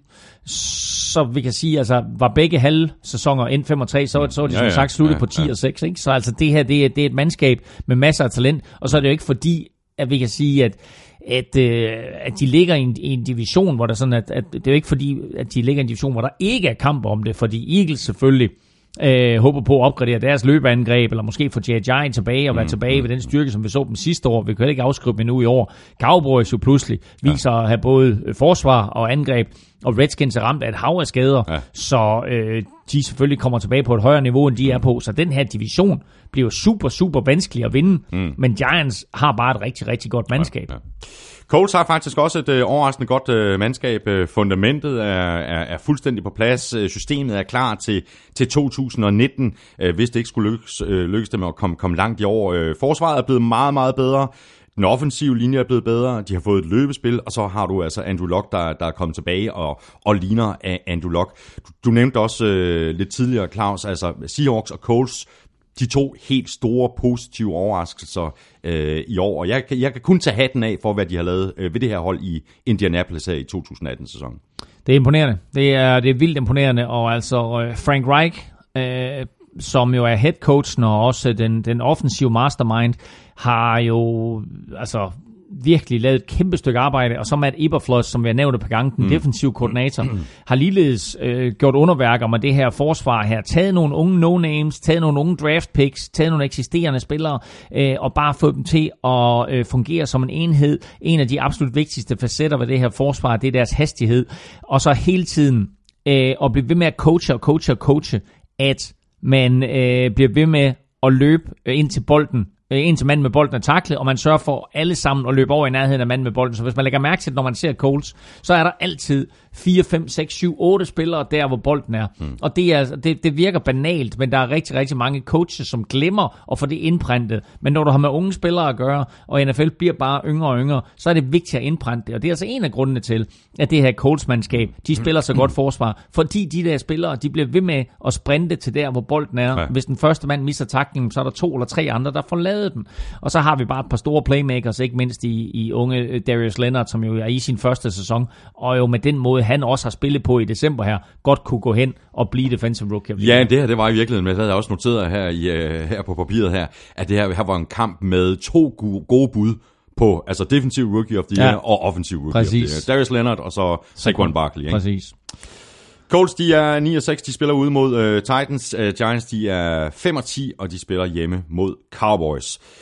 Så vi kan sige, altså var begge halve sæsoner ind fem og tre, så, så var de ja, som ja, sagt sluttet ja, på ti ja. og seks. Ikke? Så altså det her, det er, det er et mandskab med masser af talent, og så er det jo ikke fordi, at vi kan sige, at At, øh, at de ligger i en, i en division, hvor der sådan, at, at det er jo ikke fordi, at de ligger i en division, hvor der ikke er kamp om det, fordi Eagles selvfølgelig øh, håber på at opgradere deres løbeangreb, eller måske få J J tilbage og være mm, tilbage mm, ved den styrke, som vi så dem sidste år. Vi kan heller ikke afskrive dem endnu i år. Cowboys jo pludselig viser ja. at have både forsvar og angreb, og Redskins er ramt af et hav af skader, ja. så øh, de selvfølgelig kommer tilbage på et højere niveau, end de er på. Så den her division bliver super, super vanskelig at vinde, mm. men Giants har bare et rigtig, rigtig godt mandskab. Ja, ja. Colts har faktisk også et øh, overraskende godt øh, mandskab. Fundamentet er, er, er fuldstændig på plads. Systemet er klar til, til to tusind nitten, øh, hvis det ikke skulle lykkes, øh, lykkes dem at komme, komme langt i år. Øh, forsvaret er blevet meget, meget bedre. Den offensive linje er blevet bedre. De har fået et løbespil, og så har du altså Andrew Luck, der, der er kommet tilbage og, og ligner af Andrew Luck. Du, du nævnte også øh, lidt tidligere, Claus, altså Seahawks og Colts, de to helt store positive overraskelser øh, i år. Og jeg, jeg kan kun tage hatten af for, hvad de har lavet øh, ved det her hold i Indianapolis her i to tusind atten-sæsonen. Det er imponerende. Det er, det er vildt imponerende. Og altså øh, Frank Reich, øh, som jo er head coachen og også den, den offensive mastermind, har jo altså virkelig lavet et kæmpe stykke arbejde, og så Matt Eberflus, som vi har nævnt et par gange, den mm. defensive koordinator, mm. har ligeledes øh, gjort underværker med det her forsvar her, taget nogle unge no-names, taget nogle unge draft picks, taget nogle eksisterende spillere, øh, og bare fået dem til at øh, fungere som en enhed. En af de absolut vigtigste facetter ved det her forsvar, det er deres hastighed, og så hele tiden øh, at blive ved med at coache og coache og coache, at man øh, bliver ved med at løbe øh, ind til bolden, ind til manden med bolden at takle, og man sørger for alle sammen at løbe over i nærheden af manden med bolden. Så hvis man lægger mærke til det, når man ser Colts, så er der altid fire, fem, seks, syv, otte spillere der, hvor bolden er. Mm. Og det, er, det, det virker banalt, men der er rigtig, rigtig mange coaches, som glemmer at få det indprintet. Men når du har med unge spillere at gøre, og N F L bliver bare yngre og yngre, så er det vigtigt at indprinte det. Og det er altså en af grundene til, at det her Colts-mandskab, de spiller så godt forsvar, fordi de der spillere, de bliver ved med at sprinte til der, hvor bolden er. Ja. Hvis den første mand misser tackling, så er der to eller tre andre, der får lavet den. Og så har vi bare et par store playmakers, ikke mindst i, i unge Darius Leonard, som jo er i sin første sæson, og jo med den måde, han også har spillet på i december her, godt kunne gå hen og blive defensive rookie. Ja, det her, det var i virkeligheden, men det havde jeg også noteret her, i, her på papiret her, at det her, her var en kamp med to gode bud på, altså defensive rookie of the year ja. og offensive rookie Præcis. of the year. Darius Leonard og så Saquon Barkley. Ikke? Præcis. Colts, de er ni og seks, de spiller ude mod uh, Titans. Uh, Giants, de er fem og ti, og de spiller hjemme mod Cowboys.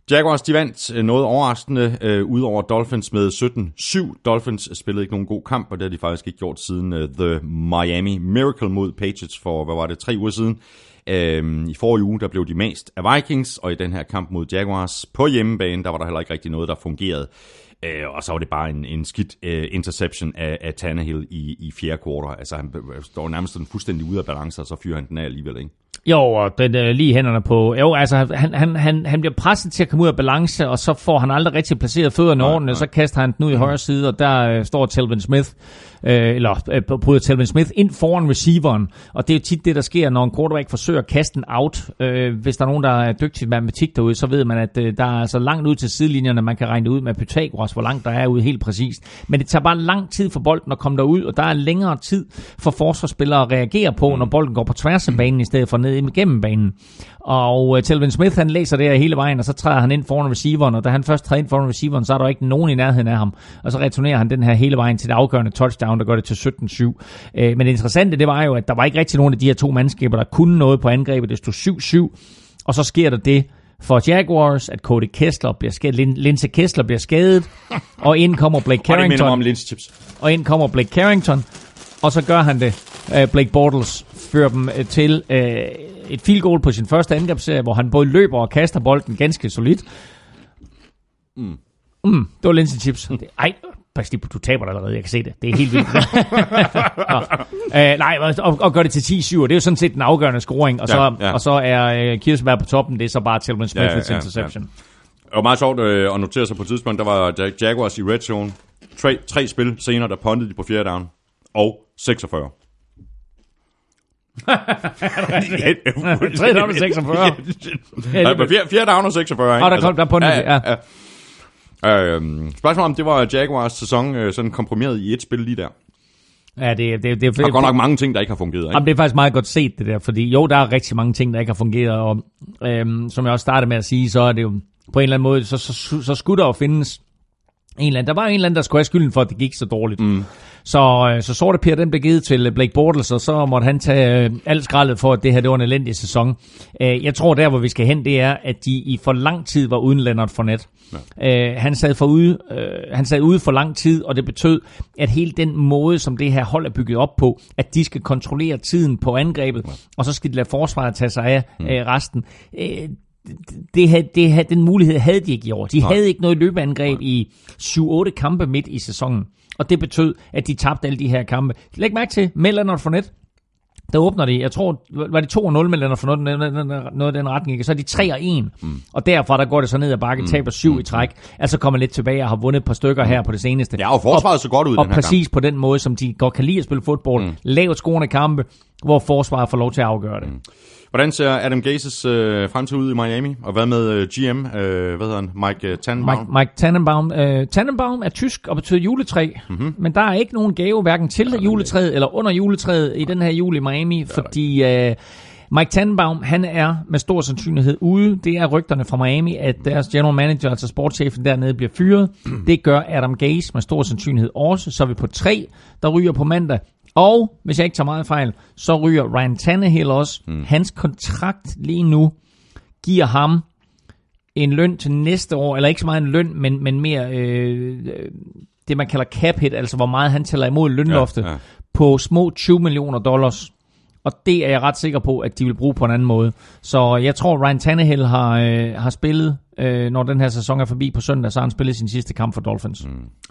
Jaguars, de vandt noget overraskende øh, ud over Dolphins med sytten syv. Dolphins spillede ikke nogen god kamp, og det har de faktisk ikke gjort siden øh, The Miami Miracle mod Patriots for, hvad var det, tre uger siden. Øh, I forrige uge, der blev de mast af Vikings, og i den her kamp mod Jaguars på hjemmebane, der var der heller ikke rigtig noget, der fungerede. Øh, og så var det bare en, en skidt uh, interception af, af Tannehill i, i fjerde kvartal. Altså han står nærmest sådan fuldstændig ude af balance, og så fyrer han den af alligevel, ikke? Jo, og den øh, lige hænderne på. Jo, altså han, han, han, han bliver presset til at komme ud af balance, og så får han aldrig rigtig placeret fødderne ordentligt, og så kaster han den ud i højre side, og der øh, står Telvin Smith, øh, eller øh, bryder Telvin Smith ind foran receiveren. Og det er jo tit det, der sker, når en quarterback forsøger at kaste den out. Øh, hvis der er nogen, der er dygtig til matematik derude, så ved man, at øh, der er altså langt ud til sidelinjerne, man kan regne det ud med Pythagoras, hvor langt der er ude helt præcist. Men det tager bare lang tid for bolden at komme derud, og der er længere tid for forsvarsspillere at reagere på, når bolden går på tværs af banen, i stedet for ned igennem banen. Og uh, Telvin Smith, han læser det her hele vejen, og så træder han ind foran receiveren, og da han først træder ind foran receiveren, så er der ikke nogen i nærheden af ham, og så returnerer han den her hele vejen til det afgørende touchdown, der gør det til sytten syv. Uh, men det interessante, det var jo, at der var ikke rigtig nogen af de her to mandskaber, der kunne noget på angrebet. Det stod syv syv, og så sker der det for Jaguars, at Cody Kessler bliver skadet, Lindsey Kessler bliver skadet, og ind kommer Blake Carrington, om og ind kommer Blake Carrington, og så gør han det. Uh, Blake Bortles fører dem uh, til uh, et field goal på sin første angrebsserie, hvor han både løber og kaster bolden ganske solidt. Mm. Mm, det var Lindsey Chips. Mm. Ej, pas lige på, du taber dig allerede, jeg kan se det. Det er helt vildt. uh, nej, og, og gør det til ti syv, og det er jo sådan set den afgørende scoring, og, ja, så, ja. og så er uh, Kirsberg på toppen, det er så bare Telvin Smith ja, ja, ja, interception. Ja. Det var meget sjovt øh, at notere sig på et tidspunkt, der var Jaguars i red zone. Tre, tre spil senere, der puntede de på fjerde down. Og seksogfyrre. tre down og seksogfyrre. Fjerde down og seksogfyrre, ikke? Og der kom der på den, ja. ja. ja. Øhm, spørgsmålet om det var Jaguars sæson øh, sådan komprimeret i et spil lige der. Ja, det, det, det, der er godt nok mange ting, der ikke har fungeret, ikke? Jamen, det er faktisk meget godt set, det der, fordi jo, der er rigtig mange ting, der ikke har fungeret, og øhm, som jeg også startede med at sige, så er det jo på en eller anden måde, så, så, så, så skulle der jo findes en eller anden, der var en eller anden, der skulle have skylden for, at det gik så dårligt. Mm. Så, så sorte Per, den blev givet til Blake Bortles, og så måtte han tage øh, alt skraldet for, at det her det var en elendig sæson. Øh, jeg tror, der hvor vi skal hen, det er, at de i for lang tid var uden Leonard Fournette. Ja. Øh, han, sad for ude, øh, han sad ude for lang tid, og det betød, at hele den måde, som det her hold er bygget op på, at de skal kontrollere tiden på angrebet, ja. Og så skal de lade forsvaret tage sig af mm. øh, resten. Øh, Det havde, det havde, den mulighed havde de ikke i år. De Nej. havde ikke noget løbeangreb Nej. i syv otte kampe midt i sæsonen. Og det betød, at de tabte alle de her kampe. Læg mærke til, med Leonard Fournette, der åbner de, jeg tror, var de to nul med Leonard Fournette, noget af den retning, så er de tre og en. Mm. Og derfra, der går det så ned ad bakke, mm. taber syv mm. i træk. Altså kommer lidt tilbage og har vundet et par stykker mm. her på det seneste. Ja, og forsvaret så godt ud og den her præcis kamp. På den måde, som de godt kan lide at spille fodbold. Mm. Lavt scorende kampe, hvor forsvaret får lov til at afgøre det. Mm. Hvordan ser Adam Gases øh, fremtid ud i Miami? Og hvad med øh, G M? Øh, hvad hedder han? Mike øh, Tannenbaum? Mike, Mike Tannenbaum. Øh, Tannenbaum er tysk og betyder juletræ. Mm-hmm. Men der er ikke nogen gave, hverken til ja, juletræet eller under juletræet i den her jul i Miami. Ja, fordi øh, Mike Tannenbaum, han er med stor sandsynlighed ude. Det er rygterne fra Miami, at deres general manager, altså sportschefen dernede, bliver fyret. Det gør Adam Gase med stor sandsynlighed også. Så er vi på tre, der ryger på mandag. Og, hvis jeg ikke tager meget fejl, så ryger Ryan Tannehill også. Mm. Hans kontrakt lige nu giver ham en løn til næste år, eller ikke så meget en løn, men, men mere øh, det, man kalder cap hit, altså hvor meget han tæller imod lønloftet, ja, ja. På små tyve millioner dollars. Og det er jeg ret sikker på, at de vil bruge på en anden måde. Så jeg tror, Ryan Tannehill har, øh, har spillet, øh, når den her sæson er forbi på søndag, så har han spillet sin sidste kamp for Dolphins. Mm.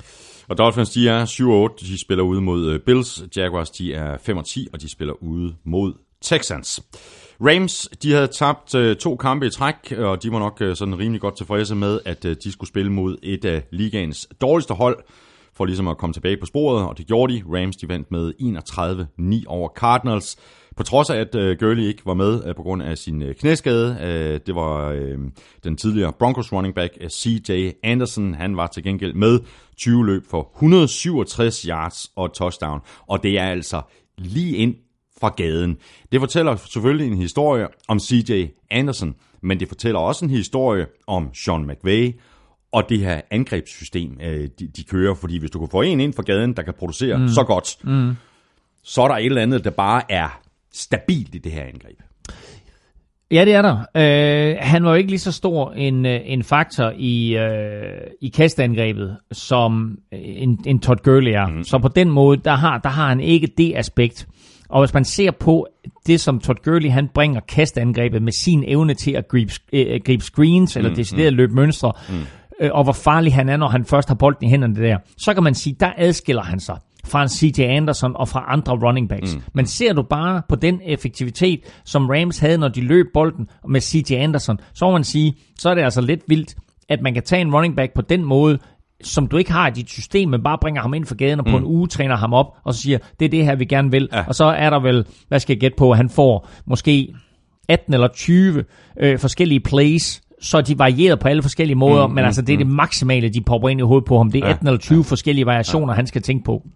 Og Dolphins, de er syv og otte, de spiller ude mod Bills. Jaguars, de er fem og ti, og de spiller ude mod Texans. Rams, de havde tabt uh, to kampe i træk, og de var nok uh, sådan rimelig godt tilfredse med, at uh, de skulle spille mod et af ligaens dårligste hold, for ligesom at komme tilbage på sporet, og det gjorde de. Rams, de vandt med enogtredive ni over Cardinals. På trods af, at uh, Gurley ikke var med uh, på grund af sin uh, knæskade. Uh, det var uh, den tidligere Broncos running back uh, C J Anderson. Han var til gengæld med tyve løb for et hundrede og syvogtres yards og touchdown. Og det er altså lige ind fra gaden. Det fortæller selvfølgelig en historie om C J Anderson, men det fortæller også en historie om Sean McVay og det her angrebssystem, uh, de, de kører. Fordi hvis du kan få en ind fra gaden, der kan producere mm. så godt, mm. så er der et eller andet, der bare er stabilt i det her angreb. Ja, det er der. Øh, han var jo ikke lige så stor en, en faktor i, øh, i kastangrebet, som en, en Todd Gurley er. Mm. Så på den måde, der har, der har han ikke det aspekt. Og hvis man ser på det, som Todd Gurley, han bringer kastangrebet med sin evne til at gribe, øh, gribe screens, eller mm, decideret mm. løbe mønstre, mm. øh, og hvor farlig han er, når han først har bolden i hænderne der, så kan man sige, der adskiller han sig fra en C J Anderson og fra andre running backs. Mm. Men ser du bare på den effektivitet, som Rams havde, når de løb bolden med C J Anderson, så må man sige, så er det altså lidt vildt, at man kan tage en running back på den måde, som du ikke har i dit system, men bare bringer ham ind for gaden og på mm. en uge træner ham op, og så siger, det er det her, vi gerne vil. Ja. Og så er der vel, hvad skal jeg gætte på, at han får måske atten eller tyve øh, forskellige plays, så de varierer på alle forskellige måder, mm, men mm, altså det er mm. det maksimale, de popper ind i hovedet på ham. Det er atten ja, eller tyve ja. forskellige variationer, ja. han skal tænke på.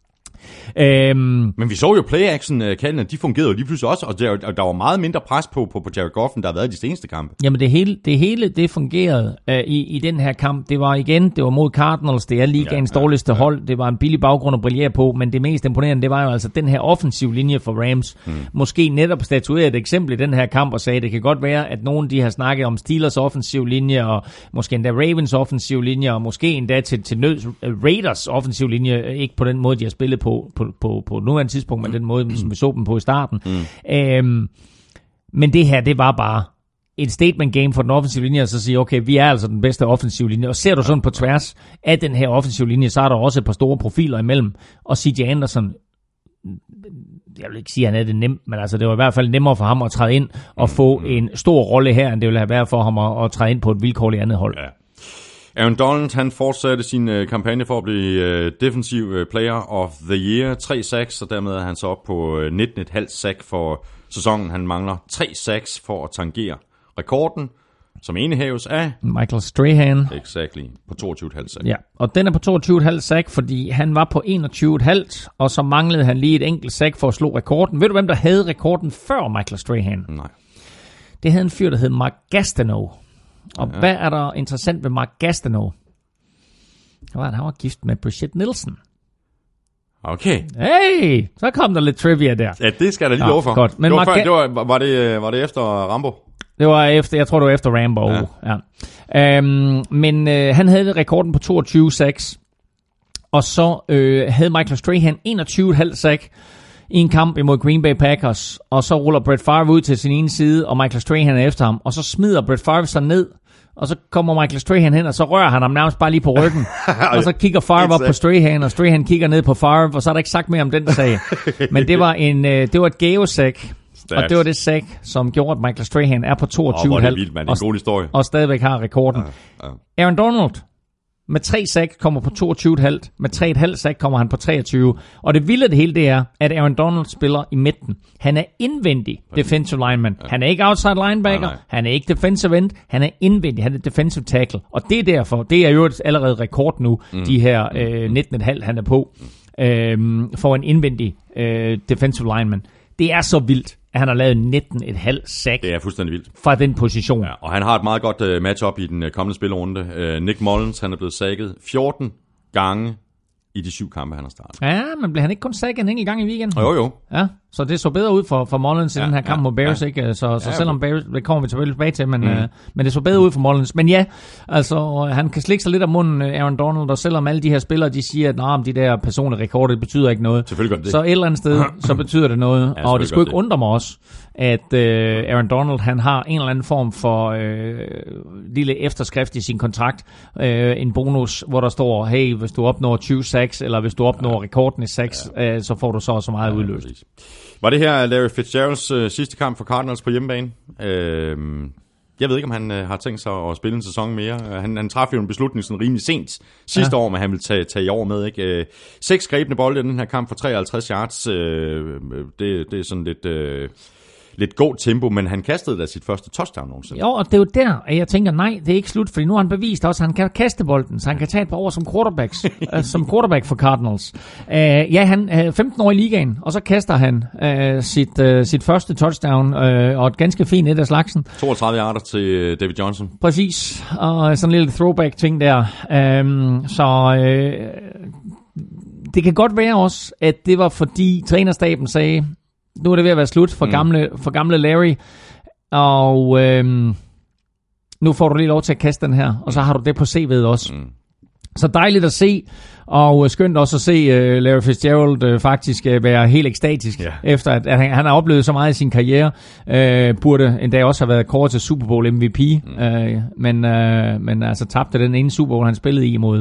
Øhm, Men vi så jo play-action-kaldene, de fungerede jo lige pludselig også, og der, der var meget mindre pres på, på, på Jared Goff, end der har været i de seneste kampe. Jamen det hele, det hele, det fungerede øh, i, i den her kamp. Det var igen, det var mod Cardinals, det er ligaens ja, dårligste ja, ja. hold, det var en billig baggrund at brillere på, men det mest imponerende, det var jo altså den her offensiv linje for Rams. Hmm. Måske netop statueret et eksempel i den her kamp og sagde, det kan godt være, at nogen de har snakket om Steelers offensiv linje, og måske endda Ravens offensiv linje, og måske endda til, til nød Raiders offensiv linje, ikke på den måde, de har spillet på, på på, på nuværende tidspunkt, men den måde, som vi så dem på i starten. Mm. Øhm, men det her, det var bare et statement game for den offensive linje, og så sige, okay, vi er altså den bedste offensive linje, og ser du sådan på tværs af den her offensive linje, så er der også et par store profiler imellem, og C J Anderson, jeg vil ikke sige, at han er det nemt, men altså, det var i hvert fald nemmere for ham at træde ind og få en stor rolle her, end det ville have været for ham at, at træde ind på et vilkårligt andet hold. Ja. Aaron Donald, han fortsatte sin uh, kampagne for at blive uh, defensiv uh, player of the year. tre sacks, og dermed er han så op på uh, nitten komma fem sack for sæsonen. Han mangler tre sacks for at tangere rekorden, som indehaves af Michael Strahan. Exactly, på toogtyve komma fem sack. Ja, og den er på toogtyve komma fem sack, fordi han var på enogtyve komma fem, og så manglede han lige et enkelt sack for at slå rekorden. Ved du, hvem der havde rekorden før Michael Strahan? Nej. Det havde en fyr, der hed Mark Gastineau. Og ja. Hvad er der interessant ved Mark Gastineau? Han var, han var gift med Brigitte Nielsen. Okay. Hey, så kom der lidt trivia der. Ja, det skal der lige love for. Godt. Men det var, Mark før, det var, var, det, var det efter Rambo? Det var efter, jeg tror det var efter Rambo. Ja. Ja. Øhm, men øh, han havde rekorden på toogtyve sacks. Og så øh, havde Michael Strahan enogtyve komma fem sack i en kamp imod Green Bay Packers, og så ruller Brett Favre ud til sin ene side, og Michael Strahan er efter ham, og så smider Brett Favre sig ned, og så kommer Michael Strahan hen, og så rører han ham nærmest bare lige på ryggen, og så kigger Favre op på Strahan, og Strahan kigger ned på Favre, og så er der ikke sagt mere om den sag. Men det var en, det var et gavesæk, og det var det sæk, som gjorde, at Michael Strahan er på toogtyve komma fem, og, og stadigvæk har rekorden. Ja, ja. Aaron Donald med tre sack kommer på toogtyve komma fem. Med tre komma fem sack kommer han på treogtyve. Og det vilde det hele, det er, at Aaron Donald spiller i midten. Han er indvendig defensive lineman. Ja. Han er ikke outside linebacker. Nej, nej. Han er ikke defensive end. Han er indvendig. Han er defensive tackle. Og det er derfor, det er jo allerede rekord nu, mm. de her øh, nitten komma fem, han er på, øh, for en indvendig øh, defensive lineman. Det er så vildt, at han har lavet nitten komma fem sack. Det er fuldstændig vildt. Fra den position. Ja, og han har et meget godt uh, matchup i den uh, kommende spillerunde. Uh, Nick Mullins, han er blevet sacket fjorten gange i de syv kampe, han har startet. Ja, men blev han ikke kun sacket en enkelt gang i weekenden? Jo, jo. Ja, så det så bedre ud for, for Mullins i ja, den her kamp ja, mod Bears, ja. Ikke? Så, så ja, selvom Bears, det kommer vi selvfølgelig tilbage til, men, mm. uh, men det så bedre ud for Mullins. Men ja, altså, han kan slikke sig lidt om munden, Aaron Donald, og selvom alle de her spillere, de siger, at nah, de der personlige rekorder, det betyder ikke noget. Selvfølgelig gør det. Så et eller andet sted, så betyder det noget. Ja, og det skulle ikke undre mig også, at uh, Aaron Donald, han har en eller anden form for uh, lille efterskrift i sin kontrakt. Uh, en bonus, hvor der står, hey, hvis du opnår tyve sacks, eller hvis du opnår ja. rekorden i sacks, ja. uh, så får du så og så meget ja, udløst. Præcis. Var det her Larry Fitzgeralds øh, sidste kamp for Cardinals på hjemmebane? Øh, jeg ved ikke, om han øh, har tænkt sig at spille en sæson mere. Han, han træffede jo en beslutning sådan rimelig sent sidste ja. år, men han ville tage, tage i år med. Ikke? Øh, seks grebne bolde i den her kamp for treoghalvtreds yards. Øh, det, det er sådan lidt... Øh, lidt god tempo, men han kastede da sit første touchdown nogensinde. Jo, og det er jo der, at jeg tænker, nej, det er ikke slut, fordi nu har han bevist også, at han kan kaste bolden, så han kan tage et par år som quarterbacks, uh, som quarterback for Cardinals. Uh, ja, han er uh, femten år i ligaen, og så kaster han uh, sit, uh, sit første touchdown, uh, og et ganske fint et af slagsen. toogtredive yarder til David Johnson. Præcis, og sådan en lille throwback-ting der. Um, så uh, det kan godt være også, at det var fordi trænerstaben sagde, nu er det ved at være slut for, mm. gamle, for gamle Larry. og øhm, nu får du lige lov til at kaste den her, og så har du det på C V'et også. Mm. Så dejligt at se, og skønt også at se uh, Larry Fitzgerald uh, faktisk uh, være helt ekstatisk, yeah. efter at, at han, han har oplevet så meget i sin karriere. Uh, burde endda også have været kåret til Super Bowl M V P, mm. uh, men, uh, men altså tabte den ene Super Bowl, han spillede i imod,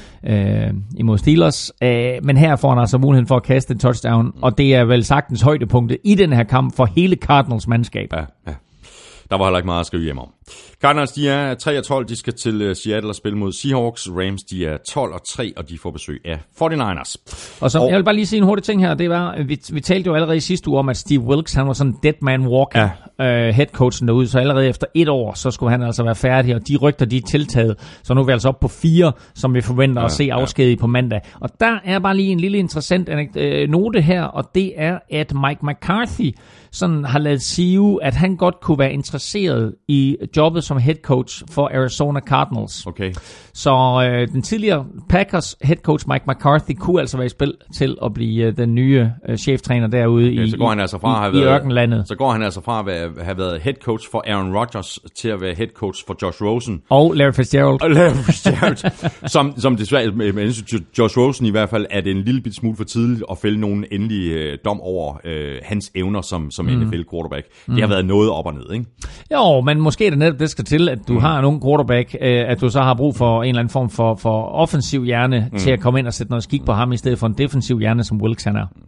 uh, imod Steelers. Uh, men her får han altså muligheden for at kaste en touchdown, mm. og det er vel sagtens højdepunktet i den her kamp for hele Cardinals mandskab. Ja, ja. Der var heller ikke meget at skrive hjem om. Cardinals, de er tre og tolv, de skal til Seattle og spille mod Seahawks. Rams, de er tolv og tre, og de får besøg af forty-niners. Og så, og, jeg vil bare lige sige en hurtig ting her, det var, vi, vi talte jo allerede i sidste uge om, at Steve Wilkes, han var sådan en dead man walking ja. uh, headcoachen derude, så allerede efter et år, så skulle han altså være færdig, og de rygter, de er tiltaget, så nu er vi altså op på fire, som vi forventer ja, at se afskedige ja. på mandag. Og der er bare lige en lille interessant uh, note her, og det er, at Mike McCarthy sådan har ladet sige, at han godt kunne være interesseret i jobbet som head coach for Arizona Cardinals. Okay. Så øh, den tidligere Packers head coach Mike McCarthy kunne altså være i spil til at blive øh, den nye øh, cheftræner derude okay, i, så går han altså fra i, i, i ørkenlandet. Så går han altså fra at være, have været head coach for Aaron Rodgers til at være head coach for Josh Rosen. Og Larry Fitzgerald. Og Larry Fitzgerald. som, som desværre, med, med til Josh Rosen i hvert fald, er det en lille bit smule for tidligt at fælde nogen endelig øh, dom over øh, hans evner som, som mm. N F L quarterback. Det mm. har været noget op og ned, ikke? Jo, men måske er det netop det skal til, at du mm. har nogen quarterback, øh, at du så har brug for en eller anden form for, for offensiv hjerne mm. til at komme ind og sætte noget skik på ham, i stedet for en defensiv hjerne, som Wilkes han er.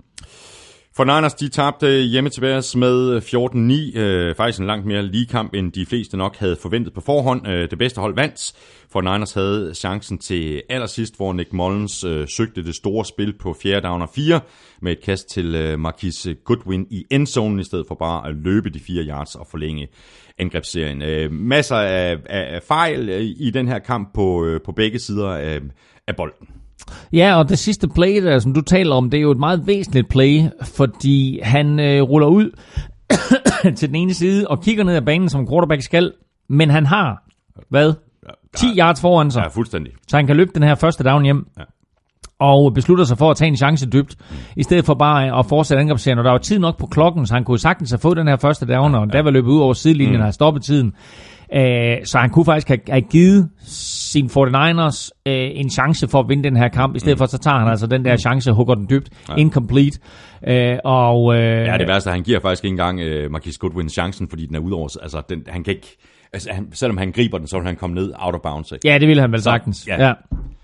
For Niners, de tabte hjemme til Bears med fjorten ni. Øh, faktisk en langt mere lige kamp, end de fleste nok havde forventet på forhånd. Øh, det bedste hold vandt. For Niners havde chancen til allersidst, hvor Nick Mullins øh, søgte det store spil på fjerde down og fire med et kast til øh, Marquise Goodwin i endzonen, i stedet for bare at løbe de fire yards og forlænge angrebsserien. Øh, masser af, af, af fejl i den her kamp på, øh, på begge sider af, af bolden. Ja, og det sidste play, der, som du taler om, det er jo et meget væsentligt play, fordi han øh, ruller ud til den ene side og kigger ned ad banen, som quarterback skal, men han har, hvad? ti yards foran sig. Ja, fuldstændig. Så han kan løbe den her første down hjem. Ja. Og beslutter sig for at tage en chance dybt, mm. i stedet for bare at fortsætte angrebsserien. Og der var tid nok på klokken, så han kunne sagtens have fået den her første down, og der var løbet ud over sidelinjen, og mm. har stoppet tiden. Uh, så han kunne faktisk have, have givet sin forty-niners uh, en chance for at vinde den her kamp. I stedet mm. for, så tager han altså den der chance og hugger den dybt. Ja. Incomplete. Uh, og, uh, ja, det værste, han giver faktisk ikke engang uh, Marquise Goodwin chancen, fordi den er udover. Altså, den, han kan ikke... Altså, han, selvom han griber den, så vil han komme ned out of bounds. Ikke? Ja, det ville han vel sagtens. Ja. ja.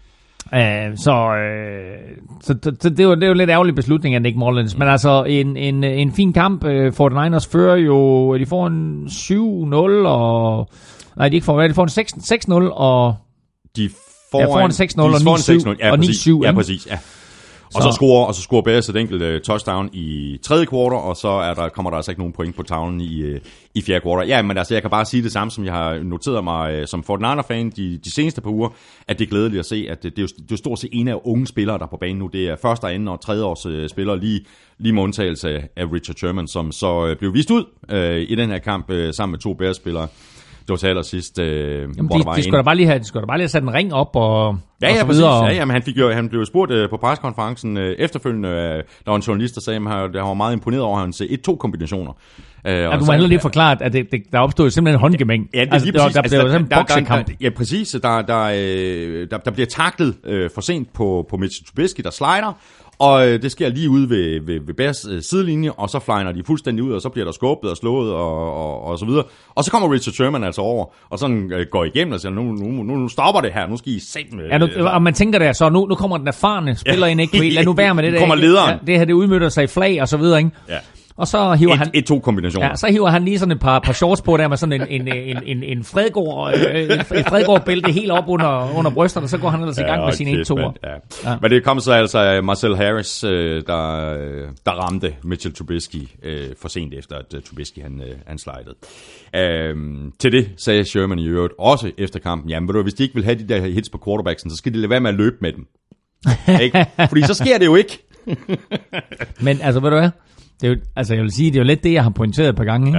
Uh, så uh, så, så det, var, det var en lidt ærgerlig beslutning af Nick Mullins. Mm. Men altså, en, en, en fin kamp. Uh, forty-niners fører jo... De får en syv nul, og... Nej, de ikke får... De får en seks nul, og... De får, ja, får en seks nul, og ni syv. Ja, og ni syv. Ja, præcis, ja. Og så, så scorer og så scorer Bears et enkelt uh, touchdown i tredje kvartal, og så er der kommer der altså ikke nogen point på tavlen i uh, i fjerde kvartal. Ja, men altså jeg kan bare sige det samme, som jeg har noteret mig uh, som forty-niner-fan de de seneste par uger, at det er glædeligt at se, at det, det er jo det er stort set en af unge spillere der er på banen nu. Det er første, anden og tredje års uh, spillere lige lige med undtagelse af Richard Sherman, som så uh, blev vist ud uh, i den her kamp uh, sammen med to Bears-spillere. Det var til allersidst, øh, jamen, hvor de, der var de skulle da bare lige have, de skulle da bare lige have sat en ring op og, ja, og ja, så præcis. videre. Ja, ja, men han, fik jo, han blev jo spurgt øh, på pressekonferencen øh, efterfølgende. Øh, der var en journalist, der sagde, at han, han var meget imponeret over hans et to kombinationer. Øh, ja, du må heller lige forklare, at det, det, der opstod simpelthen en håndgemæng. Ja, det er altså, lige præcis. Der, der blev altså, sådan en boksekamp. Ja, præcis. Der, der, øh, der, der bliver taklet øh, for sent på, på Mitchell Trubisky, der slider. Og øh, det sker lige ude ved, ved, ved Bears øh, sidelinje, og så flyner de fuldstændig ud, og så bliver der skubbet og slået og, og, og så videre. Og så kommer Richard Sherman altså over, og sådan øh, går igennem og siger, nu, nu, nu, nu stopper det her, nu skal I se med... Ja, nu, og man tænker der, så nu, nu kommer den erfarne spiller ja. ind, ikke? Lad nu være med det der. Nu kommer lederen. Ja, det her, det udmøtter sig i flag og så videre, ikke? Ja. Og så hiver et, han... Et to kombinationer. Ja, så hiver han lige sådan et par, par shorts på der med sådan en, en, en, en, en Fredgård, øh, et Fredgård-bælte helt op under, under brysterne, og så går han ellers i gang ja, med sine en toer. Ja. Ja. Men det kom så altså Marcel Harris, øh, der, der ramte Mitchell Trubisky øh, for sent efter, at uh, Trubisky han, øh, han slidede. Øh, til det sagde Sherman i øvrigt også efter kampen, jamen ved du, hvis de ikke vil have de der hits på quarterbacksen, så skal de lade være med at løbe med dem. Ikke? Fordi så sker det jo ikke. Men altså, ved du hvad? Det er jo, altså jeg vil sige, det er jo lidt det, jeg har pointeret et par gange. Ikke?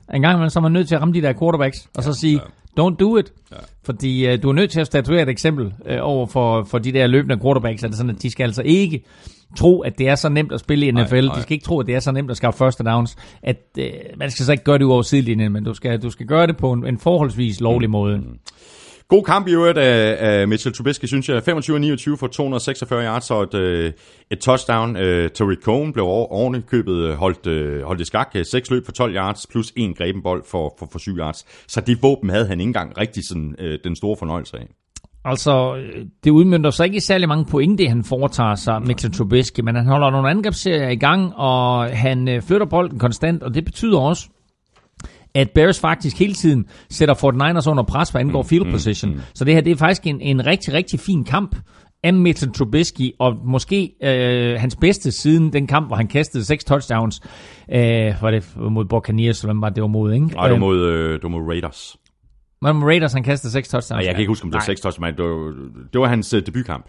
En gang imellem, så er man nødt til at ramme de der quarterbacks, og så sige, ja. Don't do it. Ja. Fordi uh, du er nødt til at statuere et eksempel uh, over for, for de der løbende quarterbacks, altså sådan, at de skal altså ikke tro, at det er så nemt at spille i N F L. Nej, nej. De skal ikke tro, at det er så nemt at skaffe første downs. At, uh, man skal så ikke gøre det ud over sidelinjen, men du skal, du skal gøre det på en, en forholdsvis lovlig mm. måde. Mm. God kamp i øvrigt af, af Mitchell Trubisky, synes jeg. femogtyve niogtyve for to hundrede og seksogfyrre yards og et, et touchdown. Uh, Tariq Cohen blev ordentligt købet, holdt, uh, holdt i skak. Seks løb for tolv yards, plus en greben bold for, for, for syv yards. Så det våben havde han ikke engang rigtig sådan, uh, den store fornøjelse af. Altså, det udmønter så ikke særlig mange point, det han foretager sig, Mitchell Trubisky, men han holder nogle angrebsserier i gang, og han uh, flytter bolden konstant, og det betyder også, at Bears faktisk hele tiden sætter forty-niners under pres, hvad angår field position. Mm, mm, mm. Så det her, det er faktisk en, en rigtig, rigtig fin kamp af Mitchell Trubisky, og måske øh, hans bedste siden den kamp, hvor han kastede seks touchdowns. Øh, var det mod Buccaneers, eller hvem var det var mod, ikke? Nej, det var mod, øh, det var mod Raiders. Var det mod Raiders, han kastede seks touchdowns? Nej, jeg kan ikke huske, om det var seks touchdowns, det var, det var hans uh, debutkamp.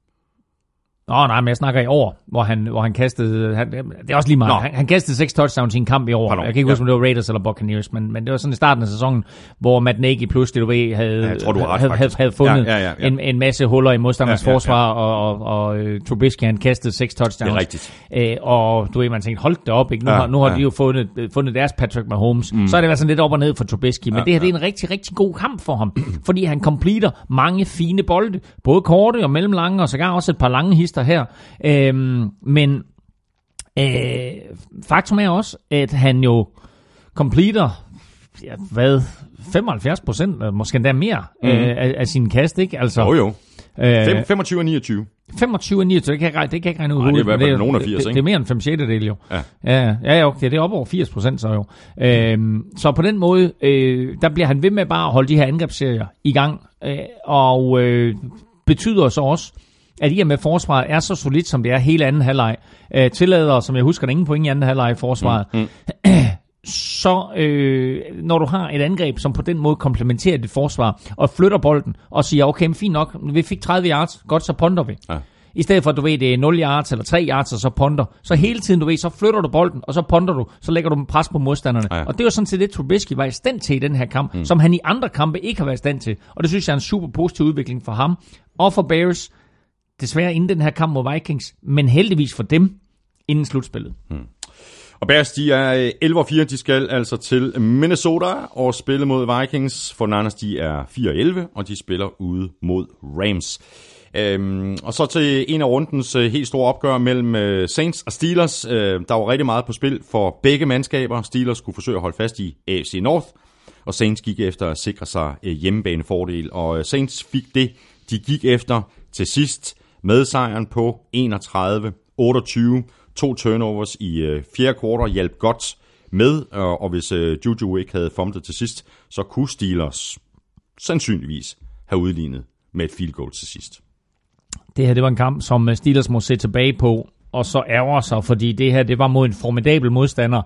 Åh oh, nej, men jeg snakker i år, hvor han, hvor han kastede, han, det er også lige meget, han, han kastede seks touchdowns i en kamp i år. Pardon. Jeg kan ikke huske, ja. om det var Raiders eller Buccaneers, men, men det var sådan i starten af sæsonen, hvor Matt Nagy pludselig, du ved, havde, ja, tror, du ret, havde, havde, havde fundet ja, ja, ja, ja. En, en masse huller i modstanders ja, ja, forsvar, ja. og, og, og, og Trubisky, han kastede seks touchdowns. Det er rigtigt. Æ, og du ved, man tænkte, hold det op, ikke? Nu, ja, har, nu har ja. de jo fundet, fundet deres Patrick Mahomes, mm. så er det været sådan lidt op og ned for Trubisky, men ja, det her, det er en rigtig, rigtig god kamp for ham, fordi han completer mange fine bolde, både korte og mellemlange, og sågar også et par lange hister her. Øhm, men øh, faktum er også, at han jo completer, ja, hvad, femoghalvfjerds procent, måske endda mere, mm. øh, af, af sin kast, ikke? Altså, jo jo. Øh, femogtyve og niogtyve. femogtyve og niogtyve, det kan jeg, det kan jeg ikke regne ud. Nej, det er i hvert fald nogen af firs, det, det, det er mere end fem sjettedel jo. Ja, ja, ja okay, det er op over firs procent så jo. Øhm, så på den måde, øh, der bliver han ved med bare at holde de her angrebsserier i gang, øh, og øh, betyder så også, at i og med forsvaret er så solidt, som det er hele anden halvleg, øh, tillader, som jeg husker, der ingen point i anden halvleg i forsvaret, mm, mm. så øh, når du har et angreb, som på den måde komplementerer dit forsvar, og flytter bolden, og siger, okay, men fint nok, vi fik tredive yards, godt, så ponder vi. Ja. I stedet for, at du ved, det er nul yards eller tre yards, og så ponder. Så hele tiden, du ved, så flytter du bolden, og så ponder du, så lægger du pres på modstanderne. Ja. Og det var sådan set det, Trubisky var i stand til i den her kamp, mm. som han i andre kampe ikke har været i stand til. Og det synes jeg er en super positiv udvikling for ham, og for Bears, desværre inden den her kamp mod Vikings, men heldigvis for dem, inden slutspillet. Hmm. Og Bears, de er elleve og fire, de skal altså til Minnesota og spille mod Vikings. For Niners, de er fire og elleve, og de spiller ude mod Rams. Øhm, og så til en af rundens uh, helt store opgør mellem uh, Saints og Steelers. Uh, der var rigtig meget på spil for begge mandskaber. Steelers skulle forsøge at holde fast i A F C North, og Saints gik efter at sikre sig uh, hjemmebanefordel. Og uh, Saints fik det, de gik efter til sidst, med sejren på enogtredive otteogtyve. To turnovers i øh, fjerde kvartal hjalp godt med, øh, og hvis øh, Juju ikke havde fumlet til sidst, så kunne Steelers sandsynligvis have udlignet med et field goal til sidst. Det her, det var en kamp, som Steelers må se tilbage på, og så ærger sig, fordi det her, det var mod en formidabel modstander,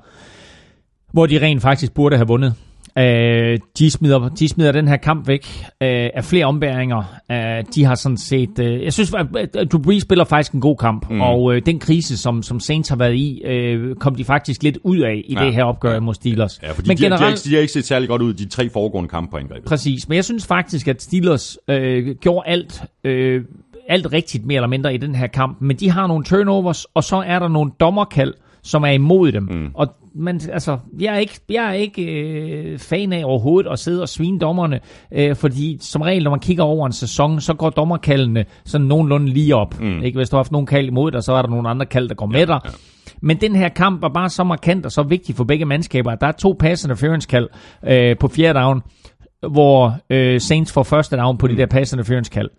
hvor de rent faktisk burde have vundet. Uh, de, smider, de smider den her kamp væk uh, af flere ombæringer. Uh, de har sådan set... Uh, jeg synes, at Drew Brees spiller faktisk en god kamp, mm. og uh, den krise, som, som Saints har været i, uh, kom de faktisk lidt ud af i ja. det her opgør mod Steelers. Ja, fordi men de, generelt, de, har ikke, de har ikke set særlig godt ud de tre foregående kampe på angrebet. Præcis, men jeg synes faktisk, at Steelers uh, gjorde alt... Uh, alt rigtigt mere eller mindre i den her kamp, men de har nogle turnovers, og så er der nogle dommerkald, som er imod dem. Mm. Og man, altså, jeg er ikke, jeg er ikke øh, fan af overhovedet at sidde og svine dommerne, øh, fordi som regel, når man kigger over en sæson, så går dommerkaldene sådan nogenlunde lige op. Mm. Ikke? Hvis du har haft nogle kald imod dig, så er der nogle andre kald, der går med dig. Ja, ja. Men den her kamp var bare så markant og så vigtig for begge mandskaber. Der er to pass interference kald øh, på fjerde down, hvor øh, Saints får første down på mm. de der pass interference kald.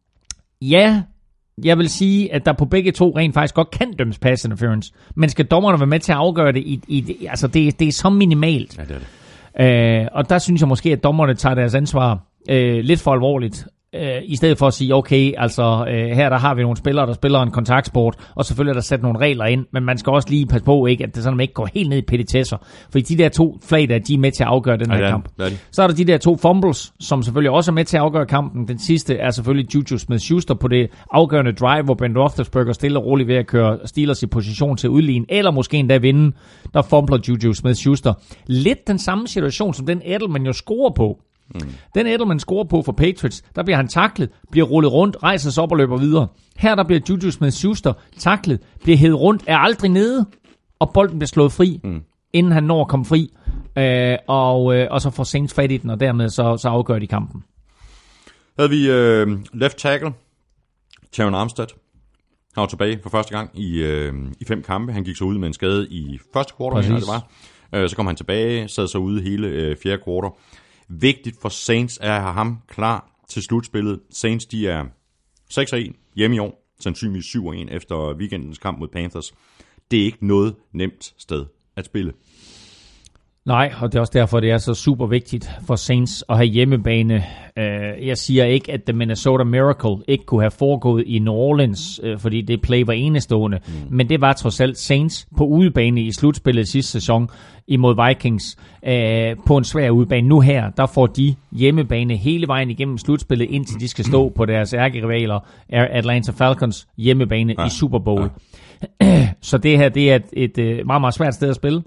Ja, jeg vil sige, at der på begge to rent faktisk godt kan dømmes pass interference, men skal dommerne være med til at afgøre det? I, i, altså, det, det er så minimalt. Ja, det er det. Øh, og der synes jeg måske, at dommerne tager deres ansvar øh, lidt for alvorligt. Øh, I stedet for at sige, okay, altså øh, her der har vi nogle spillere, der spiller en kontaktsport, og selvfølgelig er der sat nogle regler ind, men man skal også lige passe på, ikke, at det sådan, man ikke går helt ned i petitesser. Fordi de der to flag, der de er med til at afgøre den her ja, kamp. De. Så er der de der to fumbles, som selvfølgelig også er med til at afgøre kampen. Den sidste er selvfølgelig Juju Smith-Schuster på det afgørende drive, hvor Ben Roethlisberger stille og roligt ved at køre Steelers i position til at udligne, eller måske endda vinde. Der fumbler Juju Smith-Schuster. Lidt den samme situation, som den Edelman jo scorer på. Mm. Den Edelman scorer på for Patriots, der bliver han taklet, bliver rullet rundt, rejser sig op og løber videre. Her der bliver Juju Smith-Schuster taklet, bliver hævet rundt, er aldrig nede, og bolden bliver slået fri, mm. inden han når at komme fri, øh, og, øh, og så får Saints fat i den, og dermed så, så afgør de kampen. Havde vi øh, left tackle, Terron Armstead. Han var tilbage for første gang i, øh, i fem kampe. Han gik så ud med en skade i første kvartal, det var. Øh, så kom han tilbage, sad så ude hele øh, fjerde kvartal. Vigtigt for Saints er at have ham klar til slutspillet. Saints, de er seks og en hjemme i år, sandsynligvis syv og en efter weekendens kamp mod Panthers. Det er ikke noget nemt sted at spille. Nej, og det er også derfor, det er så super vigtigt for Saints at have hjemmebane. Jeg siger ikke, at The Minnesota Miracle ikke kunne have foregået i New Orleans, fordi det play var enestående. Mm. Men det var trods alt Saints på udebane i slutspillet sidste sæson imod Vikings på en svær udebane. Nu her, der får de hjemmebane hele vejen igennem slutspillet, indtil de skal stå på deres ærkerivaler Atlanta Falcons hjemmebane ja. i Super Bowl. Ja. Så det her, det er et, et meget, meget svært sted at spille.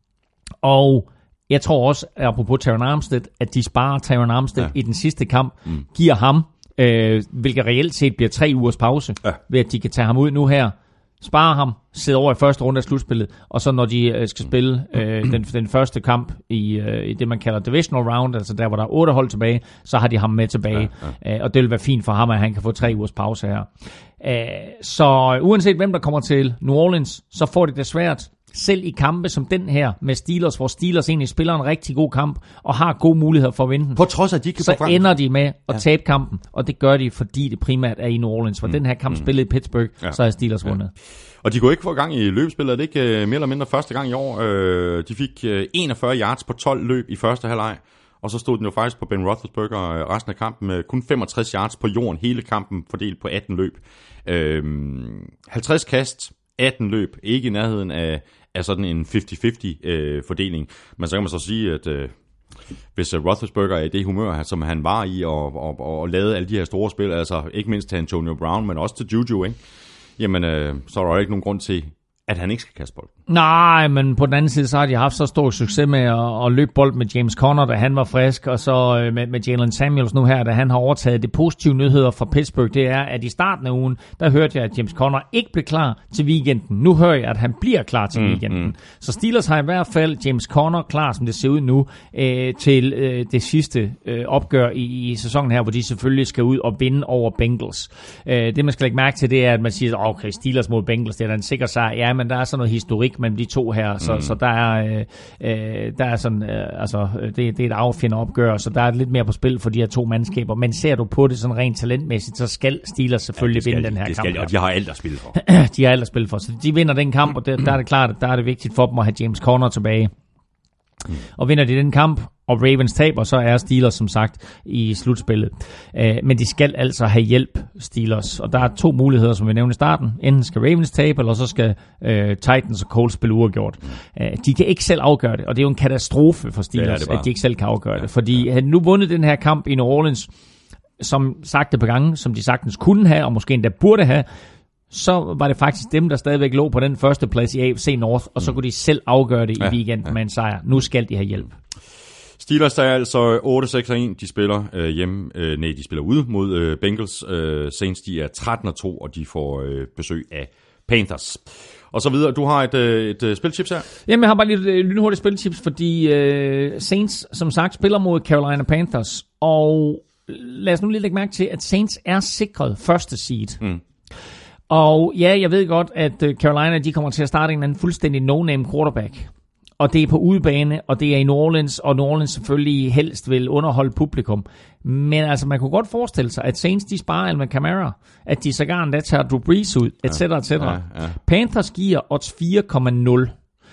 Og jeg tror også, apropos Terron Armstead, at de sparer Terron Armstead ja. i den sidste kamp, mm. giver ham, øh, hvilket reelt set bliver tre ugers pause, ja. ved at de kan tage ham ud nu her, sparer ham, sidder over i første runde af slutspillet, og så når de øh, skal spille øh, den, den første kamp i, øh, i det, man kalder divisional round, altså der, hvor der er otte hold tilbage, så har de ham med tilbage. Ja, ja. Øh, og det vil være fint for ham, at han kan få tre ugers pause her. Øh, så uanset hvem der kommer til New Orleans, så får de det svært. Selv i kampe som den her med Steelers, hvor Steelers egentlig spiller en rigtig god kamp og har gode muligheder for at vinde den. På trods af, at de kan så ender de med at ja. tabe kampen, og det gør de, fordi det primært er i New Orleans. For mm. den her kamp mm. spillet i Pittsburgh, ja. så er Steelers vundet. Ja. Og de går ikke få gang i løbespillet, er det ikke uh, mere eller mindre første gang i år? Uh, de fik uh, enogfyrre yards på tolv løb i første halvleg, og så stod den jo faktisk på Ben Roethlisberger uh, resten af kampen med kun femogtres yards på jorden, hele kampen fordelt på atten løb. Uh, halvtreds kast, atten løb, ikke i nærheden af er sådan en halvtreds halvtreds øh, fordeling. Men så kan man så sige, at øh, hvis uh, Roethlisberger er i det humør, som han var i, og, og, og, og lavede alle de her store spil, altså ikke mindst til Antonio Brown, men også til Juju, ikke? Jamen, øh, så er der ikke nogen grund til, at han ikke skal kaste bolden. Nej, men på den anden side, så har de haft så stor succes med at, at løbe bold med James Conner, da han var frisk, og så med, med Jalen Samuels nu her, da han har overtaget. Det positive nyheder fra Pittsburgh, det er, at i starten af ugen, der hørte jeg, at James Conner ikke blev klar til weekenden. Nu hører jeg, at han bliver klar til mm, weekenden. Mm. Så Steelers har i hvert fald James Conner klar, som det ser ud nu, øh, til øh, det sidste øh, opgør i, i sæsonen her, hvor de selvfølgelig skal ud og vinde over Bengals. Øh, det, man skal lægge mærke til, det er, at man siger, okay, Steelers mod Bengals, det er da en sikker sejr. Ja, men der er sådan noget historik mellem de to her, så, mm. så der er, øh, der er sådan, øh, altså, det, det er et affjenderopgør, så der er lidt mere på spil for de her to mandskaber. Men ser du på det sådan rent talentmæssigt, så skal Steelers selvfølgelig ja, vinde den her det kamp. Skal, og de har alt at spille for. de har alt at spille for, så de vinder den kamp, og der, der er det klart, at der er det vigtigt for dem at have James Conner tilbage. Mm. Og vinder de den kamp, og Ravens taber, så er Steelers som sagt i slutspillet. Øh, men de skal altså have hjælp, Steelers. Og der er to muligheder, som vi nævnte i starten. Enten skal Ravens tabe, eller så skal øh, Titans og Colts spille uafgjort. Øh, de kan ikke selv afgøre det, og det er jo en katastrofe for Steelers, at de ikke selv kan afgøre det. Fordi havde nu vundet den her kamp i New Orleans, som sagt det på gange, som de sagtens kunne have, og måske endda burde have, så var det faktisk dem, der stadigvæk lå på den første plads i A F C North, og så kunne de selv afgøre det i ja, weekenden ja. med en sejr. Nu skal de have hjælp. Steelers, der er altså otte seks en, de spiller øh, hjemme, øh, nej, de spiller ude mod øh, Bengals. Øh, Saints, de er tretten og to, og de får øh, besøg af Panthers. Og så videre, du har et, øh, et øh, spiltips her? Jamen, jeg har bare lidt øh, lynhurtigt spiltips, fordi øh, Saints, som sagt, spiller mod Carolina Panthers, og lad os nu lige lægge mærke til, at Saints er sikret første seed. Mm. Og ja, jeg ved godt, at Carolina, de kommer til at starte en eller anden fuldstændig no-name quarterback. Og det er på udebane, og det er i New Orleans, og New Orleans selvfølgelig helst vil underholde publikum. Men altså, man kunne godt forestille sig, at Saints, de sparer Alvin Kamara, at de sågar endda tager Drew Brees ud, et cetera, et cetera. Ja, ja. Panthers giver odds fire komma nul.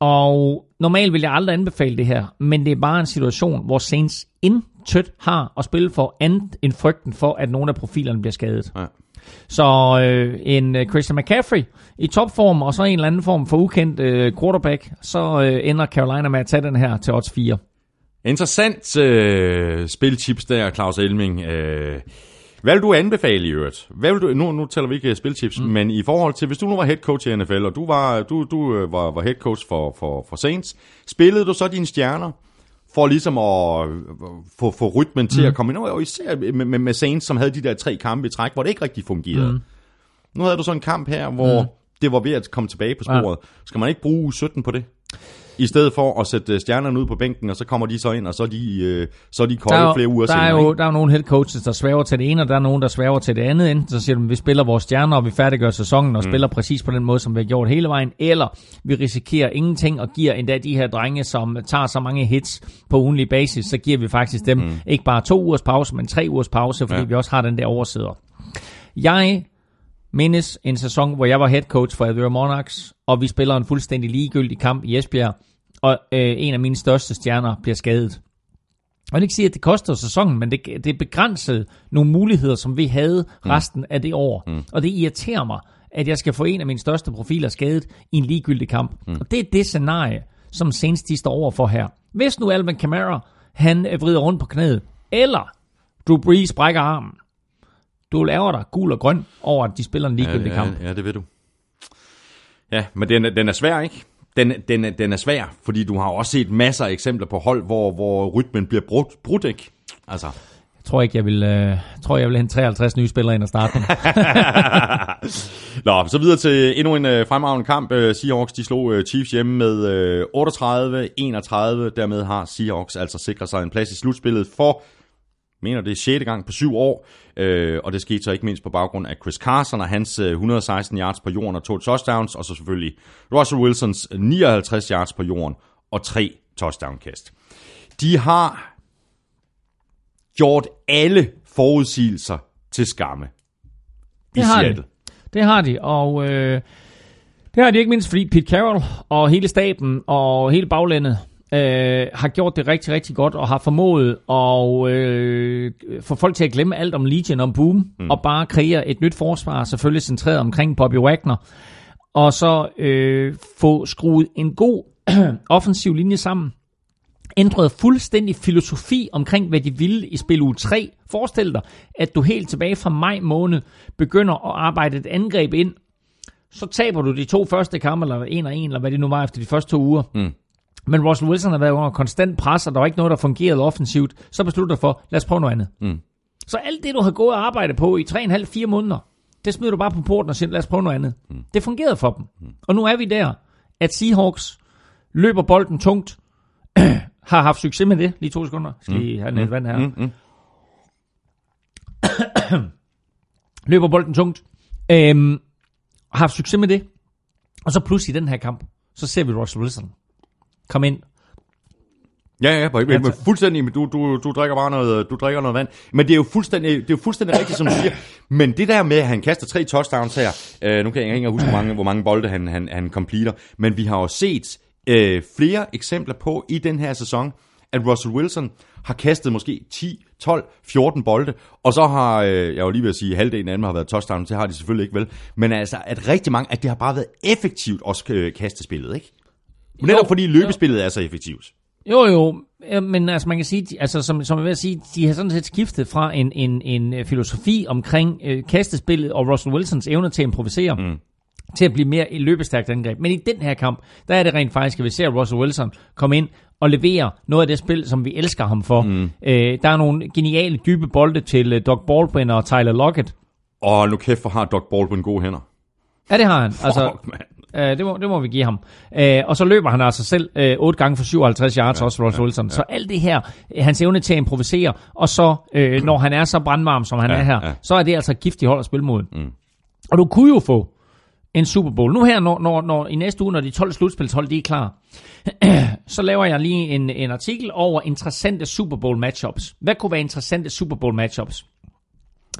Og normalt vil jeg aldrig anbefale det her, men det er bare en situation, hvor Saints intet har at spille for andet end frygten for, at nogle af profilerne bliver skadet. Ja. Så øh, en uh, Christian McCaffrey i topform, og så en eller anden form for ukendt øh, quarterback, så øh, ender Carolina med at tage den her til odds fire. Interessant øh, spilchips der, Claus Elming. Øh, hvad vil du anbefale i øvrigt? Hvad vil du, nu, nu tæller vi ikke spilchips, mm. men i forhold til, hvis du nu var head coach i N F L, og du var, du, du var, var head coach for, for, for Saints, spillede du så dine stjerner for ligesom at få, få rytmen til mm. at komme ind, og især med, med, med Saints, som havde de der tre kampe i træk, hvor det ikke rigtig fungerede. Mm. Nu havde du så en kamp her, hvor mm. det var ved at komme tilbage på sporet. Ja. Skal man ikke bruge sytten på det? I stedet for at sætte stjernerne ud på bænken, og så kommer de så ind, og så er de, øh, så er de kolde flere uger der senere. Er jo, der er jo nogle head coaches, der svæver til det ene, og der er nogen, der svæver til det andet. Enten så siger de, vi spiller vores stjerner, og vi færdiggør sæsonen, og mm. spiller præcis på den måde, som vi har gjort hele vejen. Eller vi risikerer ingenting, og giver endda de her drenge, som tager så mange hits på ugenlig basis, så giver vi faktisk dem mm. ikke bare to ugers pause, men tre ugers pause, fordi ja. vi også har den der oversider. Jeg mindes en sæson, hvor jeg var head coach for Arizona Monarchs, og vi spiller en fuldstændig ligegyldig kamp i Esbjerg, og øh, en af mine største stjerner bliver skadet. Jeg vil ikke sige, at det koster sæsonen, men det, det begrænsede nogle muligheder, som vi havde resten mm. af det år. Mm. Og det irriterer mig, at jeg skal få en af mine største profiler skadet i en ligegyldig kamp. Mm. Og det er det scenarie, som Saints de står over for her. Hvis nu Alvin Kamara, han vrider rundt på knæet, eller Drew Brees brækker armen, du laver dig gul og grøn over, at de spiller en ligegyldig ja, ja, kamp. Ja, det ved du. Ja, men den, den er svær, ikke? Den, den, den er svær, fordi du har også set masser af eksempler på hold, hvor, hvor rytmen bliver brudt, brudt ikke? Altså. Jeg tror ikke, jeg vil, øh, tror, jeg vil hente treoghalvtreds nye spillere ind og starte dem. Nå, så videre til endnu en øh, fremragende kamp. Seahawks, de slog øh, Chiefs hjemme med øh, otteogtredive enogtredive. Dermed har Seahawks altså sikret sig en plads i slutspillet for, mener det er sjette gang på syv år, øh, og det skete så ikke mindst på baggrund af Chris Carson og hans øh, et hundrede og seksten yards på jorden og to touchdowns, og så selvfølgelig Russell Wilsons nioghalvtreds yards på jorden og tre touchdown-kast. De har gjort alle forudsigelser til skamme i det har Seattle. De. Det har de, og øh, det har de ikke mindst, fordi Pete Carroll og hele staben og hele baglandet Øh, har gjort det rigtig, rigtig godt, og har formået at øh, få folk til at glemme alt om Legion, om Boom, mm. og bare kreere et nyt forsvar, selvfølgelig centreret omkring Bobby Wagner, og så øh, få skruet en god offensiv linje sammen, ændret fuldstændig filosofi omkring, hvad de ville i spil uge tre. Forestil dig, at du helt tilbage fra maj måned begynder at arbejde et angreb ind, så taber du de to første kampe, eller en og en, eller hvad det nu var efter de første to uger. Mm. Men Russell Wilson har været under konstant pres, og der var ikke noget, der fungerede offensivt. Så beslutter du for, lad os prøve noget andet. Mm. Så alt det, du har gået og arbejdet på i tre og en halv, fire måneder, det smider du bare på porten og siger, lad os prøve noget andet. Mm. Det fungerede for dem. Mm. Og nu er vi der, at Seahawks løber bolden tungt, har haft succes med det. Lige to sekunder. Skal I mm. have net vand her? Mm. Mm. løber bolden tungt. Øhm, har haft succes med det. Og så pludselig i den her kamp, så ser vi Russell Wilson kom ind. Ja, ja, men, men fuldstændig, du, du, du drikker bare noget, du drikker noget vand. Men det er jo fuldstændig, det er jo fuldstændig rigtigt, som du siger. Men det der med, at han kaster tre touchdowns her, øh, nu kan jeg ikke huske, hvor mange, hvor mange bolde han, han, han completer, men vi har jo set øh, flere eksempler på i den her sæson, at Russell Wilson har kastet måske ti, tolv, fjorten bolde, og så har, øh, jeg var lige ved at sige, halvdelen af dem har været touchdowns, det har de selvfølgelig ikke vel, men altså, at rigtig mange, at det har bare været effektivt også øh, kastespillet, ikke? Men netop fordi løbespillet jo er så effektivt. Jo, jo, men altså man kan sige, altså som, som jeg vil sige, de har sådan set skiftet fra en, en, en filosofi omkring øh, kastespillet og Russell Wilsons evne til at improvisere, mm. til at blive mere i løbestærkt angreb. Men i den her kamp, der er det rent faktisk, at vi ser Russell Wilson komme ind og levere noget af det spil, som vi elsker ham for. Mm. Øh, der er nogle geniale dybe bolde til uh, Doug Baldwin og Tyler Lockett. Og nu kæft, hvor har Doug Baldwin gode hænder. Ja, det har han. Altså, Fuck, Uh, det, må, det må vi give ham. Uh, og så løber han altså selv uh, otte gange for syvoghalvtreds yards, ja, også Russell ja, Wilson. Ja. Så alt det her, hans evne til at improvisere, og så uh, når han er så brandvarm, som han ja, er her, ja. så er det altså et giftigt hold at spille mod. Mm. Og du kunne jo få en Super Bowl. Nu her, når, når, når i næste uge, når de tolv slutspilshold, de er klar, så laver jeg lige en, en artikel over interessante Super Bowl matchups. Hvad kunne være interessante Super Bowl matchups?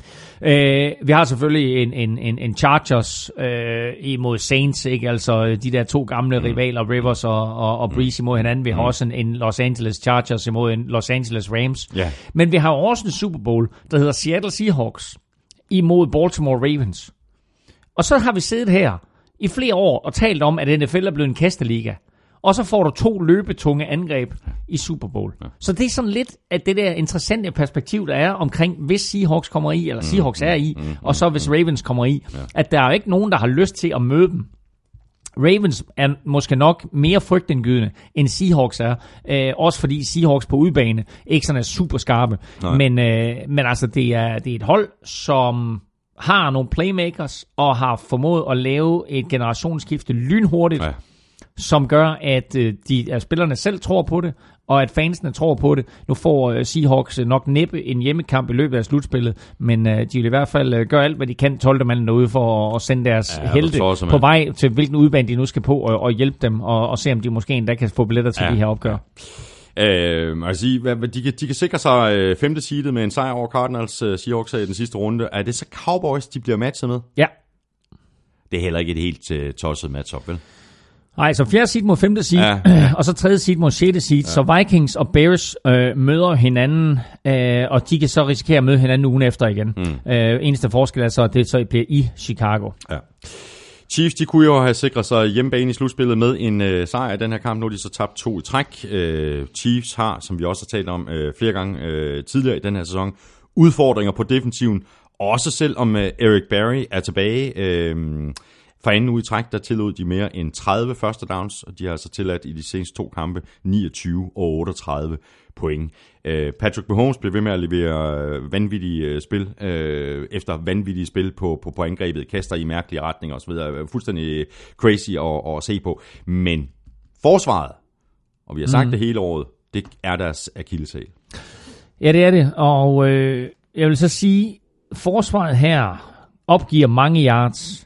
Øh, vi har selvfølgelig en, en, en, en Chargers øh, imod Saints, ikke? Altså de der to gamle mm. rivaler, Rivers og, og, og Breeze imod hinanden. Vi har mm. også en, en Los Angeles Chargers imod en Los Angeles Rams. Yeah. Men vi har også en Super Bowl, der hedder Seattle Seahawks imod Baltimore Ravens. Og så har vi siddet her i flere år og talt om, at N F L er blevet en kasteliga. Og så får du to løbetunge angreb i Super Bowl. Ja. Så det er sådan lidt at det der interessante perspektiv, der er omkring, hvis Seahawks kommer i, eller Seahawks er i, mm, mm, og så hvis Ravens kommer i, ja. At der er jo ikke nogen, der har lyst til at møde dem. Ravens er måske nok mere frygtindgydende, end Seahawks er. Øh, også fordi Seahawks på udebane ikke sådan er super skarpe. Men, øh, men altså, det er, det er et hold, som har nogle playmakers, og har formået at lave et generationsskifte lynhurtigt, ja. Som gør, at øh, de, at spillerne selv tror på det, og at fansene tror på det. Nu får øh, Seahawks nok næppe en hjemmekamp i løbet af slutspillet, men øh, de vil i hvert fald øh, gøre alt, hvad de kan, tolvte manden derude, for at, at sende deres ja, helte også, på vej til, hvilken udbane de nu skal på, og, og hjælpe dem, og, og se, om de måske endda kan få billetter til ja. De her opgør. Øh, må jeg sige, hvad, de, kan, de kan sikre sig øh, femte seedet med en sejr over Cardinals øh, Seahawks i den sidste runde. Er det så Cowboys, de bliver matchet med? Ja. Det er heller ikke et helt øh, tosset matchup, vel? Nej, så fjerde seed mod femte seed, ja, ja. Og så tredje seed mod sjette seed. Ja. Så Vikings og Bears øh, møder hinanden, øh, og de kan så risikere at møde hinanden ugen efter igen. Mm. Øh, eneste forskel er så, at det så bliver i Chicago. Ja. Chiefs, de kunne jo have sikret sig hjemmebane i slutspillet med en øh, sejr i den her kamp. Nu er de så tabt to i træk. Øh, Chiefs har, som vi også har talt om øh, flere gange øh, tidligere i den her sæson, udfordringer på defensiven. Også selvom øh, Eric Berry er tilbage. Øh, For anden uge i træk, der tillod de mere end tredive første downs, og de har altså tilladt i de seneste to kampe niogtyve og otteogtredive point. Patrick Mahomes blev ved med at levere vanvittige spil, efter vanvittige spil på, på, på angrebet, kaster i mærkelige retninger osv. Fuldstændig crazy at, at se på. Men forsvaret, og vi har sagt mm. det hele året, det er deres akilleshæl. Ja, det er det, og øh, jeg vil så sige, forsvaret her opgiver mange yards,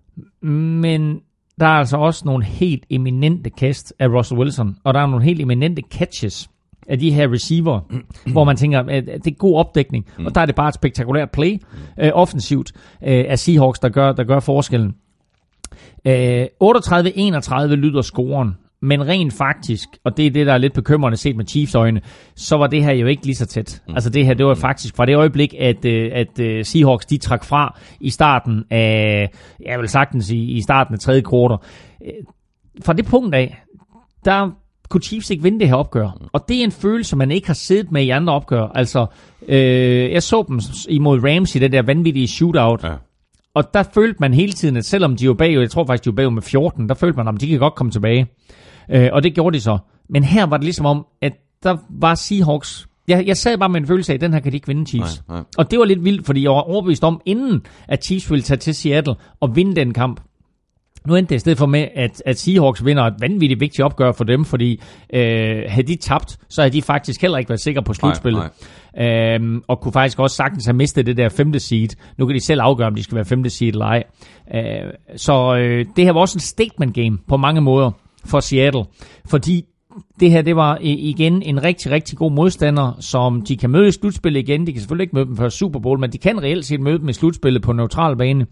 men der er altså også nogle helt eminente kast af Russell Wilson, og der er nogle helt eminente catches af de her receiver, mm. hvor man tænker, at det er god opdækning, mm. og der er det bare et spektakulært play, mm. øh, offensivt, øh, af Seahawks, der gør, der gør forskellen. Øh, otteogtredive enogtredive lyder scoren, men rent faktisk, og det er det, der er lidt bekymrende set med Chiefs øjne, så var det her jo ikke lige så tæt. Mm. Altså det her, det var faktisk fra det øjeblik, at, at Seahawks, de trak fra i starten af, jeg vil sagtens i, i starten af tredje kvartal. Fra det punkt af, der kunne Chiefs ikke vinde det her opgør. Og det er en følelse, man ikke har siddet med i andre opgør. Altså, øh, jeg så dem imod Rams i det der vanvittige shootout, ja. Og der følte man hele tiden, at selvom de var bagud, jeg tror faktisk, de var bagud med fjorten, der følte man, at de kan godt komme tilbage. Øh, og det gjorde de så. Men her var det ligesom om, at der var Seahawks. Jeg, jeg sad bare med en følelse af, at den her kan de ikke vinde Chiefs. Nej, nej. Og det var lidt vildt, fordi jeg var overbevist om, inden at Chiefs ville tage til Seattle og vinde den kamp. Nu endte det i stedet for med, at, at Seahawks vinder et vanvittigt vigtigt opgør for dem, fordi øh, havde de tabt, så havde de faktisk heller ikke været sikre på slutspillet. Nej, nej. Øhm, og kunne faktisk også sagtens have mistet det der femte seed. Nu kan de selv afgøre, om de skal være femte seed eller ej. Øh, så øh, det her var også en statement game på mange måder for Seattle, fordi det her, det var igen en rigtig, rigtig god modstander, som de kan møde i slutspillet igen. De kan selvfølgelig ikke møde dem før Super Bowl, men de kan reelt set møde dem i slutspillet på neutral bane.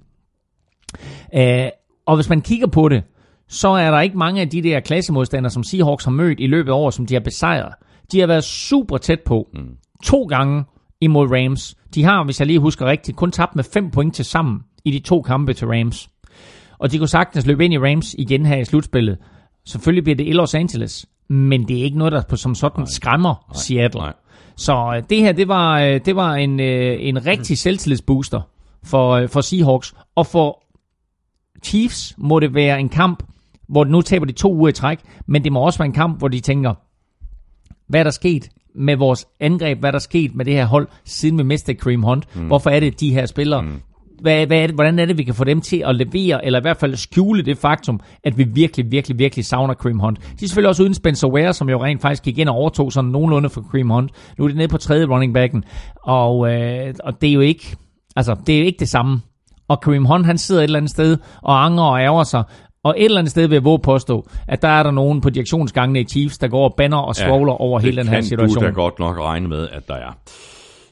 Øh, og hvis man kigger på det, så er der ikke mange af de der klassemodstandere, som Seahawks har mødt i løbet af år, som de har besejret. De har været super tæt på. Mm. To gange imod Rams. De har, hvis jeg lige husker rigtigt, kun tabt med fem point til sammen i de to kampe til Rams. Og de kunne sagtens løbe ind i Rams igen her i slutspillet. Selvfølgelig bliver det i Los Angeles, men det er ikke noget, der på som sådan nej, skræmmer nej, Seattle. Nej. Så det her, det var, det var en, en rigtig selvtillidsbooster for, for Seahawks. Og for Chiefs må det være en kamp, hvor nu taber de to uger i træk, men det må også være en kamp, hvor de tænker, hvad er der sket med vores angreb, hvad er der sket med det her hold, siden vi mistede Kareem Hunt? Mm. Hvorfor er det, de her spillere... Mm. Hvad, hvad er det, hvordan er det, vi kan få dem til at levere, eller i hvert fald skjule det faktum, at vi virkelig, virkelig, virkelig savner Kareem Hunt. De er selvfølgelig også uden Spencer Ware, som jo rent faktisk gik ind og overtog sådan nogenlunde for Kareem Hunt. Nu er det nede på tredje running backen, og, øh, og det er jo ikke, altså, det er jo ikke det samme. Og Kareem Hunt, han sidder et eller andet sted og angrer og ærger sig, og et eller andet sted vil jeg våge påstå, at der er der nogen på direktionsgangene i Chiefs, der går og banner og svogler ja, over hele den her situation. Det kan du da godt nok regne med, at der er.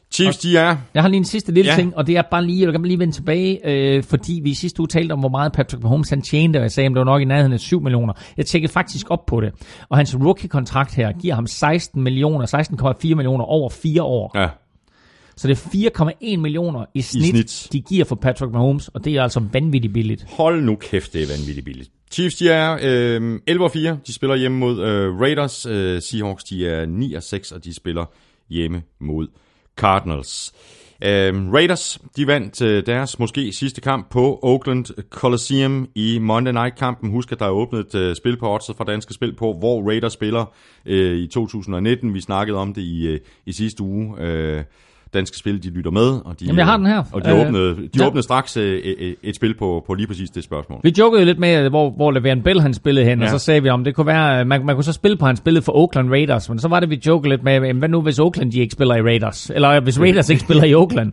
Chiefs, de er... Jeg har lige en sidste lille ja. ting, og det er bare lige, jeg kan lige vende tilbage, øh, fordi vi sidste uge talte om, hvor meget Patrick Mahomes han tjente, og jeg sagde, at det var nok i nærheden af syv millioner. Jeg tjekkede faktisk op på det, og hans rookie-kontrakt her giver ham seksten millioner, seksten komma fire millioner over fire år. Ja. Så det er fire komma en millioner i snit, I snit, de giver for Patrick Mahomes, og det er altså vanvittigt billigt. Hold nu kæft, det er vanvittigt billigt. Chiefs, de er øh, elleve og fire, de spiller hjemme mod øh, Raiders. Øh, Seahawks, de er ni og seks, og de spiller hjemme mod Cardinals. Øh, Raiders, de vandt øh, deres måske sidste kamp på Oakland Coliseum i Monday Night-kampen. Husk, at der er åbnet et øh, spil på oddset fra Danske Spil på, hvor Raiders spiller øh, i to tusind nitten. Vi snakkede om det i, øh, i sidste uge. Øh, Danske Spil, de lytter med, og de, Jamen, jeg har den her. Og de, øh, åbnede, de ja. åbnede straks øh, et, et spil på, på lige præcis det spørgsmål. Vi jokede lidt med, hvor, hvor Le'Veon Bell han spillede hen, ja. og så sagde vi om, det kunne være, man, man kunne så spille på, han spillede for Oakland Raiders, men så var det, vi jokede lidt med, hvad nu hvis Oakland de ikke spiller i Raiders, eller hvis Raiders ikke spiller i Oakland.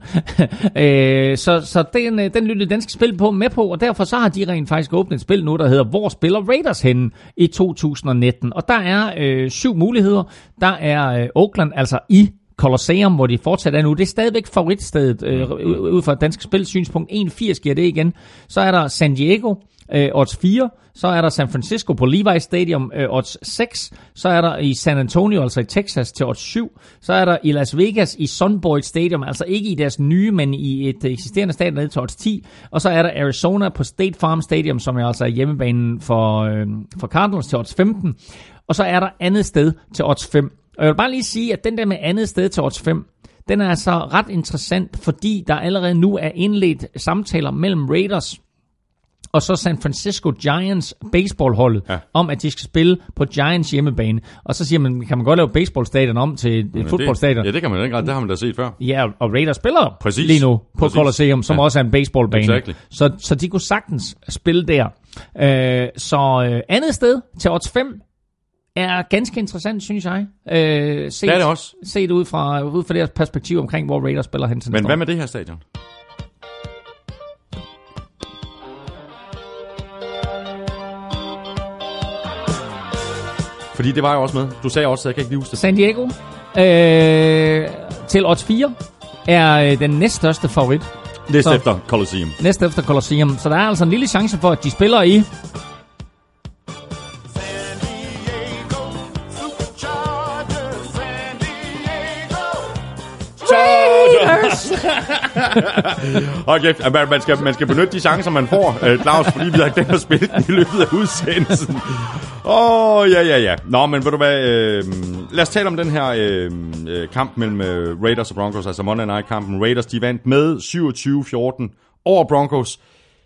øh, så så den, den lyttede Danske Spil på med på, og derfor så har de rent faktisk åbnet et spil nu, der hedder, hvor spiller Raiders henne i to tusind nitten? Og der er øh, syv muligheder. Der er øh, Oakland, altså i Colosseum, hvor de fortsat er nu. Det er stadigvæk favoritstedet, øh, ud fra et Dansk Spil synspunkt. en komma firs giver det igen. Så er der San Diego, øh, odds fire. Så er der San Francisco på Levi's Stadium, øh, odds seks. Så er der i San Antonio, altså i Texas, til odds syv. Så er der i Las Vegas i Sun Boyd Stadium, altså ikke i deres nye, men i et eksisterende stadion, ned til odds ti. Og så er der Arizona på State Farm Stadium, som er altså hjemmebanen for, øh, for Cardinals, til odds femten. Og så er der andet sted til odds fem. Og jeg vil bare lige sige, at den der med andet sted til odds fem, den er altså ret interessant, fordi der allerede nu er indledt samtaler mellem Raiders og så San Francisco Giants baseballholdet, ja. om, at de skal spille på Giants hjemmebane. Og så siger man, kan man godt lave baseballstadion om til et ja, fodboldstadion? Ja, det kan man ikke. Det har man da set før. Ja, og Raiders spiller Præcis. lige nu på Præcis. Coliseum, som ja. også er en baseballbane. Exactly. Så, så de kunne sagtens spille der. Øh, så øh, andet sted til odds fem, er ganske interessant, synes jeg. Øh, set, det er det også. Set ud fra, ud fra deres perspektiv omkring, hvor Raiders spiller hen til Men hvad med det her stadion? Fordi det var jo også med. Du sagde også, at jeg kan ikke lige huske det. San Diego øh, til odds fire er den næststørste favorit. Næst efter Coliseum. Næst efter Coliseum. Så der er altså en lille chance for, at de spiller i... Okay, man skal, man skal benytte de chancer, man får, Claus, fordi vi har glemt at spille den i løbet af udsendelsen. Åh, oh, ja, ja, ja. Nå, men ved du hvad, øh, lad os tale om den her øh, kamp mellem øh, Raiders og Broncos, altså Monday Night-kampen. Raiders, de vandt med syvogtyve fjorten over Broncos,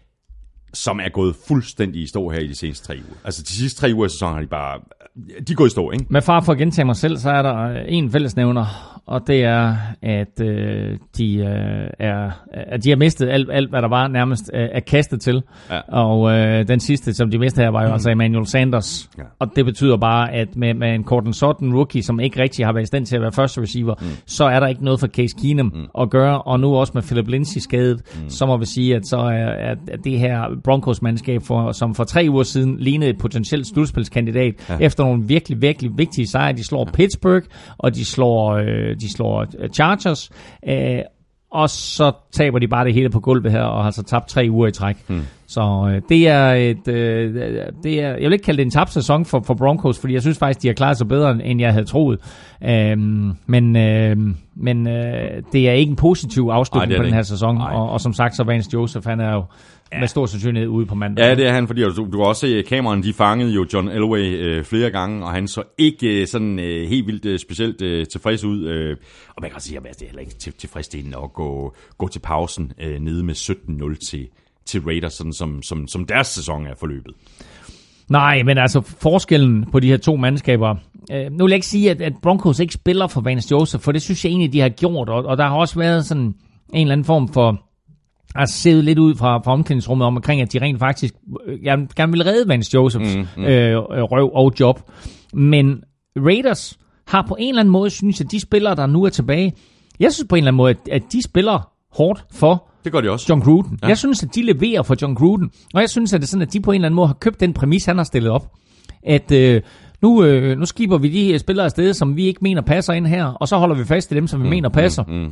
som er gået fuldstændig i stå her i de seneste tre uger. Altså de sidste tre uger af sæsonen har de bare... De er gået i stå, ikke? Med far for at gentage mig selv, så er der en fællesnævner, og det er, at øh, de øh, er, at de har mistet alt, alt hvad der var nærmest øh, er kastet til. Ja. Og øh, den sidste, som de mistede her, var jo mm. altså Emmanuel Sanders. Ja. Og det betyder bare, at med, med en Courtland Sutton rookie, som ikke rigtig har været i stand til at være første receiver, mm. så er der ikke noget for Case Keenum mm. at gøre. Og nu også med Philip Lindsay skadet, mm. så må vi sige, at så er at det her Broncos-mandskab, for, som for tre uger siden lignede et potentielt slutspilskandidat, ja. efter nogle virkelig, virkelig vigtige sejre. De slår ja. Pittsburgh, og de slår, øh, de slår Chargers, øh, og så taber de bare det hele på gulvet her, og har så tabt tre uger i træk. Hmm. Så øh, det er et, øh, det er, jeg vil ikke kalde det en tabt sæson for, for Broncos, fordi jeg synes faktisk, de har klaret sig bedre, end jeg havde troet. Øh, men øh, men øh, det er ikke en positiv afslutning Ej, på den her sæson, og, og som sagt, så Vance Joseph, han er jo ja. med stor sandsynlighed ude på mandag. Ja, det er han, fordi du, du kan også se, kameraerne, de fangede jo John Elway øh, flere gange, og han så ikke sådan øh, helt vildt øh, specielt øh, tilfreds ud. Øh, og man kan sige, at det er heller ikke til, tilfredsstillende at gå, gå til pausen øh, nede med sytten nul til, til Raiders, sådan som, som, som deres sæson er forløbet. Nej, men altså forskellen på de her to mandskaber... Øh, nu vil jeg ikke sige, at, at Broncos ikke spiller for Vance Joseph, for det synes jeg egentlig, de har gjort, og, og der har også været sådan en eller anden form for... altså set lidt ud fra, fra omklædningsrummet om omkring, at de rent faktisk øh, gerne, gerne vil redde Vance Josephs mm, mm. Øh, røv og job. Men Raiders har på en eller anden måde, synes jeg, de spillere, der nu er tilbage, jeg synes på en eller anden måde, at, at de spiller hårdt for det gør de også. John Gruden. Ja. Jeg synes, at de leverer for John Gruden, og jeg synes, at det er sådan, at de på en eller anden måde har købt den præmis, han har stillet op. At øh, nu, øh, nu skiber vi de spillere afsted, som vi ikke mener passer ind her, og så holder vi fast i dem, som vi mm, mener passer. Mm, mm.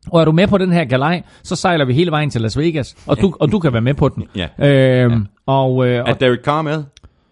Og er du med på den her galej, så sejler vi hele vejen til Las Vegas, og du, og du kan være med på den. Ja. Øhm, ja. Og, øh, er Derek Carr med?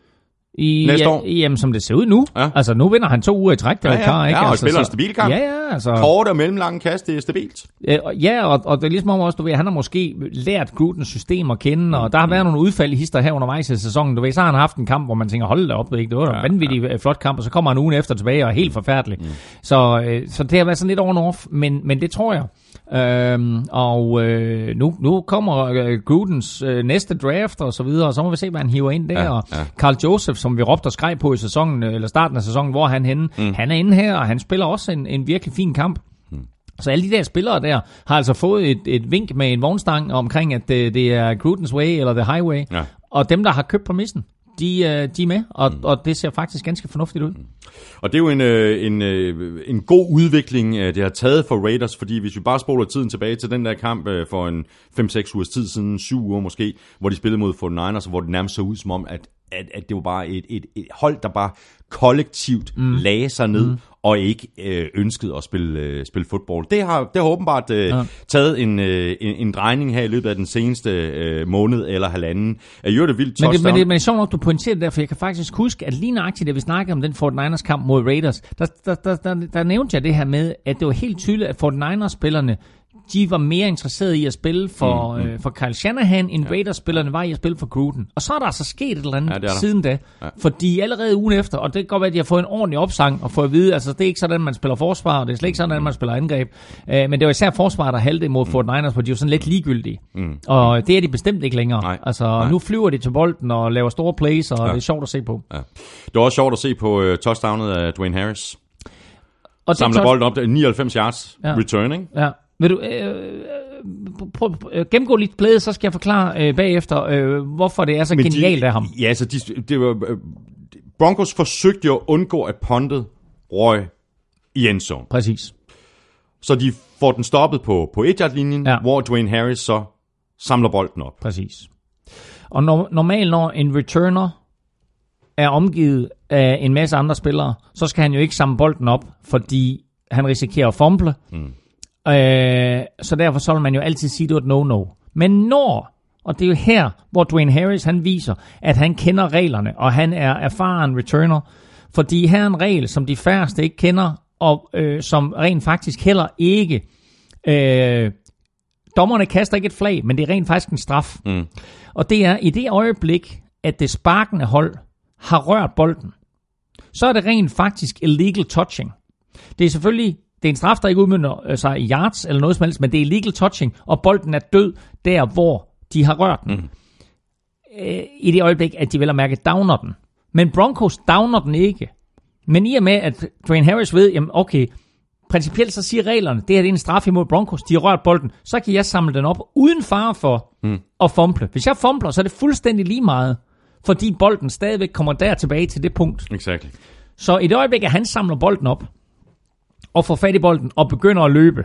I, Næste ja, år? Jamen, som det ser ud nu. Ja. Altså, nu vinder han to uger i træk, Derek ja, ja. Carr, ikke? Ja, og altså, spiller så, en stabil kamp. Ja, ja, altså. Kort og mellemlange kast, det er stabilt. Ja, og, og det er ligesom også, du ved, han har måske lært Grudens system at kende, og der har været nogle udfald i hister her undervejs i sæsonen. Du ved, så har han haft en kamp, hvor man tænker, hold da op, ikke? Det var en ja, vanvittig ja. flot kamp, og så kommer han ugen efter tilbage og er helt forfærdelig. Mm. Så, øh, så det har været sådan lidt on off, men, men det tror jeg. Øhm, og øh, nu, nu kommer øh, Grudens øh, næste draft og så videre, og så må vi se, hvad han hiver ind der. Ja, ja. Carl Joseph, som vi råbte og skreg på i sæsonen, eller starten af sæsonen, hvor er han henne? Mm. Han er inde her, og han spiller også en, en virkelig fin kamp. Mm. Så alle de der spillere der har altså fået et, et vink med en vognstang omkring, at det, det er Grudens way eller the highway. Ja. Og dem, der har købt præmissen, de, de er med, og, mm. og det ser faktisk ganske fornuftigt ud. Og det er jo en, en, en god udvikling, det har taget for Raiders, fordi hvis vi bare spoler tiden tilbage til den der kamp for en fem seks ugers tid siden, syv uger måske, hvor de spillede mod forty-niners, hvor det nærmest så ud som om, at, at, at det var bare et, et, et hold, der bare kollektivt mm. lagde sig ned, mm. og ikke øh, ønskede at spille, øh, spille fodbold. Det har, det har åbenbart øh, ja. taget en, øh, en, en drejning her i løbet af den seneste øh, måned eller halvanden. Er jo det vildt touchdown. Men det, men det, men det er sjovt nok, du pointerer det der, for jeg kan faktisk huske, at lige nøjagtigt, da vi snakkede om den forty-niners kamp mod Raiders, der, der, der, der, der nævnte jeg det her med, at det var helt tydeligt, at forty-niners-spillerne, de var mere interesserede i at spille for, mm, mm. Øh, for Kyle Shanahan, end ja. Raiders-spillerne var i at spille for Gruden. Og så er der altså sket et eller andet ja, der. siden da. Ja. Fordi allerede ugen efter, og det kan godt være, at de har fået en ordentlig opsang og fået at vide, altså det er ikke sådan, man spiller forsvar, og det er slet ikke sådan, at man spiller angreb. Uh, men det var især forsvar, der halvede mod mm. forty-niners, hvor de var sådan lidt ligegyldige. Mm. Og det er de bestemt ikke længere. Nej. Altså Nej. Nu flyver de til bolden og laver store plays, og ja. det er sjovt at se på. Ja. Det var også sjovt at se på uh, touchdownet af Dwayne Harris. Og samler bolden op, nioghalvfems yards ja. returning. Ja. Vil du øh, prøv, øh, gennemgå lidt playet, så skal jeg forklare øh, bagefter, øh, hvorfor det er så Men genialt de, af ham. Ja, så de, det var, øh, Broncos forsøgte jo at undgå, at puntet røg i endzone. Præcis. Så de får den stoppet på, på et-yard-linjen, ja. hvor Dwayne Harris så samler bolden op. Præcis. Og no, normalt, når en returner er omgivet af en masse andre spillere, så skal han jo ikke samle bolden op, fordi han risikerer at fumble. Mm. Øh, så derfor så vil man jo altid sige, at det er et no-no. Men når, og det er jo her, hvor Dwayne Harris han viser, at han kender reglerne, og han er erfaren returner, fordi her er en regel, som de færreste ikke kender, og øh, som rent faktisk heller ikke, øh, dommerne kaster ikke et flag, men det er rent faktisk en straf. Mm. Og det er i det øjeblik, at det sparkende hold har rørt bolden, så er det rent faktisk illegal touching. Det er selvfølgelig Det er en straf, der ikke udmønter sig i yards eller noget som helst, men det er illegal touching, og bolden er død der, hvor de har rørt den. Mm. Øh, I det øjeblik, at de vel at mærke downer den. Men Broncos downer den ikke. Men i og med, at Dwayne Harris ved, jamen okay, principielt så siger reglerne, det her det er en straf imod Broncos, de har rørt bolden, så kan jeg samle den op uden fare for mm. at fumble. Hvis jeg fumbler, så er det fuldstændig lige meget, fordi bolden stadigvæk kommer der tilbage til det punkt. Exactly. Så i det øjeblik, at han samler bolden op, og får fat i bolden og begynder at løbe,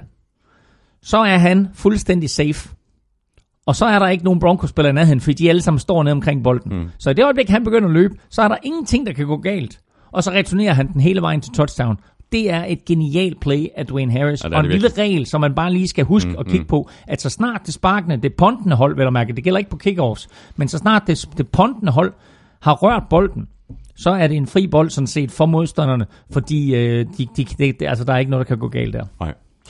så er han fuldstændig safe. Og så er der ikke nogen Broncos-spillere i nærheden, fordi de alle sammen står nede omkring bolden. Mm. Så i det øjeblik, han begynder at løbe, så er der ingenting, der kan gå galt. Og så returnerer han den hele vejen til touchdown. Det er et genialt play af Dwayne Harris. Ja, og en lille regel, som man bare lige skal huske mm, at kigge mm. på, at så snart det sparkende, det puntende hold, vil jeg mærke, det gælder ikke på kickoffs, men så snart det, det puntende hold har rørt bolden, så er det en fri bold sådan set for modstanderne, fordi øh, de, de, de, de, altså, der er ikke noget, der kan gå galt der. Nej.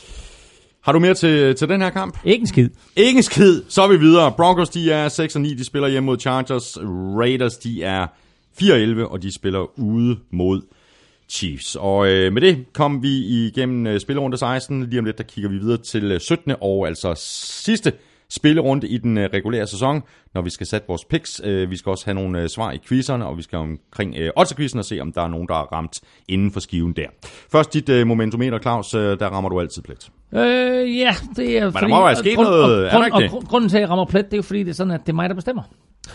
Har du mere til, til den her kamp? Ikke en skid. Ikke en skid. Så er vi videre. Broncos, de er seks og ni, de spiller hjemme mod Chargers. Raiders, de er fire og elleve, og de spiller ude mod Chiefs. Og øh, med det kom vi igennem øh, spillerunde seksten. Lige om lidt, der kigger vi videre til øh, syttende og altså sidste spillerunde i den øh, regulære sæson, når vi skal sætte vores picks. Øh, vi skal også have nogle øh, svar i quizzerne, og vi skal omkring øh, odds-quizzen og se, om der er nogen, der er ramt inden for skiven der. Først dit øh, momentometer, Claus, øh, der rammer du altid plet. Øh, ja, det er Men fordi... der må være sket grund, noget, og, grund, og, og grunden til, at jeg rammer plet, det er jo fordi, det er sådan, at det er mig, der bestemmer.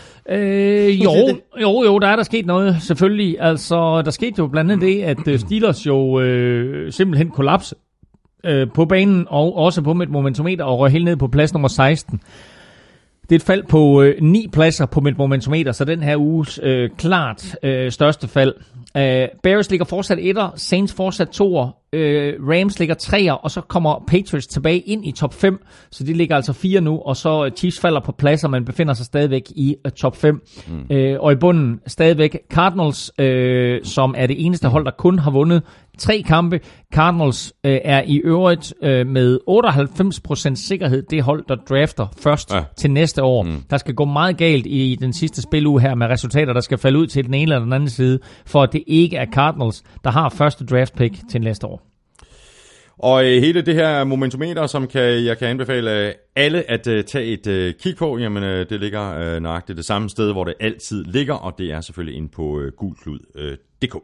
Øh, jo, jo, jo, der er der sket noget, selvfølgelig. Altså, der skete jo blandt andet det, at Steelers jo øh, simpelthen kollapse øh, på banen, og også på mit momentometer, og røg helt ned på plads nummer seksten. Det er et fald på øh, ni pladser på mit momentometer, så den her uges øh, klart øh, største fald. Øh, Bears ligger fortsat etter, Saints fortsat toer, øh, Rams ligger treer, og så kommer Patriots tilbage ind i top fem, så de ligger altså fire nu, og så Chiefs falder på plads, og man befinder sig stadigvæk i uh, top fem. Mm. Øh, og i bunden stadigvæk Cardinals, øh, som er det eneste hold, der kun har vundet tre kampe. Cardinals øh, er i øvrigt øh, med otteoghalvfems procent sikkerhed det hold, der drafter først ja. til næste år. Mm. Der skal gå meget galt i den sidste spiluge her med resultater, der skal falde ud til den ene eller den anden side, for at det ikke er Cardinals, der har første draft pick til næste år. Og øh, hele det her momentometer, som kan, jeg kan anbefale alle at øh, tage et øh, kig på, jamen øh, det ligger øh, nøjagtigt det samme sted, hvor det altid ligger, og det er selvfølgelig inde på øh, gulklud punktum d k.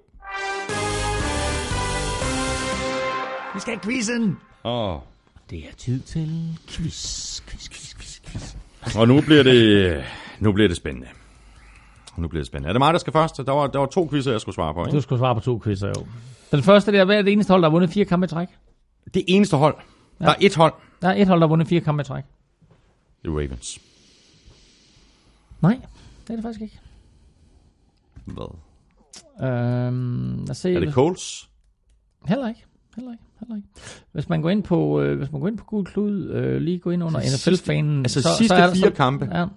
Vi skal have quizzen! Oh. Det er tid til quiz, quiz, quiz, quiz, quiz. Og nu bliver det, nu bliver det spændende. Nu bliver det spændende. Er det mig, der skal først? Der var, der var to quizzer, jeg skulle svare på, ikke? Du skulle svare på to quizzer, jo. Den første, det er, hvad er det eneste hold, der har vundet fire kampe i træk? Det eneste hold. Ja. Der er et hold. Der er et hold, der har vundet fire kampe i træk. Det er Ravens. Nej, det er det faktisk ikke. Hvad? Øhm, lad os se. Er det Colts? Heller ikke. Heller ikke. Heller ikke. Hvis man går ind på, øh, hvis man går ind på Gul Klud, øh, lige gå ind under N F L-fanen. Altså så, sidste så er der, fire så, kampe. Ja.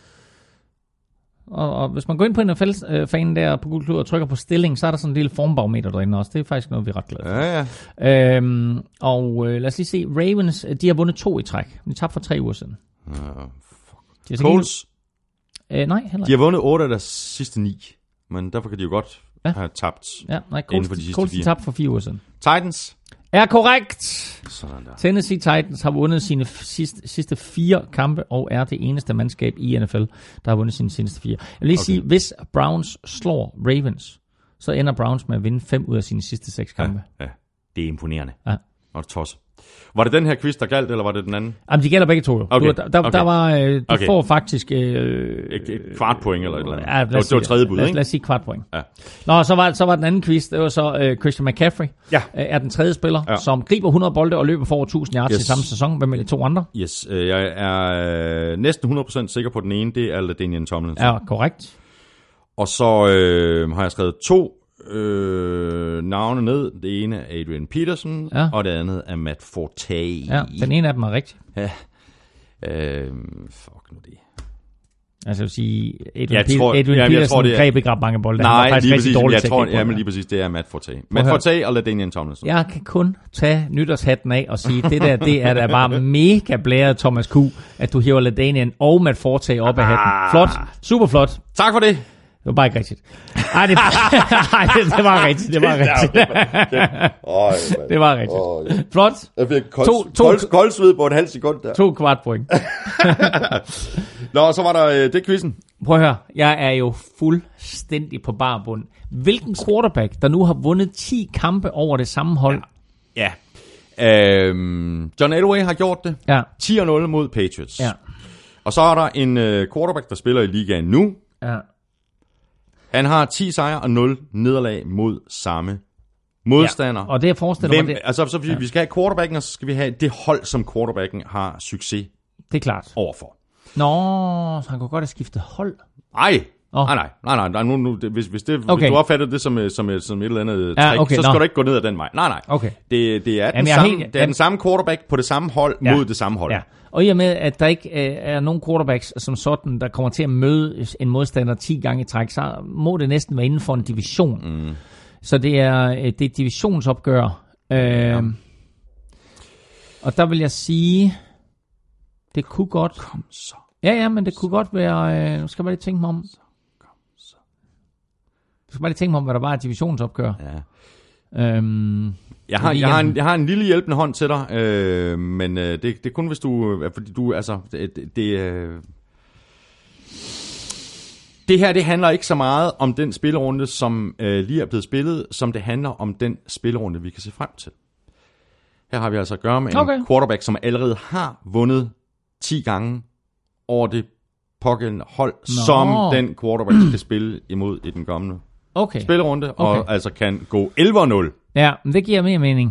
Og, og hvis man går ind på N F L-fanen der på Gul Klud og trykker på stilling, så er der sådan en lille formbarometer derinde også. Det er faktisk noget, vi er ret glade for. Ja, ja. Øhm, og øh, lad os lige se. Ravens, de har vundet to i træk. De tabte for tre uger siden. Uh, fuck. Colts? Øh, nej, heller ikke. De har vundet otte af deres sidste ni. Men derfor kan de jo godt ja. have tabt ja, nej, Colts, for de sidste Colts fire. tabte for fire uger siden. Titans? Er korrekt. Sådan der. Tennessee Titans har vundet sine sidste, sidste fire kampe, og er det eneste mandskab i N F L, der har vundet sine seneste fire. Jeg vil lige okay. sige, hvis Browns slår Ravens, så ender Browns med at vinde fem ud af sine sidste seks kampe. Ja, ja. Det er imponerende. Ja. Og det tosser. Var det den her quiz, der galt, eller var det den anden? Jamen, de gælder begge to jo. Okay. Du, der, okay. der var, øh, du okay. får faktisk... Øh, et, et kvart point eller et eller andet. Ja, det, var, det var tredje bud, lad, ikke? Lad os sige kvart point. Ja. Nå, så var, så var den anden quiz, det var så øh, Christian McCaffrey, ja. øh, er den tredje spiller, ja. som griber hundrede bolde og løber for over tusind yards yes. i samme sæson. Hvem er de to andre? Yes, øh, jeg er næsten hundrede procent sikker på den ene, det er LaDainian Tomlinson. Ja, korrekt. Og så øh, har jeg skrevet to øh, navne ned. Det ene er Adrian Peterson, ja. og det andet er Matt Forte. Ja, den ene af dem er rigtig. Ja. Øh, fuck nu det. Altså jeg vil sige, Adrian, jeg tror, Adrian jamen, Peterson tror, det er, greb ikke ret mange bolde. Nej, han var faktisk lige rigtig præcis, dårlig jeg til tror, at jamen lige præcis, det er Matt Forte. Prøv Matt Forte og LaDainian Tomlinson. Jeg kan kun tage nytårshatten af og sige, det der, det er da bare mega blæret, Thomas Q, at du hiver LaDainian og Matt Forte op af hatten. Flot, super flot. Tak for det. Det var bare ikke rigtigt. Ej, det, ej, det, det var rigtigt. Det var rigtigt. Det var rigtigt. Flot. Jeg fik koldsved på et halvt sekund der. To kvart point. Nå, så var der øh, det quizzen. Prøv at høre. Jeg er jo fuldstændig på bar bund. Hvilken quarterback, der nu har vundet ti kampe over det samme hold? Ja. ja. Øhm, John Elway har gjort det. Ja. ti nul mod Patriots. Ja. Og så er der en øh, quarterback, der spiller i ligaen nu. Ja. Han har ti sejre og nul nederlag mod samme modstander. Ja, og det jeg forestiller Hvem, mig... Det, altså, så vi, ja. vi skal have quarterbacken, og så skal vi have det hold, som quarterbacken har succes det er klart. overfor. Nå, så han kunne godt have skiftet hold. Nej, oh. nej, nej, nej, nej, nej nu, nu, hvis, hvis, det, okay. hvis du opfatter det som, som, som et eller andet ja, trick, okay, så skal no. du ikke gå ned ad den vej. Nej, nej. Okay. Det, det er, den, Jamen, samme, helt, det er den samme quarterback på det samme hold ja. mod det samme hold. Ja. Og i og med, at der ikke øh, er nogen quarterbacks som sådan, der kommer til at møde en modstander ti gange i træk, så må det næsten være inden for en division. Mm. Så det er, det er et divisionsopgør. Øh, ja. Og der vil jeg sige, det kunne godt... Kom så. Ja, ja, men det kunne godt være... Øh, nu skal jeg bare lige tænke mig om... Kom så. Jeg skal bare lige tænke mig om, hvad der var et divisionsopgør. Ja. Øhm, jeg, har, jeg, har en, jeg har en lille hjælpende hånd til dig, øh, men øh, det, det er kun hvis du... Fordi du, altså... Det, det, det, øh, det her, det handler ikke så meget om den spillerunde, som øh, lige er blevet spillet, som det handler om den spillerunde, vi kan se frem til. Her har vi altså at gøre med okay. en quarterback, som allerede har vundet ti gange over det pågældende hold, Nå. som den quarterback skal spille imod i den kommende okay. spillerunde, okay. og altså kan gå elleve nul. Ja, men det giver mere mening.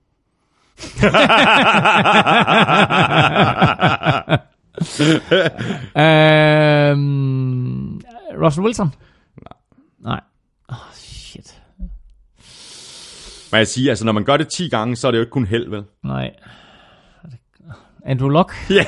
øhm, Russell Wilson? Nej. Nej. Oh, shit. Men jeg siger, altså når man gør det ti gange, så er det jo ikke kun held, vel? Nej. Andrew Luck? Ja.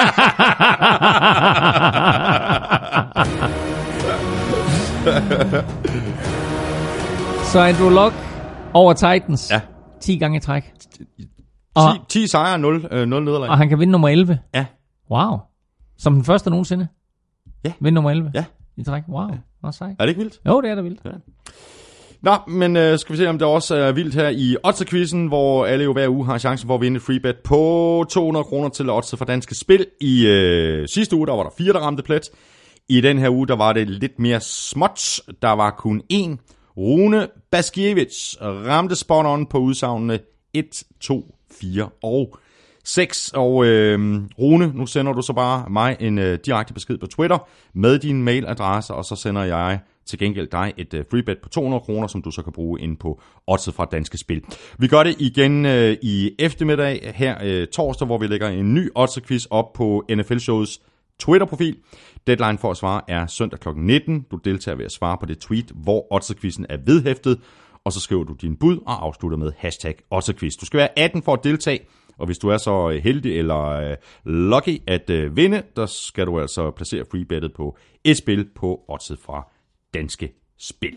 Så Andrew Luck over Titans. Ja. ti gange i træk. ti, ti sejre, nul, øh, nul nederlag. Og han kan vinde nummer elleve. Ja. Wow. Som den første nogensinde. Ja. Vinde nummer elleve. Ja. I træk. Wow. Nå, sejt. Er det ikke vildt? Jo, det er da vildt. Ja. Nå, men øh, skal vi se, om det også er vildt her i Odds-quizzen, hvor alle jo hver uge har chancen for at vinde et freebet på to hundrede kroner til Odds fra Danske Spil. I øh, sidste uge, der var der fire, der ramte plet. I den her uge, der var det lidt mere småt. Der var kun én. Rune Baskiewicz ramte spot on på udsagnene et, to, fire og seks. Og øh, Rune, nu sender du så bare mig en øh, direkte besked på Twitter med din mailadresse, og så sender jeg til gengæld dig et øh, freebet på to hundrede kroner, som du så kan bruge ind på Oddset fra Danske Spil. Vi gør det igen øh, i eftermiddag her øh, torsdag, hvor vi lægger en ny Oddset-quiz op på N F L-showets Twitter-profil. Deadline for at svare er søndag klokken nitten. Du deltager ved at svare på det tweet, hvor Oddset-quizzen er vedhæftet, og så skriver du din bud og afslutter med hashtag Oddset-quiz. Du skal være atten for at deltage, og hvis du er så heldig eller øh, lucky at øh, vinde, der skal du altså placere freebettet på et spil på Oddset fra Danske Spil.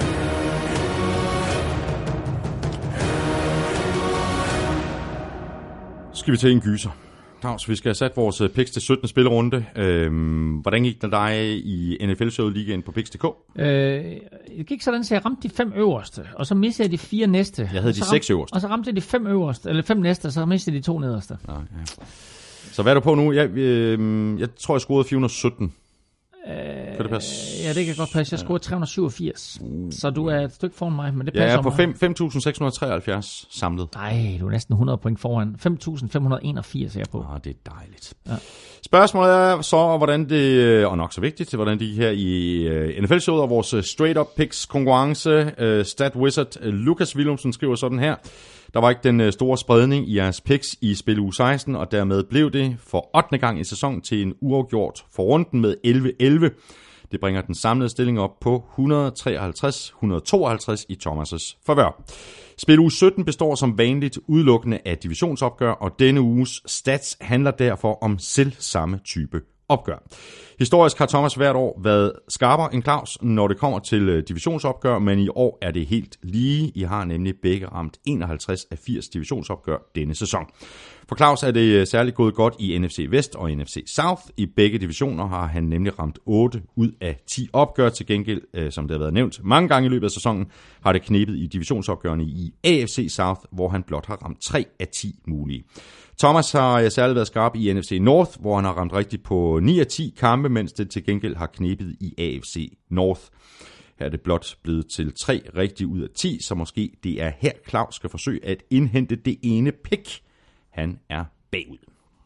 Så skal vi til en gyser. Dags, vi skal have sat vores picks til syttende spillerunde. Øhm, hvordan gik det dig i N F L-showet ligaen på picks punktum d k? Øh, det gik sådan, så jeg ramte de fem øverste, og så mistede jeg de fire næste. Jeg havde de ramte, seks øverste. Og så ramte jeg de fem øverste, eller fem næste, og så mistede jeg de to nederste. Ja, ja. Så hvad er du på nu? Jeg, øh, jeg tror, jeg scorede fire hundrede og sytten. Kan det passe? Ja, det kan godt passe. Jeg scorede tre hundrede og syvogfirs. Uh, så du er et stykke foran mig, men det passer. Jeg er på fem tusind seks hundrede og treoghalvfjerds samlet. Nej, du er næsten hundrede point foran. fem tusind fem hundrede og enogfirs er jeg på. Ah, det er dejligt. Ja. Spørgsmålet er så, hvordan det, og nok så vigtigt, hvordan det her i N F L-showet og vores straight-up picks konkurrence. Uh, Stat Wizard uh, Lukas Willumsen skriver sådan her. Der var ikke den store spredning i jeres picks i spil uge seksten, og dermed blev det for ottende gang i sæsonen til en uafgjort for runden med elleve elleve. Det bringer den samlede stilling op på et hundrede og treoghalvtreds til et hundrede og tooghalvtreds i Thomas' favør. Spil uge sytten består som vanligt udelukkende af divisionsopgør, og denne uges stats handler derfor om selv samme type opgør. Historisk har Thomas hvert år været skarpere end Claus, når det kommer til divisionsopgør, men i år er det helt lige. I har nemlig begge ramt enoghalvtreds af firs divisionsopgør denne sæson. For Claus er det særligt gået godt i N F C Vest og N F C South. I begge divisioner har han nemlig ramt otte ud af ti opgør. Til gengæld, som det har været nævnt mange gange i løbet af sæsonen, har det knebet i divisionsopgørene i A F C South, hvor han blot har ramt tre af ti mulige. Thomas har særligt været skarp i N F C North, hvor han har ramt rigtigt på ni af ti kampe, mens det til gengæld har knebet i A F C North. Her er det blot blevet til tre rigtigt ud af ti, så måske det er her Claus skal forsøge at indhente det ene pick. Han er bagud.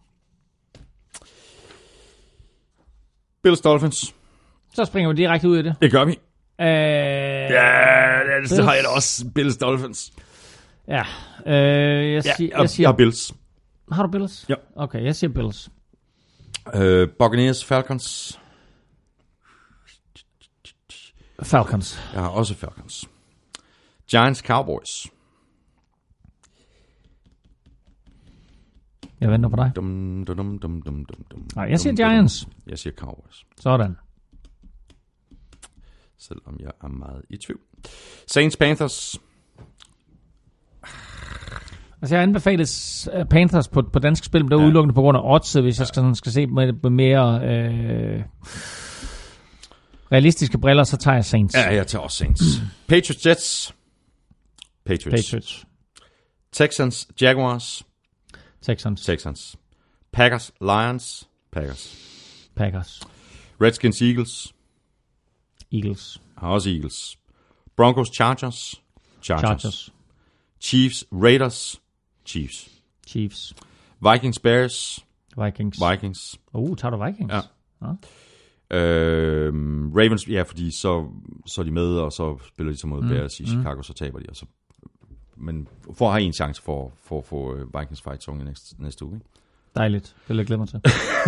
Bills Dolphins. Så springer vi direkte ud af det. Det gør vi. Øh, ja, det har jeg da også. Bills Dolphins. Ja, øh, jeg, ja siger, jeg, jeg siger... Jeg har Bills. Har du Bills? Ja. Okay, jeg siger Bills. Øh, Buccaneers Falcons. Falcons. Jeg har også Falcons. Giants Cowboys. Jeg venter på dig. Dum, dum, dum, dum, dum, dum, Nej, jeg siger dum, Giants. Dum. Jeg siger Cowboys. Sådan. Selvom jeg er meget i tvivl. Saints Panthers. Altså jeg anbefales Panthers på, på dansk spil, men det er ja. udelukkende på grund af odds, hvis ja. jeg skal, skal se med, med mere øh, realistiske briller, så tager jeg Saints. Ja, jeg tager også Saints. Mm. Patriots Jets. Patriots. Patriots. Texans Jaguars. Texans. Texans. Packers Lions. Packers. Packers. Redskins Eagles. Eagles. Har også Eagles. Broncos Chargers. Chargers. Chargers. Chiefs Raiders. Chiefs. Chiefs. Vikings Bears. Vikings. Vikings. Uh, tager du Vikings? Ja. ja. Øh, Ravens, ja, fordi så, så er de med, og så spiller de så mod mm. Bears i Chicago, mm. så taber de, og så men for at have en chance for, for at få Vikings fight song i næste, næste uge. Ikke? Dejligt. Det vil jeg glæde mig til.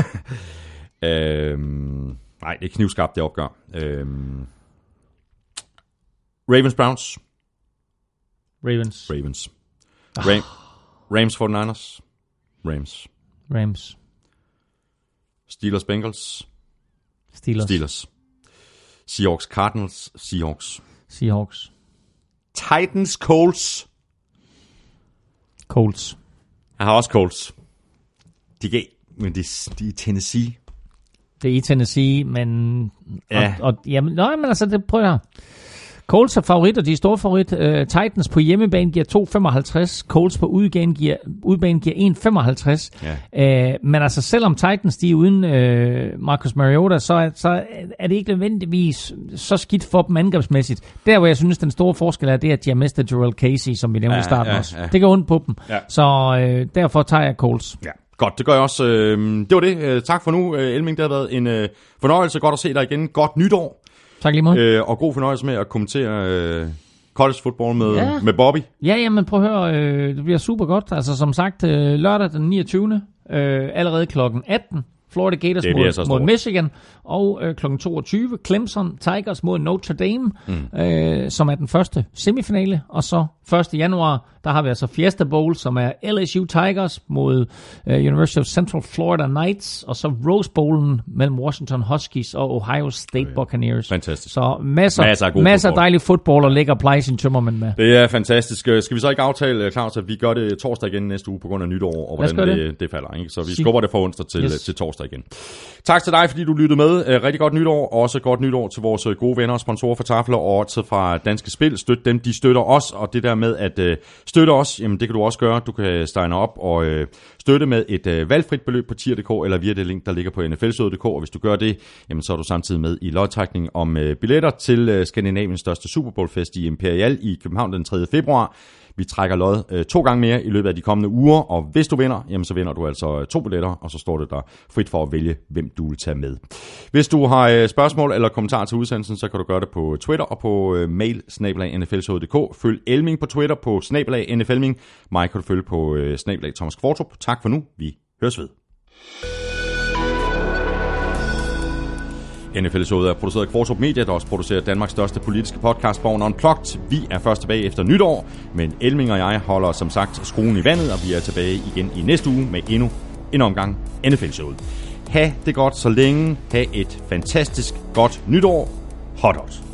øhm, nej, det er knivskarpt, det opgør. Øhm, Ravens Browns. Ravens. Ravens. Ram- Rams forty-niners. Rams. Rams. Steelers Bengals. Steelers. Steelers. Seahawks Cardinals. Seahawks. Seahawks. Titans Colts. Colts. Jeg har også Colts. De gav, men det de er Tennessee. Det er i Tennessee, men... Ja. Og, og, jamen, nej, men altså, det prøver jeg. Colts er favorit, og de er store favorit. Uh, Titans på hjemmebane giver to komma femoghalvtreds. Colts på udebane giver, udebane giver en komma femoghalvtreds. Ja. Uh, men altså, selvom Titans de er uden uh, Marcus Mariota, så er, så er det ikke nødvendigvis så skidt for dem angrebsmæssigt. Der, hvor jeg synes, den store forskel er, det er, at de har mistet Jarrell Casey, som vi nævnte ja, i starten ja, også. Ja. Det går ondt på dem. Ja. Så uh, derfor tager jeg Colts. Ja. Godt, det gør jeg også. Det var det. Tak for nu, Elming. Det har været en fornøjelse. Godt at se dig igen. Godt nytår. Tak lige meget. Og god fornøjelse med at kommentere college football med, ja. med Bobby. Ja, jamen prøv at høre. Øh, det bliver super godt. Altså som sagt, øh, lørdag den niogtyvende Øh, allerede klokken atten Florida Gators mod, mod Michigan. Og øh, klokken toogtyve Clemson Tigers mod Notre Dame, mm. øh, som er den første semifinale. Og så første januar, der har vi altså Fiesta Bowl, som er L S U Tigers mod øh, University of Central Florida Knights. Og så Rose Bowlen mellem Washington Huskies og Ohio State okay. Buccaneers. Fantastisk. Så masser, masser af, masser af dejlig fodbold og lækker pleje sin tømmermænd med. Det er fantastisk. Skal vi så ikke aftale, Claus, at vi gør det torsdag igen næste uge på grund af nytår, og hvordan det. Det, det falder, ikke? Så vi skubber det fra onsdag til, yes. til torsdag igen. Tak til dig, fordi du lyttede med. Rigtig godt nytår, og også godt nytår til vores gode venner og sponsorer for Tafler og også fra Danske Spil. Støt dem, de støtter os, og det der med at uh, støtte os, jamen det kan du også gøre. Du kan stegne op og uh, støtte med et uh, valgfrit beløb på tier punktum d k eller via det link, der ligger på n f l showet punktum d k, og hvis du gør det, jamen så er du samtidig med i lodtrækning om uh, billetter til uh, Skandinaviens største Super Bowl fest i Imperial i København den tredje februar. Vi trækker lod øh, to gange mere i løbet af de kommende uger, og hvis du vinder, jamen så vinder du altså øh, to billetter, og så står det der frit for at vælge, hvem du vil tage med. Hvis du har øh, spørgsmål eller kommentarer til udsendelsen, så kan du gøre det på Twitter og på øh, mail snabel-a n f l showet punktum d k. Følg Elming på Twitter på snabel-a n f elming. Mig kan du følge på øh, snabel-a Thomas Kvartrup. Tak for nu. Vi høres ved. N F L-showet er produceret af Kvartrup Media, der også producerer Danmarks største politiske podcast, Born Unplugged. Vi er først tilbage efter nytår, men Elming og jeg holder som sagt skruen i vandet, og vi er tilbage igen i næste uge med endnu en omgang N F L-showet. Ha' det godt så længe. Ha' et fantastisk godt nytår. Hot hot.